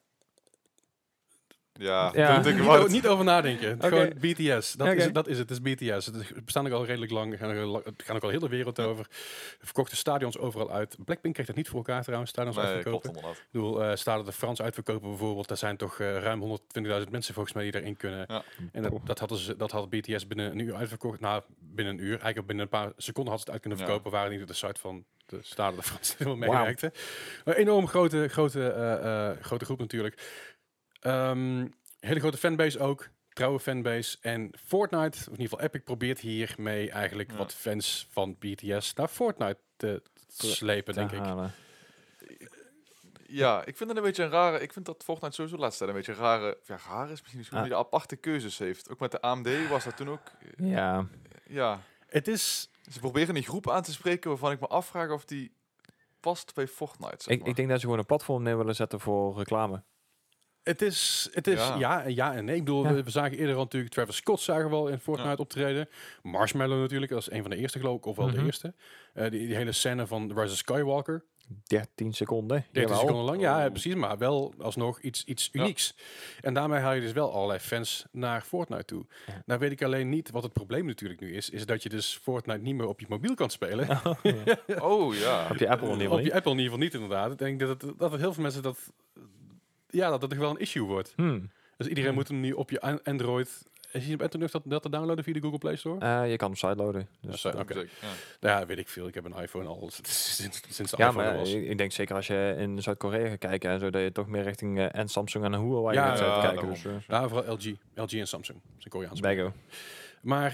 Ja, Ja. niet over nadenken. Oké. Gewoon BTS. Dat Oké. is het. Het is BTS. Het bestaan ook al redelijk lang. Het gaan ook al heel de wereld over. Verkochte stadions overal uit. Blackpink krijgt het niet voor elkaar trouwens. Stadions nee, klopt uitverkopen. inderdaad. Ik bedoel, stadion de Frans uitverkopen bijvoorbeeld. Daar zijn toch ruim 120.000 mensen volgens mij die daarin kunnen. Ja. En dat had BTS binnen een uur uitverkocht. Nou, binnen een uur. Eigenlijk binnen een paar seconden had ze het uit kunnen Ja. verkopen. Waren niet op de site van de Stade de France helemaal Wauw. meewerkte. Een enorm grote groep natuurlijk. Hele grote fanbase ook. Trouwe fanbase. En Fortnite, of in ieder geval Epic, probeert hiermee eigenlijk Ja. wat fans van BTS naar Fortnite te slepen, denk ik. halen. Ja, ik vind het een beetje een rare... Ik vind dat Fortnite sowieso de laatste tijd een beetje rare... Ja, raar is misschien niet zo goed, Ah. die aparte keuzes heeft. Ook met de AMD was dat toen ook... Ja, Ja, Het is... ze proberen die groep aan te spreken waarvan ik me afvraag of die past bij Fortnite, zeg maar. ik denk dat ze gewoon een platform neer willen zetten voor reclame. Het is Ja. ja en nee. Ik bedoel, Ja. we zagen eerder al natuurlijk Travis Scott zagen we wel in Fortnite Ja. optreden. Marshmallow natuurlijk, dat is een van de eerste geloof ik, of wel de Mhm. eerste. Die hele scène van Rise of Skywalker. 13 seconden. 13 Jawel. seconden lang, ja, Oh. precies. Maar wel alsnog iets Ja. unieks. En daarmee haal je dus wel allerlei fans naar Fortnite toe. Ja. Nou weet ik alleen niet wat het probleem natuurlijk nu is dat je dus Fortnite niet meer op je mobiel kan spelen. Ja. Oh, ja. Op je Apple in ieder geval Op je niet. Apple in ieder geval niet inderdaad. Ik denk dat heel veel mensen dat het toch wel een issue wordt. Dus iedereen moet hem nu op je Android Is je bent er nog dat te downloaden via de Google Play Store? Je kan hem sideloaden. Dus, Oké. Zeker, ja. Ja, weet ik veel. Ik heb een iPhone al sinds de ja, iPhone maar er was. ik denk zeker als je in Zuid-Korea gaat kijken en zo, dat je toch meer richting en Samsung en Huawei Ja, gaat ja, kijken. daarom. Dus, Ja, vooral LG en Samsung. Dat zijn Koreaanse. Bego. Maar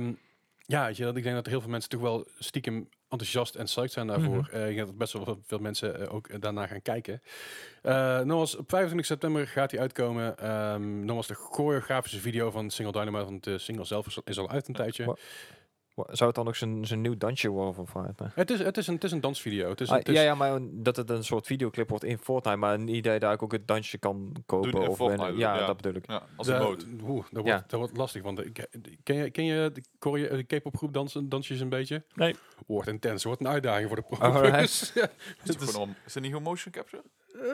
ja, weet je, ik denk dat heel veel mensen toch wel stiekem enthousiast en psyched zijn daarvoor. Ik denk dat best wel veel mensen ook daarna gaan kijken. Nogmaals, op 25 september gaat hij uitkomen. Nogmaals, de choreografische video van Single Dynamite, want de single zelf is al uit een tijdje. Zou het dan ook zijn nieuw dansje worden van Fortnite? Het is een dansvideo. Het is, Ja, maar dat het een soort videoclip wordt in Fortnite, maar een idee dat ik ook het dansje kan kopen Doen in of Fortnite, winnen. Ja, ja. dat bedoel ik. Ja, als een mode. Dat wordt lastig, want ken je de K-pop groep dansjes een beetje? Nee. Wordt intens, wordt een uitdaging voor de Alright. pro's. Ja, Is het niet gewoon motion capture?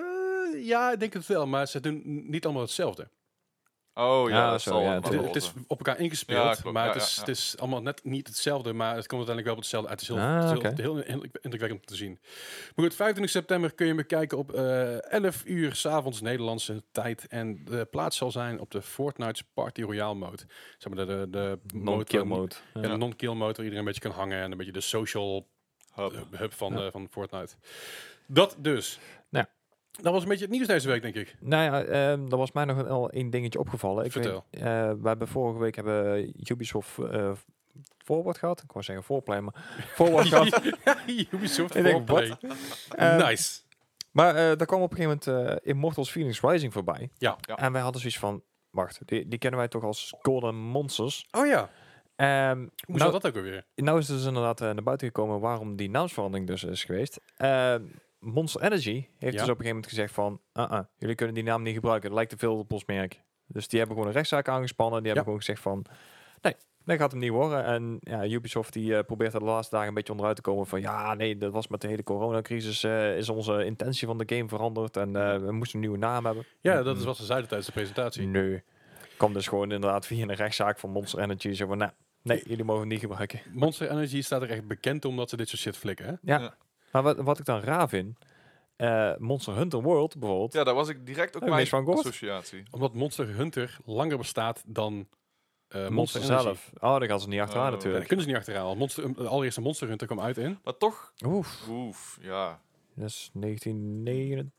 ja, ik denk het wel, maar ze doen niet allemaal hetzelfde. Oh ja, Ja, dat zo, zal ja, wel natuurlijk. Het is op elkaar ingespeeld, Ja, klopt. maar Ja, het is allemaal net niet hetzelfde, maar het komt uiteindelijk wel op hetzelfde uit. Het is heel indrukwekkend om te zien. Maar goed, 25 september kun je hem bekijken op 11 uur 's avonds Nederlandse tijd. En de plaats zal zijn op de Fortnite's Party Royale mode. Zeg maar de Non-kill mode. Ja, de non-kill mode waar iedereen een beetje kan hangen en een beetje de social hub van Fortnite. Dat dus. Ja. Dat was een beetje het nieuws deze week, denk ik. Nou ja, er was mij nog wel één dingetje opgevallen. Vertel. We hebben vorige week Ubisoft Forward gehad. Ik wou zeggen Foreplay, maar Forward gehad. Ubisoft Ik denk, Foreplay. Nice. Maar daar kwam op een gegeven moment Immortals Phoenix Rising voorbij. Ja. En wij hadden zoiets van, wacht, die kennen wij toch als Golden Monsters. Oh ja. Hoe zat Nou, dat ook alweer? nou is dus inderdaad naar buiten gekomen waarom die naamsverandering dus is geweest. Monster Energy heeft dus op een gegeven moment gezegd van, jullie kunnen die naam niet gebruiken, het lijkt te veel op ons merk. Dus die hebben gewoon een rechtszaak aangespannen, die hebben gewoon gezegd van, nee, dat gaat hem niet worden. En ja, Ubisoft die probeert er de laatste dagen een beetje onderuit te komen van, ja, nee, dat was met de hele coronacrisis, is onze intentie van de game veranderd en we moesten een nieuwe naam hebben. Ja, dat is wat ze zeiden tijdens de presentatie. Nee, kwam dus gewoon inderdaad via een rechtszaak van Monster Energy, zo van, nee, jullie mogen het niet gebruiken. Monster Energy staat er echt bekend omdat ze dit soort shit flikken, hè? Ja. Maar wat ik dan raar vind, Monster Hunter World bijvoorbeeld. Ja, daar was ik direct ook Heb je mijn niks van gehoord? associatie. Omdat Monster Hunter langer bestaat dan Monster Monster Energy. zelf. Oh, daar gaan ze niet achteraan Oh. Ja, natuurlijk. dat kunnen ze niet achteraan. De allereerste Monster Hunter kwam uit in. Maar toch, Oef, ja. dat is 1989.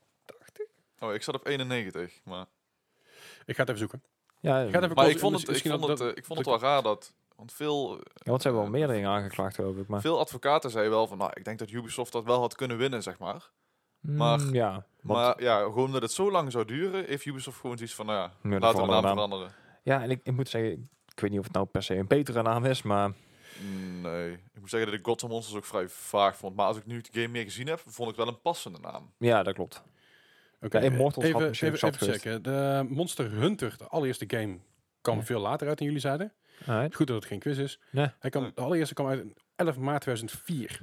Oh, ik zat op 91, maar... Ik ga het even zoeken. Ja, Ik ga het even Maar kosten- ik vond het wel raar dat... Want veel, want ze hebben wel meer dingen aangeklaagd, geloof ik. Maar, veel advocaten zeiden wel van... Nou, ik denk dat Ubisoft dat wel had kunnen winnen, zeg maar. maar- ja, want, Maar ja, gewoon omdat het zo lang zou duren... Heeft Ubisoft gewoon zoiets van... Nou ja, Ja, laten we de naam naam. veranderen. ja, en ik moet zeggen, ik weet niet of het nou per se een betere naam is, maar Nee. Ik moet zeggen dat ik Gods and Monsters ook vrij vaag vond. Maar als ik nu de game meer gezien heb... Vond ik wel een passende naam. ja, dat klopt. Oké, Ja, Immortals had misschien even zat geweest. checken. De Monster Hunter, de allereerste game, kwam Ja. veel later uit dan jullie zeiden. Alright. Goed dat het geen quiz is. Nee. De allereerste kwam uit in 11 maart 2004.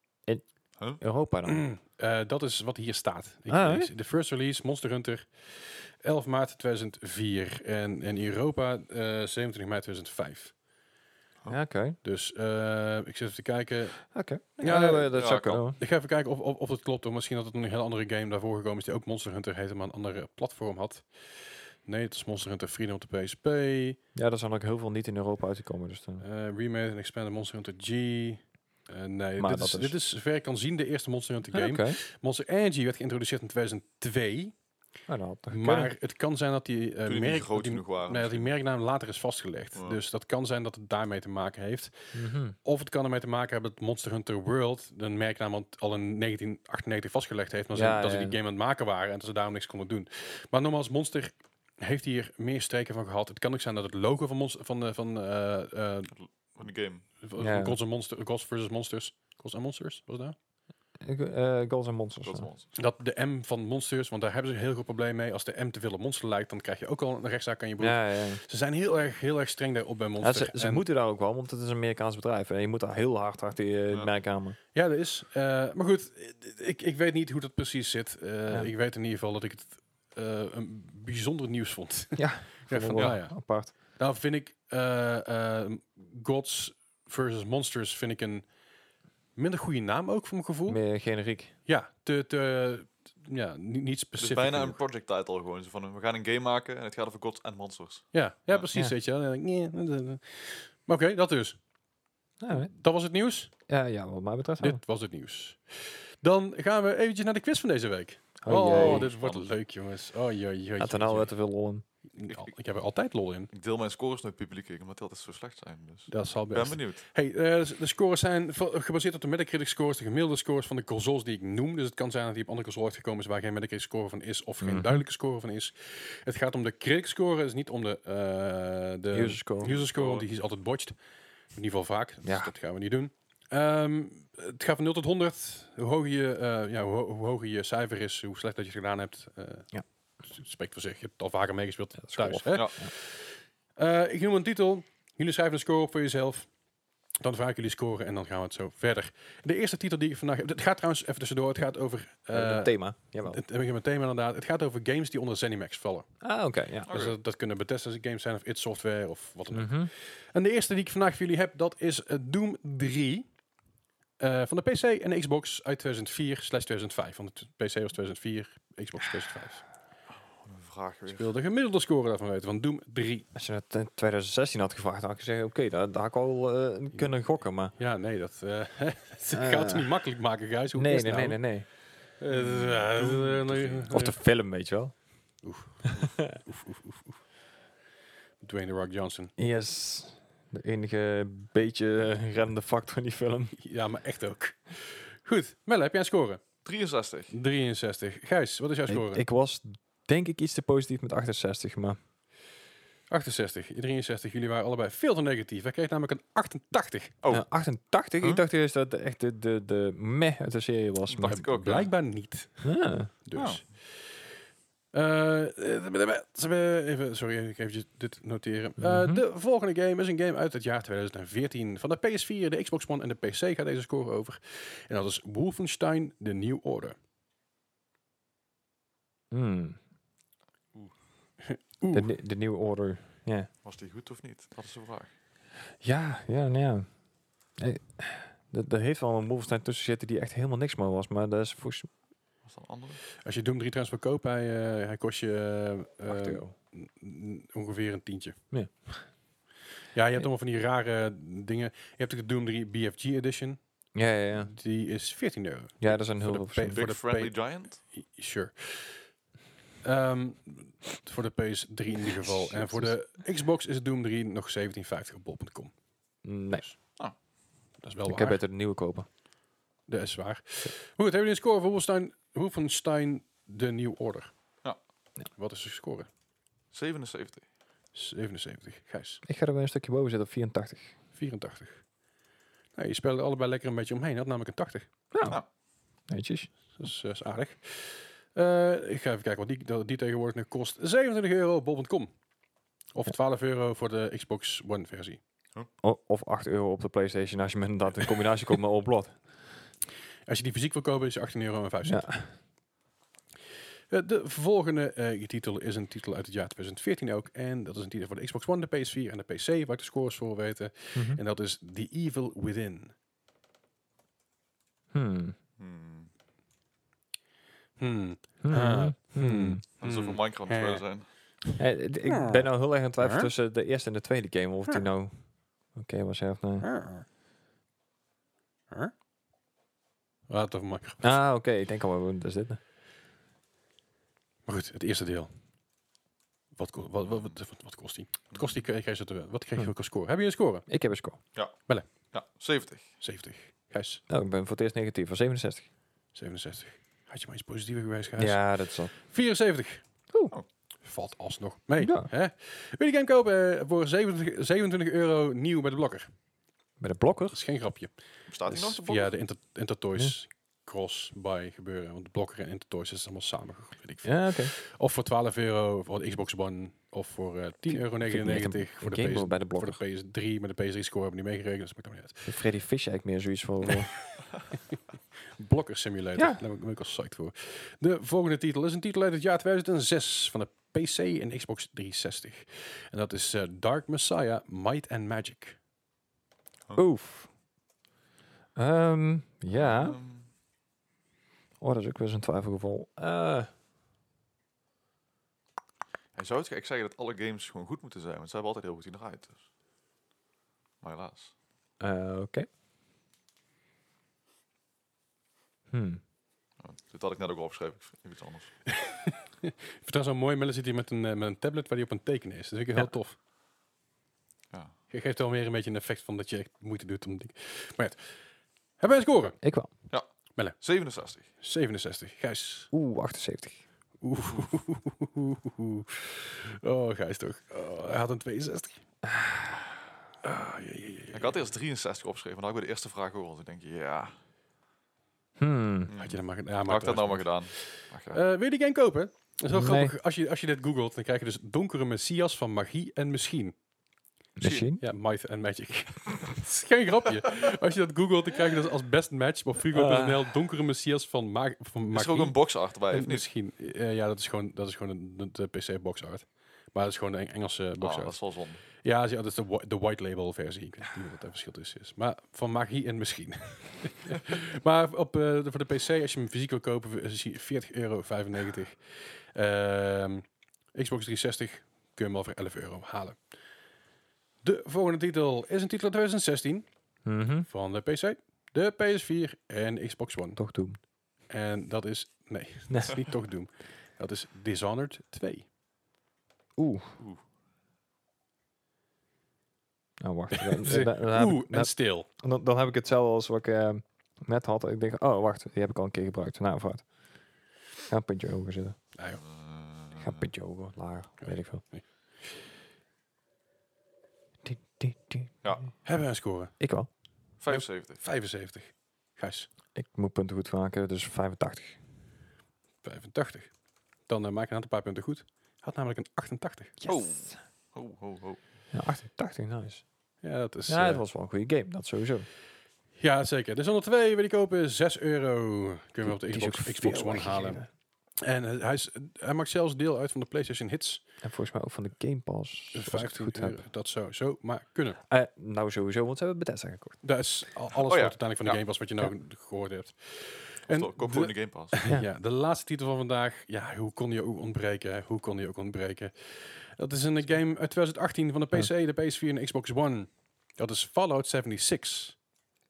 Europa dan. Dat is wat hier staat. Ah, De first release, Monster Hunter, 11 maart 2004. En in Europa 27 mei 2005. Ja, oké. Dus ik zit even te kijken. Oké. Ja, Ja, dat ja, zou kan. kunnen. Ik ga even kijken of het klopt. Of misschien dat het een heel andere game daarvoor gekomen is die ook Monster Hunter heette, maar een andere platform had. Nee, het is Monster Hunter Freedom op de PSP. Ja, er zijn ook heel veel niet in Europa uitgekomen. Dus dan. Remade en Expanded Monster Hunter G. Nee, Maar dit is zover ik kan zien de eerste Monster Hunter game. Oké. Monster Energy werd geïntroduceerd in 2002. Nou, dat had toch Maar kunnen. het kan zijn dat die Toen die niet groot genoeg waren. nee, dat die misschien. merknaam later is vastgelegd. Ja. Dus dat kan zijn dat het daarmee te maken heeft. Mhm. Of het kan ermee te maken hebben dat Monster Hunter World de merknaam al in 1998 vastgelegd heeft. Maar Ja, dat ze ja. die game aan het maken waren en dat ze daarom niks konden doen. Maar nogmaals, Monster heeft hier meer streken van gehad. Het kan ook zijn dat het logo van Van de game. Ja. Gods versus Monsters. Gods and Monsters, was dat? Goals and Monsters. Gods ja. and Monsters. Dat de M van Monsters, want daar hebben ze een heel groot probleem mee. Als de M te veel op Monster lijkt, dan krijg je ook al een rechtszaak aan je broek. Ja, ja. Ze zijn heel erg streng daarop bij Ja, Monster. ze En- moeten daar ook wel, want het is een Amerikaans bedrijf. En je moet daar heel hard achter je Ja. merkkamer. Ja, dat is. Maar goed, ik weet niet hoe dat precies zit. Ja. Ik weet in ieder geval dat ik het een bijzonder nieuws vond. Ja, Ja, van, nou ja. apart. Nou vind ik Gods versus Monsters vind ik een minder goede naam ook voor mijn gevoel. Meer generiek. Ja, te niet Het specifiek. is bijna een genoeg. project title gewoon. Zo van, we gaan een game maken en het gaat over Gods and Monsters. Ja, Ja. precies, Ja. weet je wel. En dan denk ik, nee. Maar oké, dat dus. Alright. Dat was het nieuws. Ja, wat mij betreft wel. Dit was het nieuws. Dan gaan we eventjes naar de quiz van deze week. Oh, jee. Dit wordt leuk, jongens. Had er nou te veel lol in. Ik heb er altijd lol in. Ik deel mijn scores met het publiek, omdat die altijd zo slecht zijn. Dus Dat zal ik ben best. benieuwd. Hey, de scores zijn gebaseerd op de Metacritic scores, de gemiddelde scores van de consoles die ik noem. Dus het kan zijn dat die op andere consoles gekomen is waar geen Metacritic score van is of geen duidelijke score van is. Het gaat om de critic score, dus niet om de User score. want die is altijd botched. In ieder geval vaak, dus Ja. dat gaan we niet doen. Het gaat van 0 tot 100. Hoe hoger je cijfer is, hoe slecht dat je het gedaan hebt. Ja. Spreekt voor zich. Je hebt het al vaker meegespeeld dat is thuis. cool. Hè? Ja. Ik noem een titel. Jullie schrijven een score op voor jezelf. Dan vraag ik jullie scoren en dan gaan we het zo verder. De eerste titel die ik vandaag heb... Het gaat trouwens even tussendoor. Het gaat over... Het thema, jawel. Het heb ik in mijn thema inderdaad. Het gaat over games die onder ZeniMax vallen. Oké, ja. Dus Oké. dat kunnen Bethesda games zijn of id Software of wat dan ook. Mhm. En de eerste die ik vandaag voor jullie heb, dat is Doom 3. Van de PC en de Xbox uit 2004/2005. Van de PC was 2004, Xbox 2005. Een vraag weer. Ik wil de gemiddelde score daarvan weten, van Doom 3. Als je het in 2016 had gevraagd, dan had ik gezegd, oké, daar had ik al kunnen gokken, maar... Ja, nee, dat gaat het niet makkelijk maken, Gijs. Hoe Nee, is nee, het nee, nou? nee, nee. Of de film, weet je wel. Dwayne The Rock Johnson. Yes. De enige beetje remmende factor in die film. Ja, maar echt ook. Goed, Melle, heb jij een score? 63. 63. Gijs, wat is jouw score? Ik was denk ik iets te positief met 68, maar... 68, 63. Jullie waren allebei veel te negatief. Hij kreeg namelijk een 88. Oh. 88? Huh? Ik dacht eerst dat het echt de meh uit de serie was. Dacht Maar ik ook, ja. Blijkbaar niet. Dus. Even, sorry, ik even dit noteren. De volgende game is een game uit het jaar 2014. Van de PS4, de Xbox One en de PC gaat deze score over. En dat is Wolfenstein The New Order. Hmm. Oeh. De nieuwe order. Ja. Was die goed of niet? Dat is de vraag. Ja, nou ja. Er heeft wel een Wolfenstein tussen zitten die echt helemaal niks meer was. Maar dat is volgens Was dat een andere? Als je Doom 3 trouwens wil kopen, hij kost je 8 euro. ongeveer een tientje. Ja. Ja, je hebt allemaal van die rare dingen. Je hebt ook de Doom 3 BFG Edition. Ja. Die is 14 euro. Ja, dat zijn heel Voor veel de verschillende. Big de Friendly Giant? Sure. Voor de PS3 in ieder geval. En voor de Xbox is het Doom 3 nog 17,50 op bol.com. Nee, Dat is wel ik waar. heb beter de nieuwe kopen. Dat is waar. Goed, hebben jullie een score voor Wolfenstein The New Order? Ja. Wat is de score? 77. 77. Gijs. Ik ga er weer een stukje boven zitten op 84. 84. Nou, je speelde allebei lekker een beetje omheen. Dat namelijk een 80. Netjes. Dat is aardig. Ik ga even kijken wat die tegenwoordig nu kost. 27 euro op bol.com. Of 12 euro voor de Xbox One versie. Of 8 euro op de PlayStation als je met inderdaad een combinatie komt met Oplot. Als je die fysiek wil kopen is het 18 euro en 5 cent. Ja. De volgende titel is een titel uit het jaar 2014 ook. En dat is een titel voor de Xbox One, de PS4 en de PC, waar ik de scores voor weten. En dat is The Evil Within. Hmm. Dat zou voor Minecraft spelen zijn. Ik ben nou heel erg aan het twijfelen tussen de eerste en de tweede game. Of die nou oké was of nee. Wat over Minecraft. Ah, oké. Ik denk al, wat is dit? Maar goed, het eerste deel. Wat kost die? Wat kost die? Wat krijg je ook een score? Heb je een score? Ik heb een score. Ja, 70. 70. Gijs, Nou, ik ben voor het eerst negatief. Van 67. 67. Had je maar iets positiever geweest, Gijs? Ja, dat is al. 74. Oh. Valt alsnog mee. Ja. Hè? Wil je game kopen voor 27 euro nieuw bij de Blokker? Bij de blokker. Dat is geen grapje. Bestaat die Dus nog? De via blok? de Intertoys cross-buy gebeuren. Want de Blokker en Intertoys is allemaal samen. Weet ik veel. Ja, oké. Of voor 12 euro voor de Xbox One. Of voor 10,99 euro voor de Game bij de voor blokker. de PS3. Maar de PS3 score hebben we niet meegerekend. Dus dat maakt allemaal niet Freddy Fish eigenlijk meer zoiets voor. uit. Blokker Simulator. Ja. Daar ben ik al psyched voor. De volgende titel is een titel uit het jaar 2006 van de PC en Xbox 360. En dat is Dark Messiah Might and Magic. Oef. Ja. Oh, dat is ook weer zo'n twijfelgeval. Hij zou het gek zeggen dat alle games gewoon goed moeten zijn, want ze hebben altijd heel goed gedraaid. Dus. Maar helaas. Oké. Dit had ik net ook al opgeschreven. Ik vind iets anders. Ik vind dat zo mooi. Melle zit hier met een tablet waar hij op een tekenen is. Dat vind ik heel tof. Ja. Je geeft wel meer een beetje een effect van dat je echt moeite doet om die. Maar ja, hebben wij een score? Ik wel. 67. 67. Gijs. 78. Oeh. Oh, Gijs toch. Oh, hij had een 62. Ik had eerst 63 opgeschreven, maar dan had ik bij de eerste vraag gehoord. Ik denk, ja. Had je dat maar gedaan? Had ik dat nou maar gedaan? Ach, ja. Wil je die game kopen? Dat is wel Nee. grappig. Als je dit googelt, dan krijg je dus donkere messias van magie en misschien. Misschien. Ja, might en magic. Dat is geen grapje. Als je dat googelt, dan krijg je dus als best match op Frigo.nl donkere messias van magie. Is er ook een boxart bij, of En niet? misschien. Ja, dat is gewoon de PC boxart. Maar dat is gewoon de Engelse boxart. Dat is wel zonde. Ja, dat is de white label versie. Ik weet niet wat het verschil tussen is. Maar van magie en misschien. Maar voor de PC, als je hem fysiek wil kopen, is hij €40,95. Xbox 360 kun je hem al voor €11 halen. De volgende titel is een titel uit 2016 van de PC, de PS4 en Xbox One. Toch doen. En dat is... Nee, dat is niet toch Doom. Dat is Dishonored 2. Oeh. Nou, wacht. Dan Stil. dan heb ik hetzelfde als wat ik net had. Ik denk, oh, wacht. Die heb ik al een keer gebruikt. Nou, vooruit. Ga een puntje hoger zitten. Nou, joh. Ga een puntje hoger, lager. Weet ik veel. Nee. Ja. Hebben we een score? Ik wel. 75. 75. Gijs. Ik moet punten goed maken, dus 85. 85. Dan maak je een aantal paar punten goed. Had namelijk een 88. Yes. Oh. Ja, 88, nice. Ja, dat is... Ja, het was wel een goede game, dat sowieso. Ja, zeker. Dishonored 2 wil ik kopen. €6. Kun je op de Die is ook Xbox veel One halen. weggegeven. En hij maakt zelfs deel uit van de PlayStation Hits. En volgens mij ook van de Game Pass. Dus als ik het goed heb. €15. Dat zou zo maar kunnen. Nou, sowieso, want ze hebben Bethesda gekocht. Dat is alles ja. wordt uiteindelijk van de Ja. Game Pass wat je nou gehoord hebt. Koop gewoon de Game Pass. Ja, de laatste titel van vandaag. Ja, hoe kon die ook ontbreken? Hè? Hoe kon die ook ontbreken? Dat is een game uit 2018 van de PC, de PS4 en de Xbox One. Dat is Fallout 76.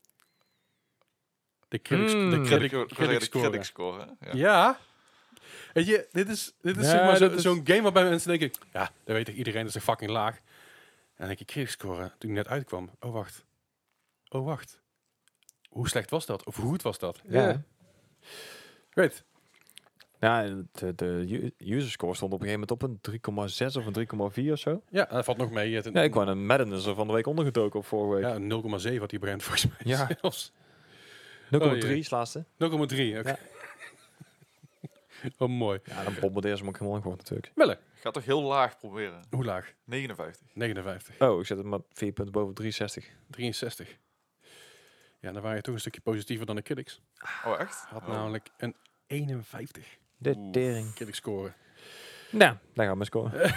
De critic score. score. Hè? Ja. Ja. Weet je, dit is Ja, zeg maar dat is- zo'n game waarbij mensen denken... Ja, dat weet toch iedereen, dat is toch fucking laag. En dan denk ik, critic score, toen ik net uitkwam. Oh, wacht. Hoe slecht was dat? Of hoe goed was dat? Ja. Weet. Ja, de user score stond op een gegeven moment op een 3,6 of een 3,4 of zo. Ja, dat valt nog mee. Ja, ik kwam een Madden is er van de week ondergedoken op vorige week. Ja, 0,7 had die brand volgens mij. Ja. Zelfs. 0,3 is laatste. 0,3, oké. Ja. Oh, mooi. Ja, dan bombardeer ze hem ook helemaal geworden natuurlijk. Melle, Ik ga toch heel laag proberen. hoe laag? 59. 59. Oh, ik zet hem maar 4 punten boven 63. 63. Ja, dan waren je toch een stukje positiever dan de critics. Oh, echt? Had Oh. namelijk een 51 De Oeh. tering. critic score. Nou, daar gaan we scoren.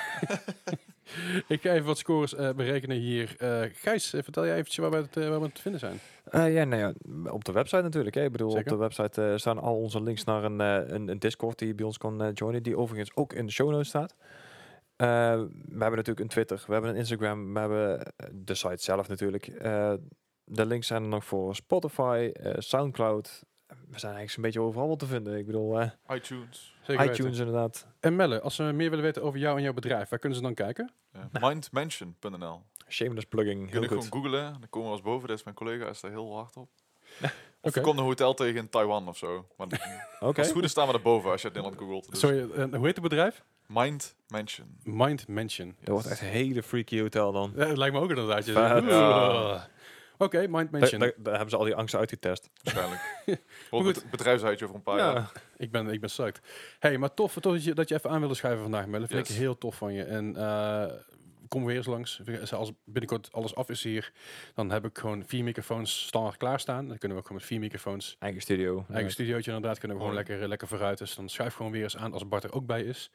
Ik ga even wat scores berekenen hier. Gijs, vertel jij eventjes waar we te vinden zijn. Op de website natuurlijk. Hè. Ik bedoel, Zeker. op de website staan al onze links naar een Discord die je bij ons kan joinen. Die overigens ook in de show notes staat. We hebben natuurlijk een Twitter, we hebben een Instagram, we hebben de site zelf natuurlijk. De links zijn er nog voor Spotify, Soundcloud. We zijn eigenlijk een beetje overal wel te vinden. Ik bedoel, iTunes. Zeker iTunes weten. inderdaad. En Melle, als ze meer willen weten over jou en jouw bedrijf, waar kunnen ze dan kijken? Mindmansion.nl. Shameless plugging, Kun heel je goed. gewoon googlen. Dan komen we eens boven. Dat is mijn collega. Is daar heel hard op. Of Oké. er komt een hotel tegen in Taiwan of zo. Maar Oké. als het goed is staan we erboven als je het Nederland googelt. Dus Sorry, hoe heet het bedrijf? Mindmansion. Mind Mansion. Dat wordt echt een hele freaky hotel dan. Ja, dat lijkt me ook inderdaad. Vet. Ja. Oké, Mind Mansion. Daar hebben ze al die angsten uitgetest. Waarschijnlijk. Maar Wordt goed. het bedrijfsuitje over een paar jaar. Ik ben psyched. Hey, maar tof dat je even aan wilde schuiven vandaag, Melle. Vind Yes. ik heel tof van je. En kom weer eens langs. Als binnenkort alles af is hier, dan heb ik gewoon 4 microfoons standaard klaarstaan. Dan kunnen we ook gewoon met 4 microfoons, Eigen studio. eigen studiootje inderdaad, kunnen we gewoon Mooi. lekker verruiten. Dus dan schuif gewoon weer eens aan als Bart er ook bij is.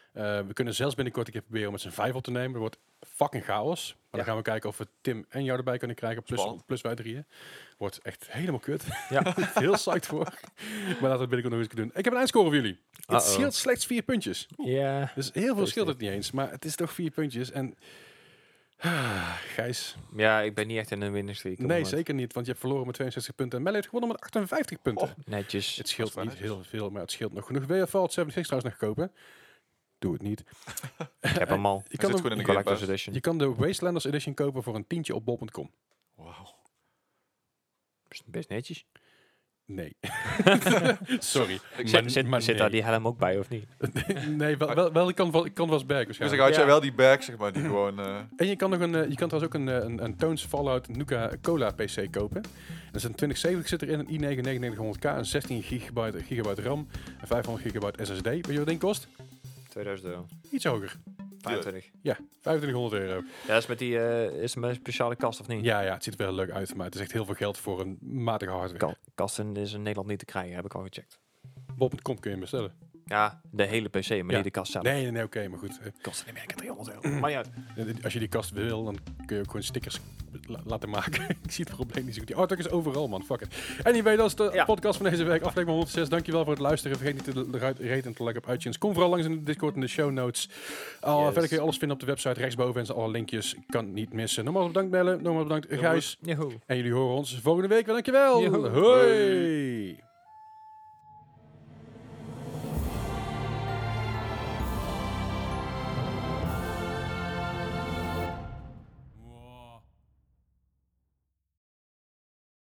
We kunnen zelfs binnenkort een keer proberen om met z'n 5 op te nemen. Dat wordt fucking chaos. Maar dan gaan we kijken of we Tim en jou erbij kunnen krijgen. Plus wij 3. Wordt echt helemaal kut. Ja. Heel psyched voor. Maar laten we het binnenkort nog eens doen. Ik heb een eindscore voor jullie. Het scheelt slechts 4 puntjes. Ja. Dus heel veel scheelt het niet eens. Maar het is toch 4 puntjes. En Gijs. Ja, ik ben niet echt in een winnerstreak. Nee, zeker niet. Want je hebt verloren met 62 punten. En Melle heeft gewonnen met 58 punten. Netjes. Het scheelt Dat is niet wel heel veel, maar het scheelt nog genoeg. Wil je Fallout 76 trouwens nog kopen? Doe het niet. Ik heb hem al. Je kan, gewoon in de, de Collector's Game Pass. Edition. je kan de Wastelanders Edition kopen voor een tientje op bol.com. Wauw. Best netjes. Nee. Sorry. Zit daar die helm ook bij, of niet? Nee, wel ik kan was bag Dus waarschijnlijk. had jij wel die bag, zeg maar, die gewoon... En je kan nog je kan trouwens ook een Tones Fallout Nuka Cola PC kopen. Dat is een 2070 zit erin, een i9 9900K, een 16 gigabyte RAM, een 500 gigabyte SSD. Weet je wat ding kost? €2000. Iets hoger. 25. Ja, €2500. Ja, is met die is het met een speciale kast of niet? Ja, het ziet er wel leuk uit, maar het is echt heel veel geld voor een matige hardware. Kasten is in Nederland niet te krijgen, heb ik al gecheckt. Bol.com kun je hem bestellen. Ja, de hele PC, maar Ja. niet de kast zelf. Nee, oké, maar goed. Kost in Amerika €300. Maar ja, Als je die kast wil, dan kun je ook gewoon stickers laten maken. Ik zie het probleem niet zo goed. Die artwork is overal, man. Fuck it. Anyway, dat is de podcast van deze week. Aflevering 106. Dankjewel voor het luisteren. Vergeet niet te raten en te liken op iTunes. Kom vooral langs in de Discord en de show notes. Verder kun je alles vinden op de website. Rechtsboven en zijn alle linkjes. Kan niet missen. Nogmaals bedankt, Bellen. Nogmaals bedankt, Gijs. Joehoe. En jullie horen ons volgende week weer. Dankjewel. Joehoe. Hoi.